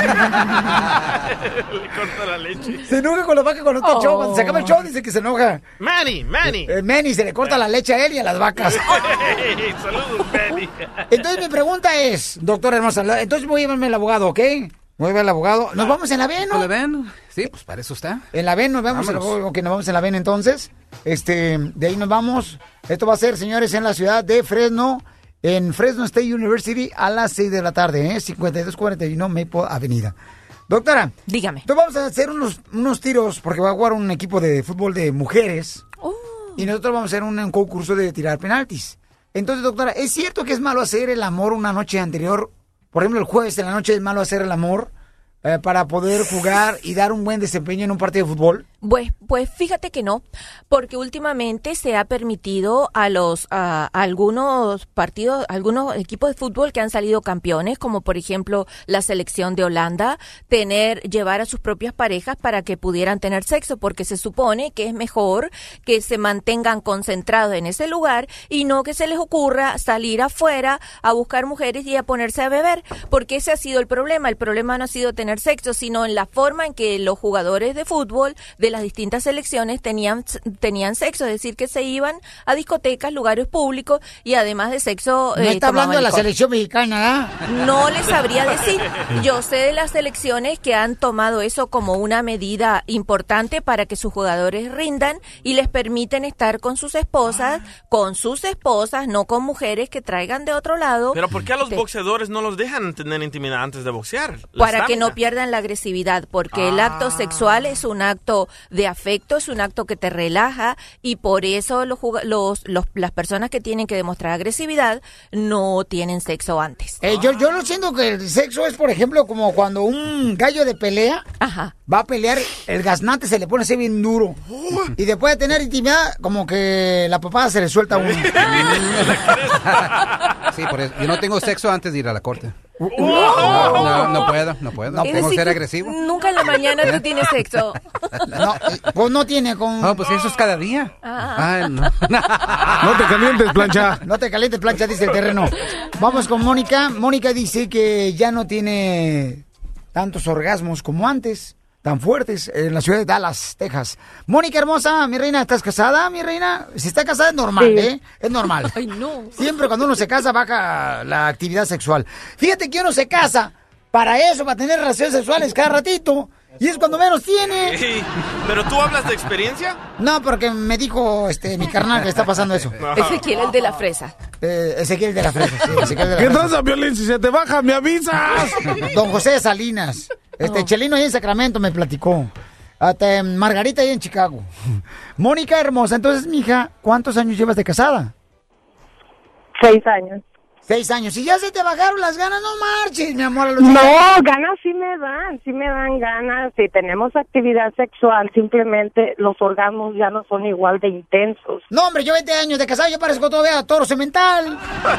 Le corta la leche. Se enoja con las vacas cuando no está el show. Cuando se acaba el show dice que se enoja. Manny. Manny se le corta la leche a él y a las vacas. Saludos, Manny. Entonces mi pregunta es, doctora hermosa, entonces voy a llevarme al abogado, ¿ok? Voy a ver al abogado. ¿Nos vamos en la VEN, no? ¿En la VEN? Sí, pues para eso está. En la VEN nos vamos. Ok, nos vamos en la VEN entonces. De ahí nos vamos. Esto va a ser, señores, en la ciudad de Fresno, en Fresno State University a las 6 de la tarde, 5241 Maple Avenida. Doctora. Dígame. Entonces vamos a hacer unos tiros, porque va a jugar un equipo de fútbol de mujeres. Y nosotros vamos a hacer un concurso de tirar penaltis. Entonces, doctora, ¿es cierto que es malo hacer el amor una noche anterior? Por ejemplo, el jueves de la noche es malo hacer el amor para poder jugar y dar un buen desempeño en un partido de fútbol. Pues fíjate que no, porque últimamente se ha permitido a algunos partidos, algunos equipos de fútbol que han salido campeones, como por ejemplo la selección de Holanda, llevar a sus propias parejas para que pudieran tener sexo, porque se supone que es mejor que se mantengan concentrados en ese lugar y no que se les ocurra salir afuera a buscar mujeres y a ponerse a beber, porque ese ha sido el problema. El problema no ha sido tener sexo, sino en la forma en que los jugadores de fútbol de las distintas selecciones tenían sexo, es decir, que se iban a discotecas, lugares públicos y además de sexo no está hablando de la selección mexicana, No les sabría decir. Yo sé de las selecciones que han tomado eso como una medida importante para que sus jugadores rindan y les permiten estar con sus esposas, no con mujeres que traigan de otro lado. Pero ¿por qué a los boxeadores no los dejan tener intimidad antes de boxear? Para que no pierdan la agresividad, porque el acto sexual es un acto de afecto, es un acto que te relaja y por eso las personas que tienen que demostrar agresividad no tienen sexo antes. Yo lo siento que el sexo es, por ejemplo, como cuando un gallo de pelea va a pelear, el gaznate se le pone así bien duro y después de tener intimidad, como que la papada se le suelta a uno. Sí, por eso. Yo no tengo sexo antes de ir a la corte. No puedo. No tengo que ser agresivo. Nunca en la mañana tú tienes sexo. Pues no tiene con... No, pues eso es cada día. Ay, no. No te calientes, plancha. No te calientes, plancha, dice el terreno. Vamos con Mónica. Mónica dice que ya no tiene tantos orgasmos como antes. tan fuertes en la ciudad de Dallas, Texas. Mónica hermosa, mi reina, ¿estás casada, mi reina? Si está casada es normal, Sí. ¿eh? Es normal. Ay, no. Siempre cuando uno se casa baja la actividad sexual. Fíjate que uno se casa para eso, para tener relaciones sexuales cada ratito. Y es cuando menos tiene. Sí. ¿Pero tú hablas de experiencia? No, porque me dijo mi carnal que está pasando eso. Ezequiel, el de la fresa. Ezequiel de la fresa, sí, Ezequiel de la ¿Qué fresa. pasa, Piolín? Si se te baja, me avisas. Don José de Salinas. Chelino ahí en Sacramento me platicó. Hasta Margarita ahí en Chicago. Mónica hermosa, entonces, mija, ¿cuántos años llevas de casada? 6 años. 6 años. Y ya se te bajaron las ganas, no marches, mi amor. No, ganas sí me dan ganas. Si tenemos actividad sexual, simplemente los orgasmos ya no son igual de intensos. No, hombre, yo 20 años de casado, yo parezco todavía toro cemental.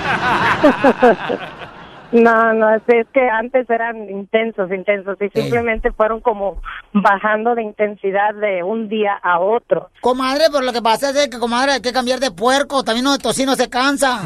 No, es que antes eran intensos y simplemente fueron como bajando de intensidad de un día a otro. Comadre, pero lo que pasa es que, comadre, hay que cambiar de puerco, también uno de tocino se cansa.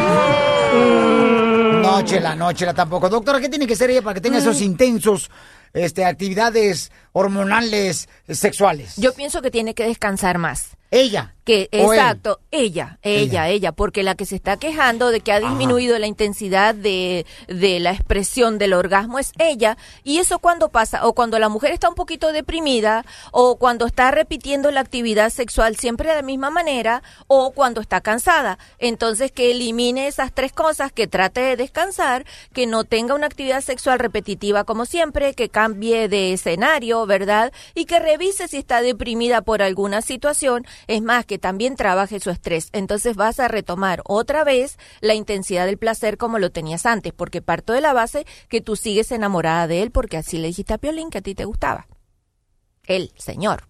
No, Chela, tampoco. Doctora, ¿qué tiene que ser ella para que tenga esos intensos actividades hormonales sexuales? Yo pienso que tiene que descansar más. ¿Ella? Exacto, ella, porque la que se está quejando de que ha disminuido la intensidad de la expresión del orgasmo es ella, y eso cuando pasa, o cuando la mujer está un poquito deprimida, o cuando está repitiendo la actividad sexual siempre de la misma manera, o cuando está cansada. Entonces que elimine esas 3 cosas, que trate de descansar, que no tenga una actividad sexual repetitiva como siempre, que cambie de escenario, ¿verdad? Y que revise si está deprimida por alguna situación. Es más, que también trabaje su estrés. Entonces vas a retomar otra vez la intensidad del placer como lo tenías antes, porque parto de la base que tú sigues enamorada de él, porque así le dijiste a Piolín que a ti te gustaba. El señor.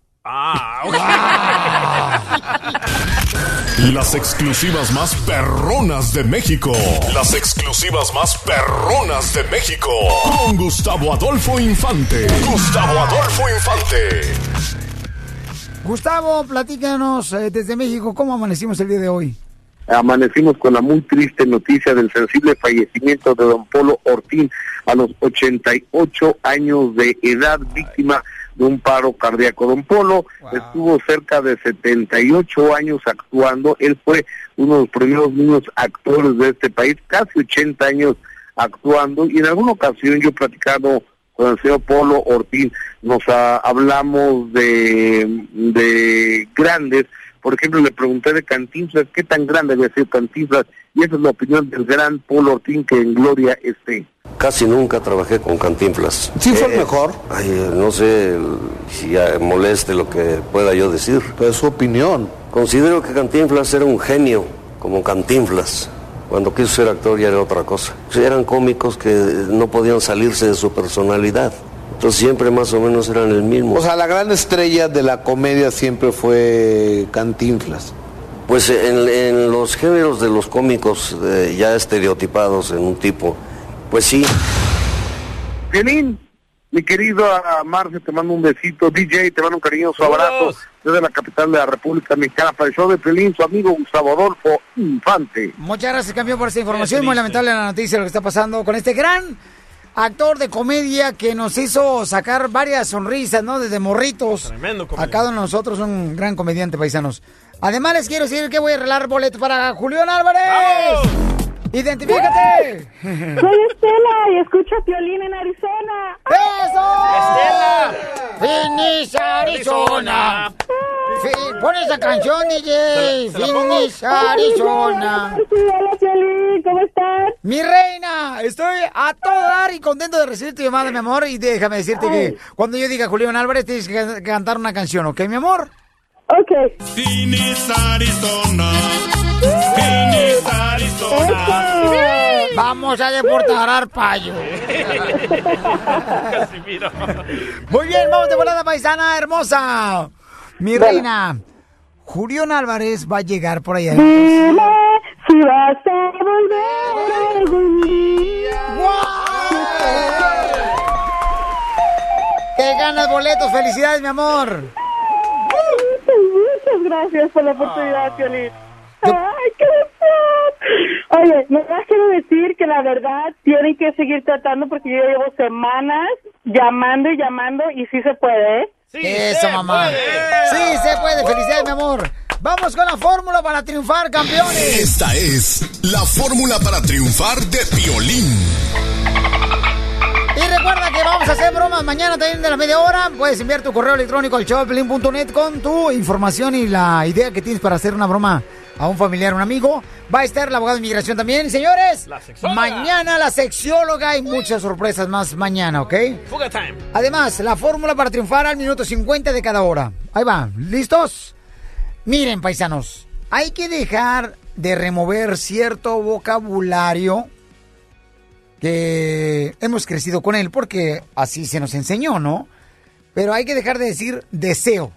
Las exclusivas más perronas de México. Las exclusivas más perronas de México. Con Gustavo Adolfo Infante. Gustavo, platícanos desde México, ¿cómo amanecimos el día de hoy? Amanecimos con la muy triste noticia del sensible fallecimiento de don Polo Ortín a los 88 años de edad, víctima de un paro cardíaco. Don Polo estuvo cerca de 78 años actuando. Él fue uno de los primeros niños actores de este país, casi 80 años actuando, y en alguna ocasión yo he platicado con el señor Polo Ortín, hablamos de grandes. Por ejemplo, le pregunté de Cantinflas, ¿qué tan grande había sido Cantinflas? Y esa es la opinión del gran Polo Ortín, que en gloria esté. Casi nunca trabajé con Cantinflas. ¿Sí fue el mejor? No sé si moleste lo que pueda yo decir. Pero es su opinión. Considero que Cantinflas era un genio, como Cantinflas. Cuando quiso ser actor ya era otra cosa. Eran cómicos que no podían salirse de su personalidad. Entonces siempre más o menos eran el mismo. O sea, la gran estrella de la comedia siempre fue Cantinflas. Pues en los géneros de los cómicos ya estereotipados en un tipo, pues sí. Piolín, mi querido Marce, te mando un besito. DJ, te mando un cariñoso abrazo desde la capital de la República Mexicana. Para el show de Piolín, su amigo Gustavo Adolfo Infante. Muchas gracias, campeón, por esta información. Muy lamentable la noticia de lo que está pasando con este gran actor de comedia que nos hizo sacar varias sonrisas, ¿no? Desde morritos. Tremendo a cada uno de nosotros, un gran comediante, paisanos. Además, les quiero decir que voy a arreglar boletos para Julián Álvarez. ¡Vamos! ¡Identifícate! Soy Estela y escucho a Piolín en Arizona. ¡Eso! ¡Phoenix, Arizona! Pon esa canción, DJ. Phoenix, Arizona. Hola, Piolín, ¿cómo estás? Mi reina, estoy a todo dar y contento de recibir tu llamada, mi amor. Y déjame decirte que cuando yo diga Julián Álvarez, tienes que cantar una canción, ¿ok, mi amor? Ok. Phoenix, Arizona. Phoenix, Arizona. Vamos a deportar al payo. Muy bien, vamos de volada, paisana hermosa. Mi reina, Julián Álvarez va a llegar por allá. Dime si vas a volver algún día. ¡Te ganas boletos! ¡Felicidades, mi amor! Muchas gracias por la oportunidad, Piolín. ¡Ay, qué emoción! Oye, me vas a decir que la verdad tienen que seguir tratando porque yo llevo semanas llamando y llamando y sí se puede, ¿eh? Sí, eso, mamá. Sí se puede. Felicidades, mi amor. Vamos con la fórmula para triunfar, campeones. Esta es la fórmula para triunfar de Piolín. Y recuerda que vamos a hacer bromas mañana también de la media hora. Puedes enviar tu correo electrónico al showdepiolín.net con tu información y la idea que tienes para hacer una broma a un familiar, un amigo. Va a estar la abogada de inmigración también. Señores, mañana la sexióloga y muchas sorpresas más mañana, ¿ok? Fuga time. Además, la fórmula para triunfar al minuto 50 de cada hora. Ahí va, ¿listos? Miren, paisanos, hay que dejar de remover cierto vocabulario que hemos crecido con él porque así se nos enseñó, ¿no? Pero hay que dejar de decir deseo.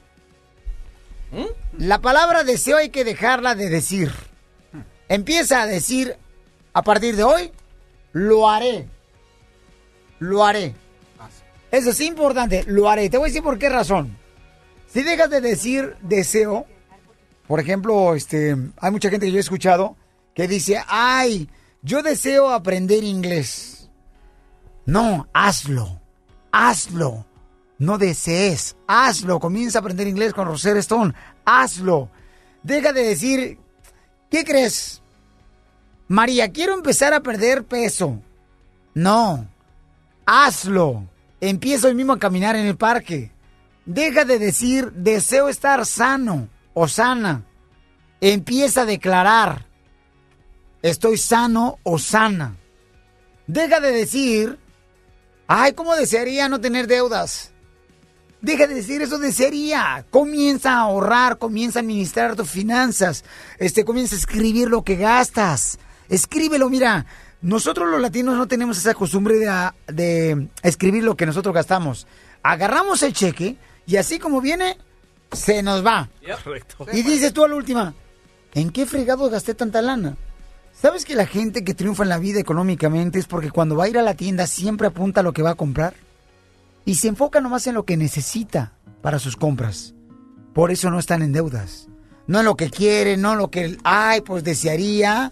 La palabra deseo hay que dejarla de decir. Empieza a decir, a partir de hoy, lo haré. Lo haré. Eso es importante, lo haré. Te voy a decir por qué razón. Si dejas de decir deseo, por ejemplo, hay mucha gente que yo he escuchado que dice, ay, yo deseo aprender inglés. No, hazlo. Hazlo. No desees. Hazlo. Comienza a aprender inglés con Rosetta Stone. Hazlo. Deja de decir, ¿qué crees? María, quiero empezar a perder peso. No. Hazlo. Empieza hoy mismo a caminar en el parque. Deja de decir, deseo estar sano o sana. Empieza a declarar, estoy sano o sana. Deja de decir, ay, ¿cómo desearía no tener deudas? Deja de decir eso, desearía. Comienza a ahorrar, comienza a administrar tus finanzas. Comienza a escribir lo que gastas. Escríbelo, mira. Nosotros los latinos no tenemos esa costumbre de escribir lo que nosotros gastamos. Agarramos el cheque y así como viene, se nos va. Correcto. Y dices tú a la última, ¿en qué fregados gasté tanta lana? ¿Sabes que la gente que triunfa en la vida económicamente es porque cuando va a ir a la tienda siempre apunta a lo que va a comprar? Y se enfoca nomás en lo que necesita para sus compras. Por eso no están en deudas. No en lo que quiere, no en lo que, ay, pues desearía.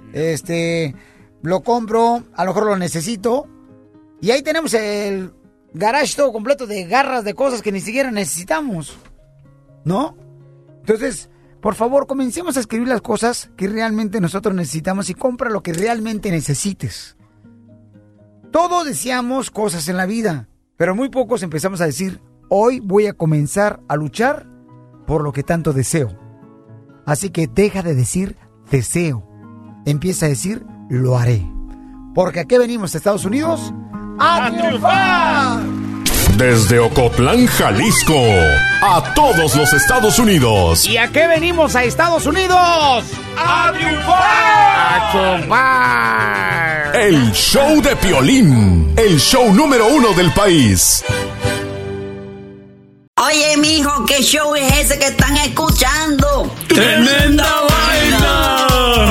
Lo compro, a lo mejor lo necesito. Y ahí tenemos el garage todo completo de garras de cosas que ni siquiera necesitamos. ¿No? Entonces, por favor, comencemos a escribir las cosas que realmente nosotros necesitamos y compra lo que realmente necesites. Todos deseamos cosas en la vida, pero muy pocos empezamos a decir, hoy voy a comenzar a luchar por lo que tanto deseo. Así que deja de decir deseo. Empieza a decir, lo haré. Porque aquí venimos a Estados Unidos a triunfar. Desde Ocotlán, Jalisco, a todos los Estados Unidos. ¿Y a qué venimos a Estados Unidos? ¡A triunfar! ¡A triunfar! El show de Piolín, el show número 1 del país. Oye, mijo, ¿qué show es ese que están escuchando? ¡Tremenda Vaina!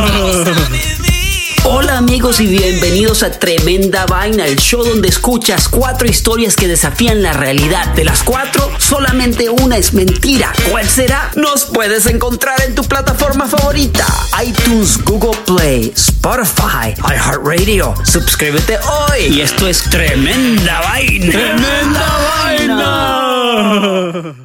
Hola amigos y bienvenidos a Tremenda Vaina, el show donde escuchas 4 historias que desafían la realidad. De las 4, solamente una es mentira. ¿Cuál será? Nos puedes encontrar en tu plataforma favorita: iTunes, Google Play, Spotify, iHeartRadio. Suscríbete hoy. Y esto es Tremenda Vaina. ¡Tremenda Vaina!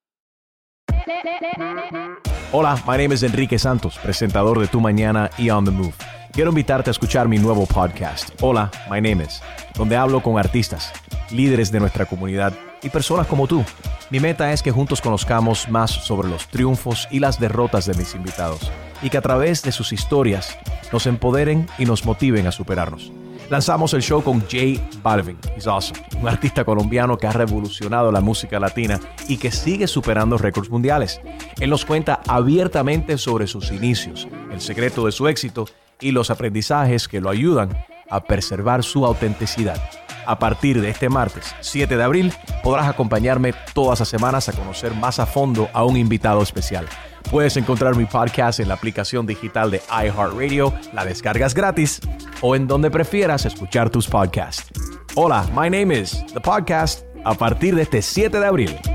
Hola, my name is Enrique Santos, presentador de Tu Mañana y On The Move. Quiero invitarte a escuchar mi nuevo podcast, Hola, my name is, donde hablo con artistas, líderes de nuestra comunidad y personas como tú. Mi meta es que juntos conozcamos más sobre los triunfos y las derrotas de mis invitados y que a través de sus historias nos empoderen y nos motiven a superarnos. Lanzamos el show con J Balvin, he's awesome, un artista colombiano que ha revolucionado la música latina y que sigue superando récords mundiales. Él nos cuenta abiertamente sobre sus inicios, el secreto de su éxito y los aprendizajes que lo ayudan a preservar su autenticidad. A partir de este martes, 7 de abril, podrás acompañarme todas las semanas a conocer más a fondo a un invitado especial. Puedes encontrar mi podcast en la aplicación digital de iHeartRadio, la descargas gratis, o en donde prefieras escuchar tus podcasts. Hola, my name is The Podcast, a partir de este 7 de abril.